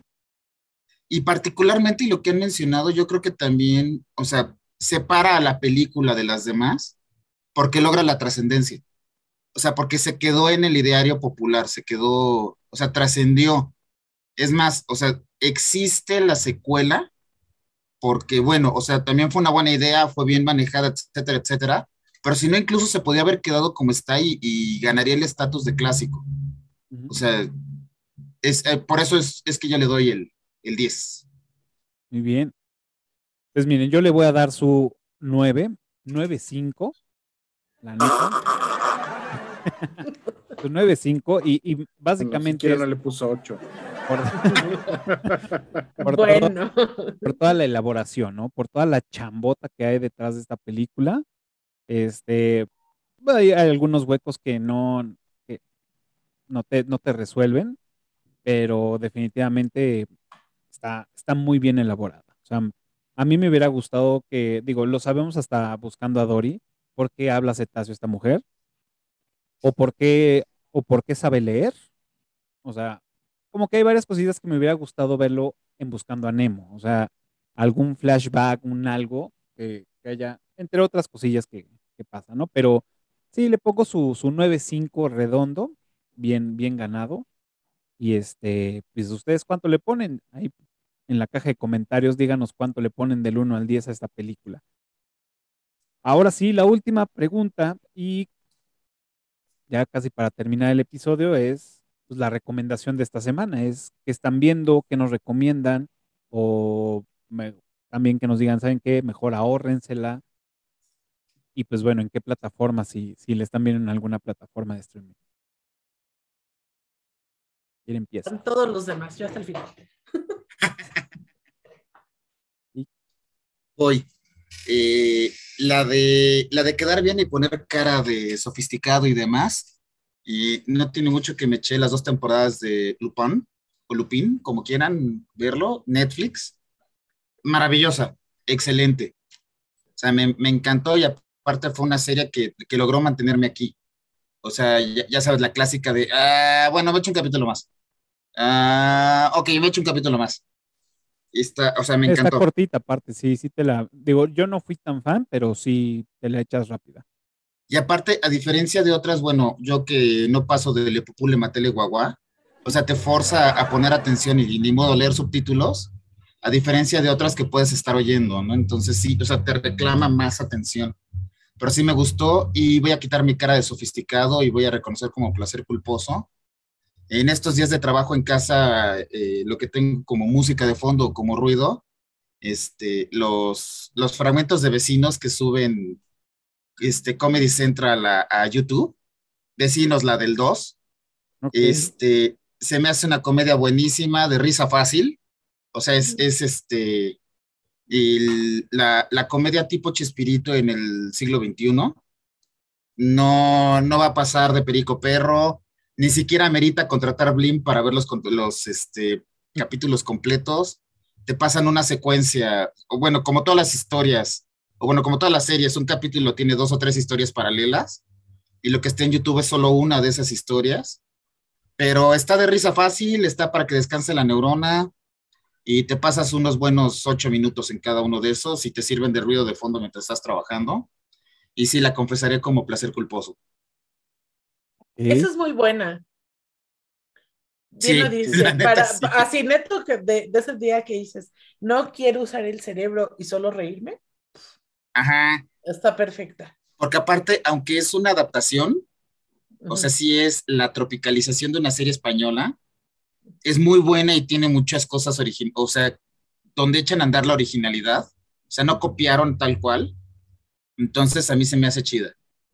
Y particularmente, y lo que han mencionado, yo creo que también, o sea, separa a la película de las demás porque logra la trascendencia. O sea, porque se quedó en el ideario popular, se quedó, o sea, trascendió. Es más, o sea, existe la secuela porque, bueno, o sea, también fue una buena idea, fue bien manejada, etcétera, etcétera, pero si no, incluso se podía haber quedado como está y, y ganaría el estatus de clásico. Uh-huh. O sea, es, eh, por eso es, es que yo le doy el, el diez. Muy bien. Pues miren, yo le voy a dar su nueve, nueve cinco, la neta. Su nueve cinco y, y básicamente... Bueno, si no le puso ocho. Por, por, bueno. todo, por toda la elaboración, ¿no? Por toda la chambota que hay detrás de esta película. Este, hay, hay algunos huecos que no, que no, te, no te resuelven, pero definitivamente está, está muy bien elaborada. O sea, a mí me hubiera gustado que, digo, lo sabemos hasta buscando a Dory, ¿por qué habla cetáceo esta mujer? ¿O por qué, o por qué sabe leer? O sea, como que hay varias cositas que me hubiera gustado verlo en Buscando a Nemo. O sea, algún flashback, un algo que, que haya, entre otras cosillas que, que pasa, ¿no? Pero sí, le pongo su, su nueve cinco redondo, bien, bien ganado. Y este, pues ustedes cuánto le ponen ahí en la caja de comentarios, díganos cuánto le ponen del uno al diez a esta película. Ahora sí, la última pregunta y ya casi para terminar el episodio es pues, la recomendación de esta semana, es que están viendo, que nos recomiendan o me, también que nos digan, ¿saben qué? Mejor ahórrensela. Y pues bueno, ¿en qué plataforma? Si, si le están viendo en alguna plataforma de streaming. ¿Quién empieza? Con todos los demás, yo hasta el final. ¿Y? Voy. Eh, la, de, la de quedar bien y poner cara de sofisticado y demás. Y no tiene mucho que me eché las dos temporadas de Lupin, o Lupin, como quieran verlo, Netflix. Maravillosa, excelente. O sea, me, me encantó y aparte aparte fue una serie que, que logró mantenerme aquí. O sea, ya, ya sabes, la clásica de, ah, bueno, me echo un capítulo más. Ah, ok, me echo un capítulo más. Y está, o sea, me Está encantó. cortita aparte, sí, sí te la... Digo, yo no fui tan fan, pero sí te la echas rápida. Y aparte, a diferencia de otras, bueno, yo que no paso de Le Pupú, Le Maté, Le Guaguá, o sea, te forza a poner atención y ni modo leer subtítulos, a diferencia de otras que puedes estar oyendo, ¿no? Entonces sí, o sea, te reclama más atención. Pero sí me gustó y voy a quitar mi cara de sofisticado y voy a reconocer como placer culposo. En estos días de trabajo en casa, eh, lo que tengo como música de fondo, como ruido, este, los, los fragmentos de vecinos que suben este, Comedy Central a, a YouTube, vecinos, la del dos, Okay. este, se me hace una comedia buenísima, de risa fácil, o sea, es, es este, el, la, la comedia tipo Chespirito en el siglo veintiuno, no, no va a pasar de perico perro, ni siquiera amerita contratar Blim para ver los, los este, capítulos completos, te pasan una secuencia, o bueno, como todas las historias, o bueno, como todas las series, un capítulo tiene dos o tres historias paralelas, y lo que está en YouTube es solo una de esas historias, pero está de risa fácil, está para que descanse la neurona, y te pasas unos buenos ocho minutos en cada uno de esos, y te sirven de ruido de fondo mientras estás trabajando, y sí, la confesaré como placer culposo. ¿Eh? Esa es muy buena. Bien Sí, lo la dice, neta, para, sí. así neto que de, de ese día que dices, no quiero usar el cerebro y solo reírme, Ajá, está perfecta. porque aparte, aunque es una adaptación, o sea, Ujú. sí es la tropicalización de una serie española, es muy buena y tiene muchas cosas originales, o sea, donde echan a andar la originalidad, o sea, no copiaron tal cual, entonces a mí se me hace chida.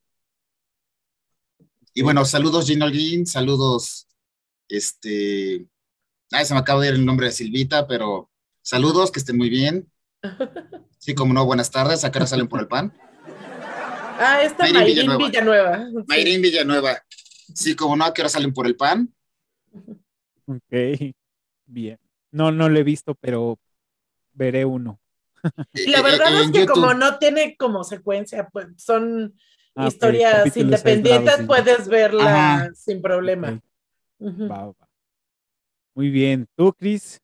Y bueno, saludos Gino Holguín, saludos, este, ay, se me acaba de ir el nombre de Silvita, pero saludos, que estén muy bien. Sí, como no, buenas tardes, ¿a qué hora salen por el pan? Ah, esta Mayrín Mayrín Villanueva. Villanueva. Sí. Mayrín Villanueva, sí, como no, ¿a qué hora salen por el pan? Ok, bien. No, no lo he visto, pero veré uno. Y la Eh, eh, verdad es en que como YouTube. no tiene como secuencia, pues son Ah, ok, historias capítulos aislados, independientes, sí. puedes verla Ajá. sin problema. Ok, Ujú. va, va. Muy bien. ¿Tú, Chris?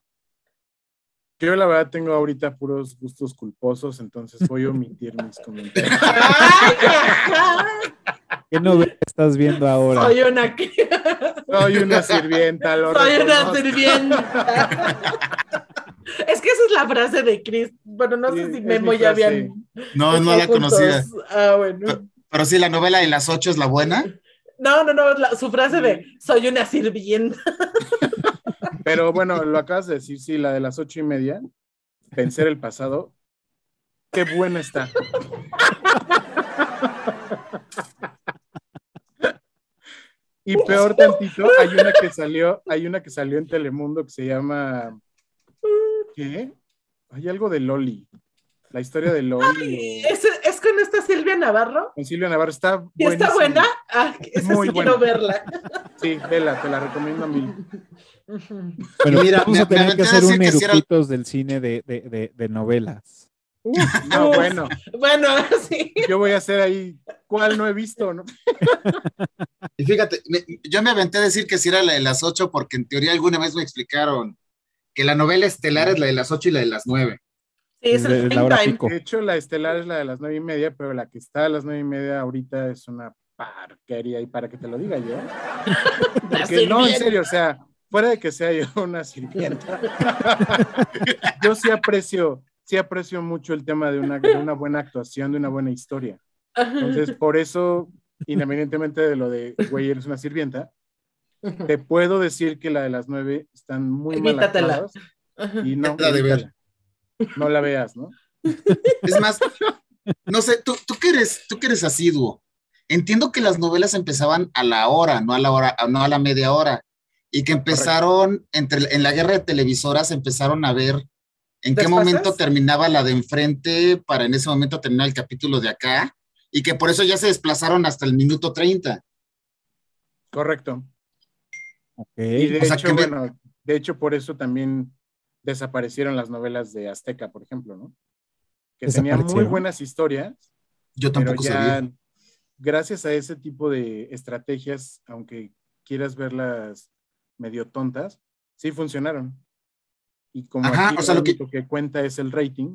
Yo la verdad tengo ahorita puros gustos culposos, entonces voy a omitir mis comentarios. ¿Qué novela estás viendo ahora? Soy una Soy una sirvienta, lo Soy una reconozco. sirvienta. Es que esa es la frase de Chris. Bueno, no Sí, sé si es Memo mi ya frase. habían No, no estado la conocía. juntos. Ah, bueno. Pero, pero sí, la novela de las ocho es la buena. No, no, no, la- su frase de soy una sirvienta. Pero bueno, lo acabas de decir, sí, la de las ocho y media, vencer el pasado. Qué buena está. Y peor tantito, hay una que salió, hay una que salió en Telemundo que se llama ¿qué? Hay algo de Loli. La historia de Loli. ¿Es, es con esta Silvia Navarro? Con Silvia Navarro. Está ¿Y está buenísima. buena? Ah, esa Muy sí buena. quiero verla. Sí, vela, te la recomiendo a mí. Bueno, Y mira, vamos me- a me tener aventé que a hacer decir un que sí era- eructitos del cine de, de, de, de novelas. Uh, no, Uf. bueno, Bueno, sí. yo voy a hacer ahí, ¿cuál no he visto? ¿No? Y fíjate, me- yo me aventé a decir que sí era la de las ocho porque en teoría alguna vez me explicaron que la novela estelar es la de las ocho y la de las nueve. Sí, es el Desde la prime hora time. pico. De hecho, la estelar es la de las nueve y media, pero la que está a las nueve y media ahorita es una parquería, y para que te lo diga yo. La Porque no, en sirvienta. serio, o sea, fuera de que sea yo una sirvienta, yo sí aprecio, sí aprecio mucho el tema de una, de una buena actuación, de una buena historia. Entonces, por eso, independientemente de lo de, güey, eres una sirvienta, te puedo decir que la de las nueve están muy mal Evítatela. actuadas y no, La de ver. evítala. No la veas, ¿no? Es más, no sé, tú, tú que eres, tú que eres asiduo, entiendo que las novelas empezaban a la hora, no a la hora, no a la media hora, y que empezaron, entre, en la guerra de televisoras empezaron a ver en qué ¿Desfases? momento terminaba la de enfrente para en ese momento terminar el capítulo de acá, y que por eso ya se desplazaron hasta el minuto treinta. Correcto. Ok. Y de O sea, hecho, que me- bueno, de hecho, por eso también desaparecieron las novelas de Azteca, por ejemplo, ¿no? Que tenían muy ¿Desaparecieron? buenas historias, Yo Pero tampoco ya, sabía. gracias a ese tipo de estrategias, aunque quieras verlas medio tontas, sí funcionaron. Y como Ajá, aquí o sea, lo lo que, único que cuenta es el rating,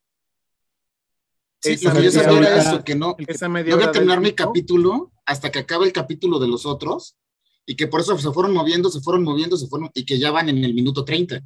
sí, esa lo O sea, que yo y media sabía era hora, eso, ahorita, que no, el que, esa no media voy a hora del terminar mi tipo, capítulo hasta que acabe el capítulo de los otros, y que por eso se fueron moviendo, se fueron moviendo, se fueron, y que ya van en el minuto treinta.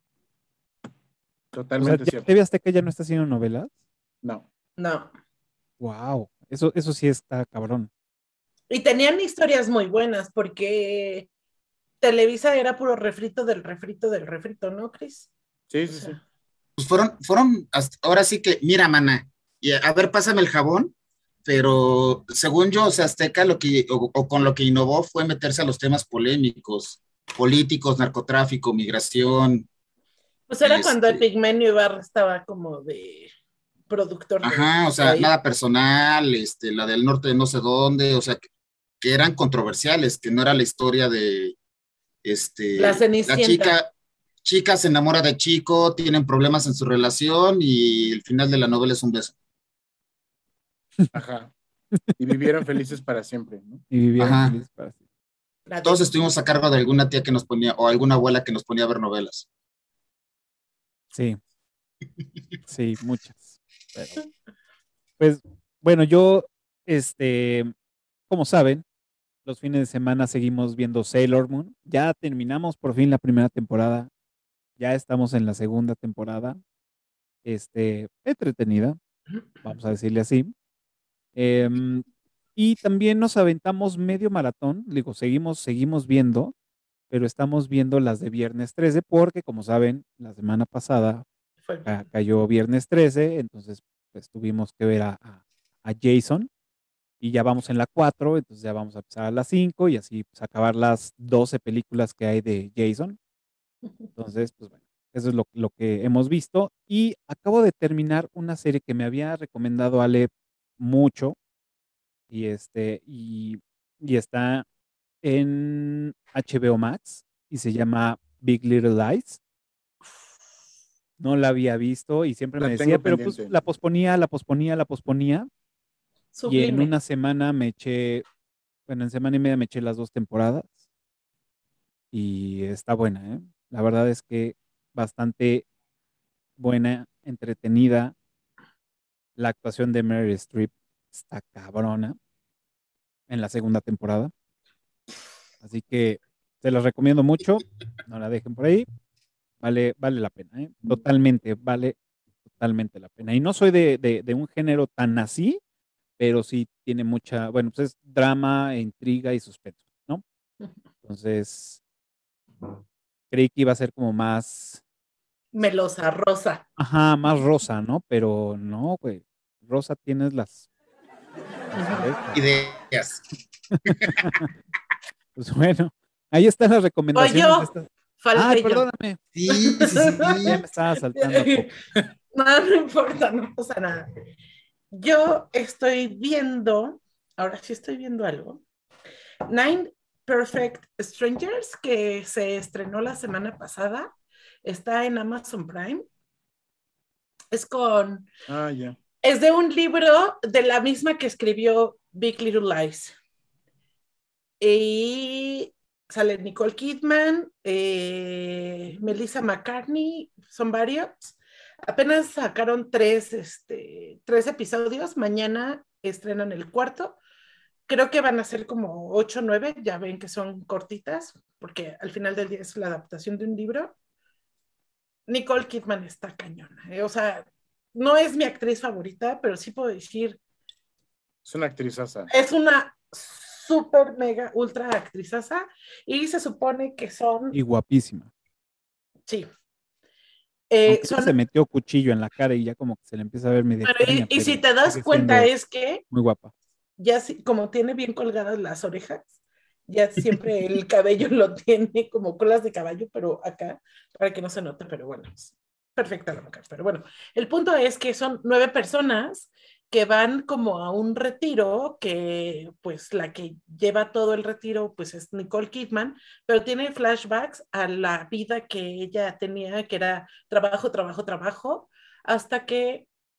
o sea, totalmente ya cierto. T V Azteca ya no está haciendo novelas. No. No. Wow, eso, eso sí está cabrón. Y tenían historias muy buenas porque Televisa era puro refrito del refrito del refrito, ¿no, Cris? Sí, O sí, sí. sea, Pues fueron, fueron, hasta- ahora sí que, mira, mana, y a, a ver, pásame el jabón, pero según yo, o sea, Azteca lo que, o, o con lo que innovó fue meterse a los temas polémicos, políticos, narcotráfico, migración, pues era cuando este, Epigmenio Ibarra estaba como de productor de ajá, o por sea, ahí. nada personal, este, la del norte de no sé dónde, o sea, que, que eran controversiales, que no era la historia de, La este, la Cenicienta. chica, chica se enamora de chico, tienen problemas en su relación y el final de la novela es un beso. Ajá. Y vivieron felices para siempre, ¿no? Y vivieron Ajá. felices para siempre. La Todos de... estuvimos a cargo de alguna tía que nos ponía, o alguna abuela que nos ponía a ver novelas. Sí, sí, muchas. Pero, pues, bueno, yo, este, como saben, los fines de semana seguimos viendo Sailor Moon. Ya terminamos por fin la primera temporada. Ya estamos en la segunda temporada. Este, entretenida, vamos a decirle así. Em, y también nos aventamos medio maratón. Digo, seguimos, seguimos viendo, pero estamos viendo las de Viernes trece porque, como saben, la semana pasada Fue... ca- cayó Viernes trece, entonces pues tuvimos que ver a, a- a Jason y ya vamos en la cuatro, entonces ya vamos a empezar a las cinco y así pues, acabar las doce películas que hay de Jason. Entonces, pues bueno, eso es lo, lo que hemos visto. Y acabo de terminar una serie que me había recomendado Ale mucho y, este, y, y está en H B O Max y se llama Big Little Lies. No la había visto y siempre me La decía, tengo pero pues pendiente. la posponía, la posponía, la posponía. Y en Sublime. una semana me eché, bueno, en semana y media me eché las dos temporadas y está buena, ¿eh? La verdad es que bastante buena, entretenida. La actuación de Meryl Streep está cabrona en la segunda temporada. Así que se las recomiendo mucho. No la dejen por ahí. Vale, vale la pena, ¿eh? Totalmente, vale totalmente la pena. Y no soy de, de, de un género tan así, pero sí tiene mucha, bueno, pues es drama, intriga y suspenso, ¿no? Entonces, creí que iba a ser como más, Melosa, rosa. ajá, más rosa, ¿no? Pero no, güey. Rosa tienes las, las orejas. Ideas. Pues bueno, ahí están las Voy recomendaciones de yo. estas. Ay, Falté yo. perdóname. Sí, sí, Ya sí. me estaba saltando a poco. No, no importa, no pasa nada. Yo estoy viendo, ahora sí estoy viendo algo. Nine Perfect Strangers, que se estrenó la semana pasada, está en Amazon Prime. Es con, Ah, ya. es de un libro de la misma que escribió Big Little Lies. Y sale Nicole Kidman, eh, Melissa McCartney, son varios. Apenas sacaron tres, este, tres episodios. Mañana estrenan el cuarto. Creo que van a ser como ocho o nueve. Ya ven que son cortitas, porque al final del día es la adaptación de un libro. Nicole Kidman está cañona. ¿eh? O sea, no es mi actriz favorita, pero sí puedo decir, Es una actrizaza. es una súper, mega, ultra actrizaza. Y se supone que son, Y guapísima. sí, eh, Aunque ya son se metió cuchillo en la cara y ya como que se le empieza a ver medio Bueno, extraña, y, y si pero te das sigue cuenta siendo es que muy guapa. ya si- como tiene bien colgadas las orejas, ya siempre el cabello lo tiene como colas de caballo, pero acá, para que no se note, pero bueno, es perfecta la mujer. Pero bueno, el punto es que son nueve personas que van como a un retiro, que pues la que lleva todo el retiro pues es Nicole Kidman, pero tiene flashbacks a la vida que ella tenía, que era trabajo, trabajo, trabajo, hasta que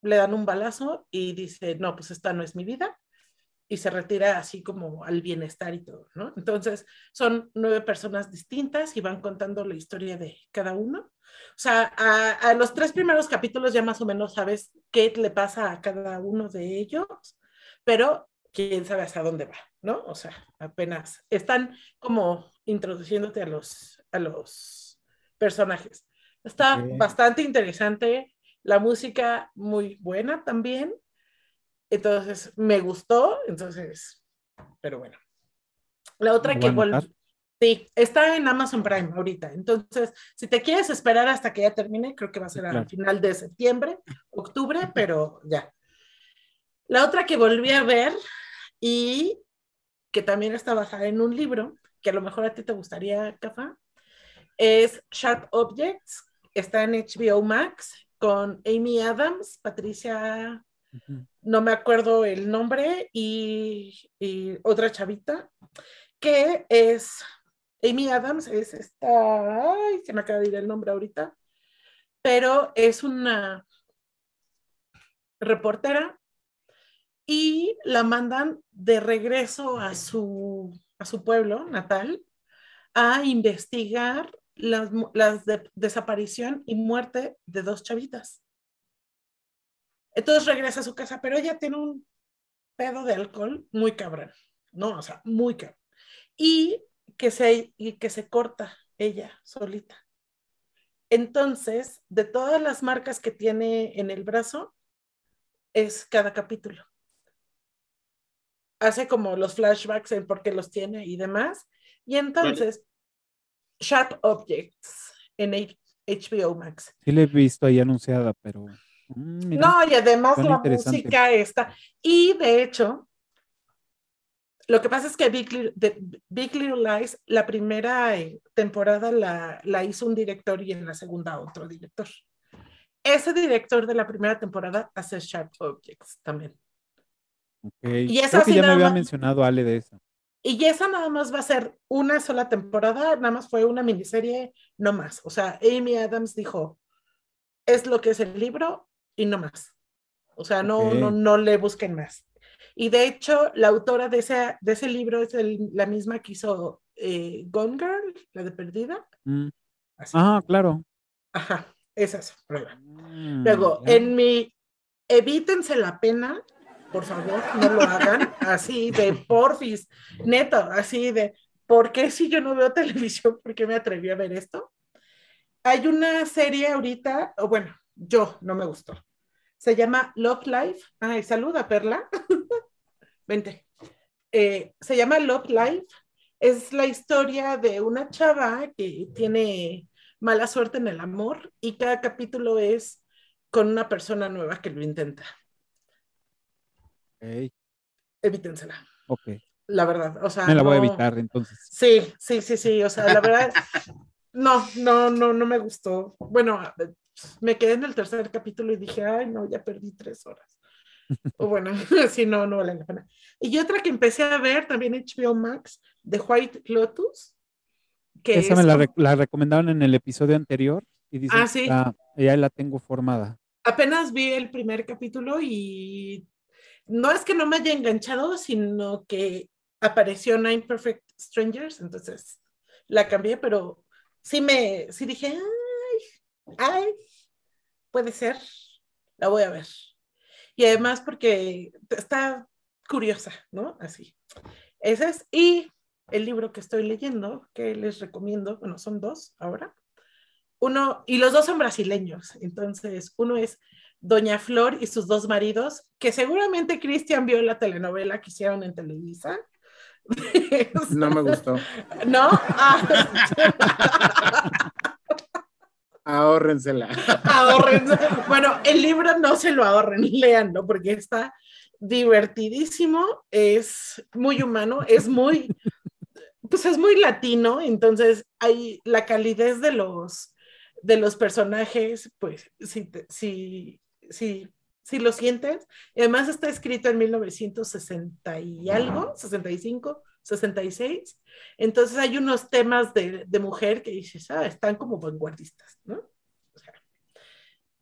le dan un balazo y dice, no, pues esta no es mi vida, y se retira así como al bienestar y todo, ¿no? Entonces, son nueve personas distintas y van contando la historia de cada uno. O sea, a, a los tres primeros capítulos ya más o menos sabes qué le pasa a cada uno de ellos, pero quién sabe hasta dónde va, ¿no? O sea, apenas están como introduciéndote a los, a los personajes. Está Ok. bastante interesante, la música muy buena también, entonces me gustó, entonces, pero bueno. La otra Lo que voy a anotar. volví, sí, está en Amazon Prime ahorita, entonces, si te quieres esperar hasta que ya termine, creo que va a Sí, ser al claro. final de septiembre, octubre, pero ya. La otra que volví a ver y que también está basada en un libro, que a lo mejor a ti te gustaría, Cafa, es Sharp Objects, está en H B O Max, con Amy Adams, Patricia, Ujú. no me acuerdo el nombre, y, y otra chavita, que es, Amy Adams es esta, ay, se me acaba de ir el nombre ahorita, pero es una reportera y la mandan de regreso a su, a su pueblo natal a investigar las, las de, desaparición y muerte de dos chavitas. Entonces regresa a su casa, pero ella tiene un pedo de alcohol muy cabrón, ¿no? O sea, muy cabrón. Y que se, y que se corta ella solita. Entonces, de todas las marcas que tiene en el brazo, es cada capítulo. Hace como los flashbacks en por qué los tiene y demás. Y entonces, Sharp Objects en H B O Max. Sí la he visto ahí anunciada, pero mm, mira, No, y además suena la interesante. música está. Y de hecho, lo que pasa es que Big Little, de Big Little Lies, la primera eh, temporada la, la hizo un director y en la segunda otro director. Ese director de la primera temporada hace Sharp Objects también. Okay. Y esa Creo que sí ya me nada había más. mencionado Ale de eso. Y esa nada más va a ser una sola temporada, nada más fue una miniserie, no más. O sea, Amy Adams dijo, es lo que es el libro y no más. O sea, no, Ok. no, no le busquen más. Y de hecho, la autora de ese, de ese libro es el, la misma que hizo eh, Gone Girl, la de Perdida. Mm. Así. Ajá, claro. Ajá, esa es prueba. Mm, Luego, ya. en mi, evítense la pena, por favor, no lo hagan, así de porfis, neto, así de, ¿por qué si yo no veo televisión, por qué me atreví a ver esto? Hay una serie ahorita, o bueno, yo no me gustó. Se llama Love Life. Ay, saluda, Perla. Vente. Eh, se llama Love Life. Es la historia de una chava que tiene mala suerte en el amor y cada capítulo es con una persona nueva que lo intenta. Ok. Evítensela. Ok. La verdad, o sea, Me la voy a no. evitar entonces. Sí, sí, sí, sí. O sea, la verdad, no, no, no, no me gustó. Bueno, me quedé en el tercer capítulo y dije, ay, no, ya perdí tres horas. O bueno, sí, no, no vale la pena. Y otra que empecé a ver también H B O Max, The White Lotus, que Esa me es la, como, rec- la recomendaron en el episodio anterior y dicen ah, que sí, está, ya la tengo formada. apenas vi el primer capítulo y no es que no me haya enganchado, sino que apareció Nine Perfect Strangers, entonces la cambié, pero sí me, sí dije, ay, ay, puede ser, la voy a ver. Y además porque está curiosa, ¿no? Así. Ese es, y el libro que estoy leyendo, que les recomiendo, bueno, son dos ahora. Uno, y los dos son brasileños, entonces uno es Doña Flor y sus dos maridos, que seguramente Cristian vio la telenovela que hicieron en Televisa. No me gustó. ¿No? Ah. Ahórrensela. Ahorren. Bueno, el libro no se lo ahorren, léanlo, porque está divertidísimo, es muy humano, es muy, pues es muy latino, entonces hay la calidez de los, de los personajes, pues sí, sí, sí, sí lo sientes. Y además está escrito en mil novecientos sesenta y algo, sesenta y cinco, sesenta y seis. Entonces hay unos temas de, de mujer que dices, ah, están como vanguardistas, ¿no? O sea,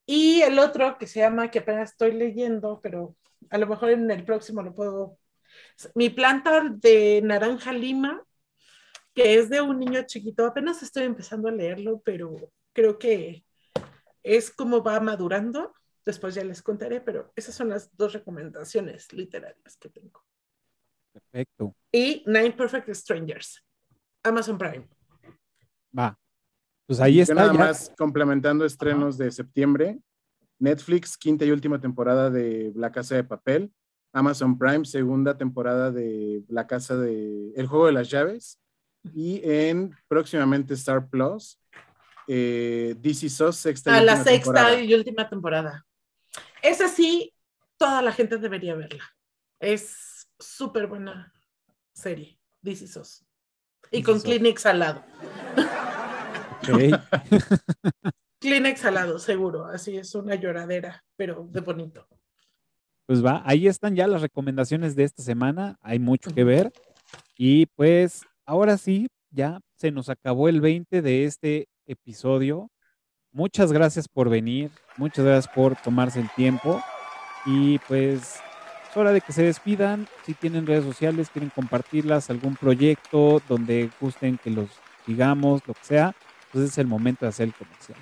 Y el otro que se llama, que apenas estoy leyendo, pero a lo mejor en el próximo lo puedo. Mi planta de naranja lima, que es de un niño chiquito, apenas estoy empezando a leerlo, pero creo que es como va madurando. Después ya les contaré, pero esas son las dos recomendaciones literarias que tengo. Perfecto. Y Nine Perfect Strangers, Amazon Prime. Va. Pues ahí Yo está. nada Ya. más complementando estrenos de septiembre. Netflix, quinta y última temporada de La Casa de Papel. Amazon Prime, segunda temporada de La Casa de El Juego de las Llaves. Y en próximamente Star Plus, eh, This Is Us, sexta y A la última sexta temporada. y última temporada. Esa sí, toda la gente debería verla. Es súper buena serie, This Is Us. Y This con Is Us. Kleenex al lado. Ok. Kleenex al lado, seguro. Así es una lloradera, pero de bonito. Pues va, ahí están ya las recomendaciones de esta semana. Hay mucho que ver. Y pues ahora sí, ya se nos acabó el veinte de este episodio. Muchas gracias por venir. Muchas gracias por tomarse el tiempo. Y pues es hora de que se despidan. Si tienen redes sociales, quieren compartirlas, algún proyecto donde gusten que los digamos, lo que sea, pues es el momento de hacer el comercial.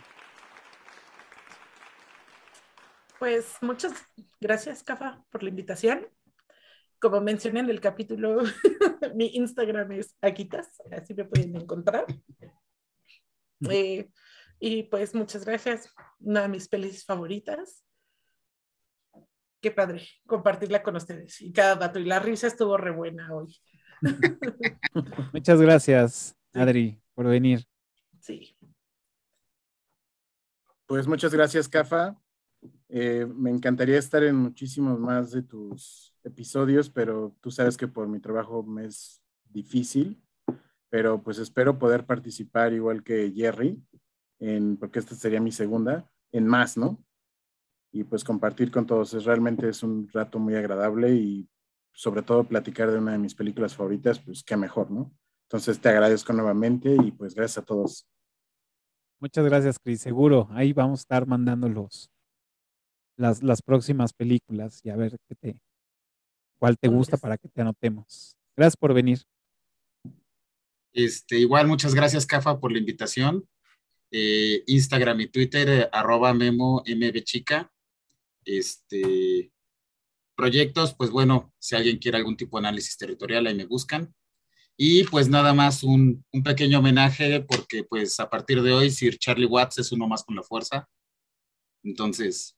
Pues muchas gracias, Cafa, por la invitación. Como mencioné en el capítulo, mi Instagram es Aquitas, así me pueden encontrar. Eh, y pues muchas gracias, una de mis pelis favoritas. Qué padre compartirla con ustedes y cada dato. Y la risa estuvo re buena hoy. Muchas gracias, Sí. Adri, por venir. Sí. Pues muchas gracias, Cafa. Eh, me encantaría estar en muchísimos más de tus episodios, pero tú sabes que por mi trabajo me es difícil, pero pues espero poder participar igual que Jerry, en, porque esta sería mi segunda, en más, ¿no? Y pues compartir con todos, es, realmente es un rato muy agradable y sobre todo platicar de una de mis películas favoritas, pues qué mejor, ¿no? Entonces te agradezco nuevamente y pues gracias a todos. Muchas gracias, Cris. Seguro, ahí vamos a estar mandando los, las, las próximas películas y a ver qué te, cuál te gusta para que te anotemos. Gracias por venir. Este, igual, muchas gracias, Cafa, por la invitación. Eh, Instagram y Twitter, eh, arroba memo mbchica. Este, proyectos, pues bueno, si alguien quiere algún tipo de análisis territorial, ahí me buscan. Y pues nada más un, un pequeño homenaje, porque pues a partir de hoy Sir Charlie Watts es uno más con la fuerza. Entonces,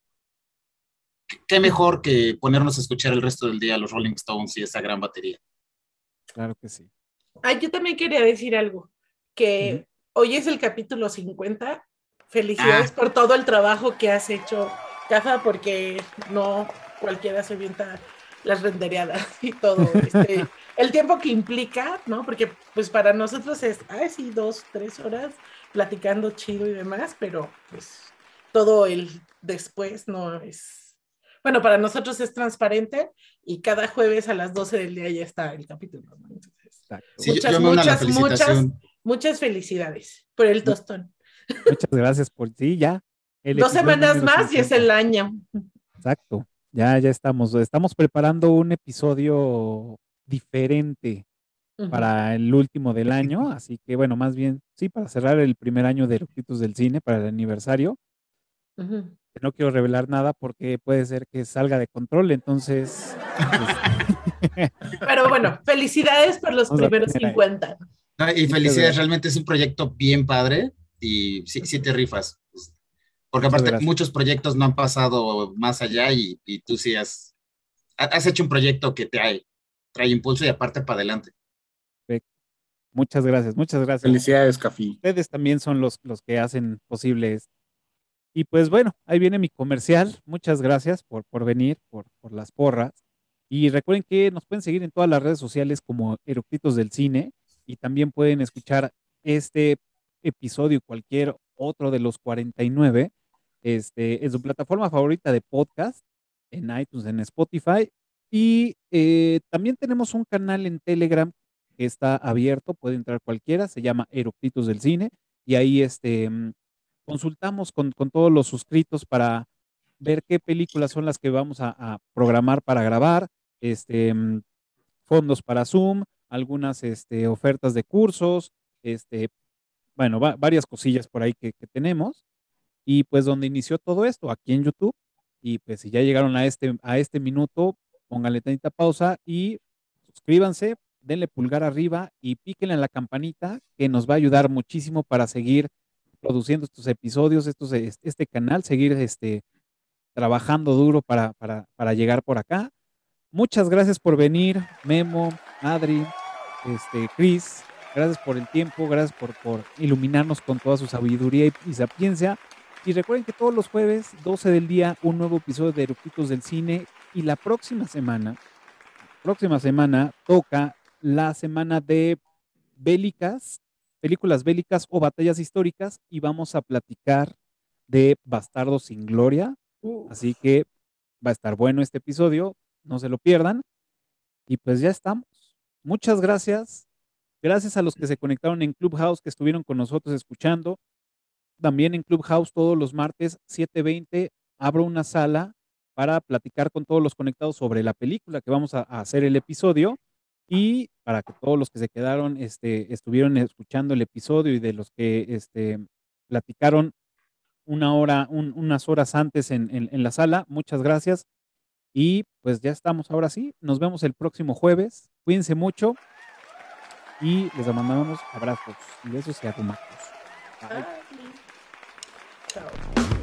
qué mejor que ponernos a escuchar el resto del día a los Rolling Stones y esa gran batería. Claro que sí. Ah, yo también quería decir algo, que uh-huh. hoy es el capítulo cincuenta. Felicidades ah. por todo el trabajo que has hecho, Cafa, porque no cualquiera se avienta las rendereadas y todo. Este, el tiempo que implica, ¿no? Porque pues para nosotros es, ay, sí, dos, tres horas platicando chido y demás, pero pues todo el después no es... Bueno, para nosotros es transparente y cada jueves a las doce del día ya está el capítulo, ¿no? Entonces, sí, muchas, yo muchas, muchas, muchas felicidades por el tostón. Muchas gracias por sí, ya. Dos semanas más cincuenta. Y es el año. Exacto. Ya, ya estamos. Estamos preparando un episodio diferente uh-huh. para el último del año. Así que, bueno, más bien, sí, para cerrar el primer año de Eructitus del Cine, para el aniversario. Uh-huh. No quiero revelar nada porque puede ser que salga de control, entonces. Pues... Pero bueno, felicidades por los Vamos primeros cincuenta. No, y felicidades, realmente es un proyecto bien padre y sí, sí te rifas. Porque aparte gracias. Muchos proyectos no han pasado más allá y, y tú sí has, has hecho un proyecto que te trae, trae impulso y aparte para adelante. Perfecto. Muchas gracias, muchas gracias. Felicidades, Cafí. Ustedes también son los, los que hacen posible esto. Y pues bueno, ahí viene mi comercial. Muchas gracias por, por venir, por, por las porras. Y recuerden que nos pueden seguir en todas las redes sociales como Eructitos del Cine y también pueden escuchar este episodio y cualquier otro de los cuarenta y nueve este, en su plataforma favorita de podcast, en iTunes, en Spotify. Y eh, también tenemos un canal en Telegram que está abierto, puede entrar cualquiera, se llama Eructitos del Cine y ahí este... consultamos con, con todos los suscritos para ver qué películas son las que vamos a, a programar para grabar, este, mm, fondos para Zoom, algunas este, ofertas de cursos, este, bueno, va- varias cosillas por ahí que, que tenemos. Y pues donde inició todo esto, aquí en YouTube. Y pues si ya llegaron a este, a este minuto, pónganle tantita pausa y suscríbanse, denle pulgar arriba y píquenle en la campanita que nos va a ayudar muchísimo para seguir produciendo estos episodios, estos, es- este canal, seguir este, trabajando duro para, para, para llegar por acá. Muchas gracias por venir, Memo, Adri, este, Chris. Gracias por el tiempo, gracias por, por iluminarnos con toda su sabiduría y, y sapiencia. Y recuerden que todos los jueves, doce del día, un nuevo episodio de Eructitos del Cine. Y la próxima semana, próxima semana, toca la semana de bélicas, películas bélicas o batallas históricas. Y vamos a platicar de Bastardos sin Gloria. Así que va a estar bueno este episodio, no se lo pierdan. Y pues ya estamos. Muchas gracias. Gracias a los que se conectaron en Clubhouse, que estuvieron con nosotros escuchando. También en Clubhouse todos los martes, siete veinte, abro una sala para platicar con todos los conectados sobre la película que vamos a, a hacer el episodio. Y para que todos los que se quedaron este, estuvieron escuchando el episodio y de los que este, platicaron una hora, un- unas horas antes en, en- en la sala, muchas gracias. Y pues ya estamos ahora sí. Nos vemos el próximo jueves. Cuídense mucho y les mandamos abrazos y besos y arrumacos. Bye. Bye. Chao.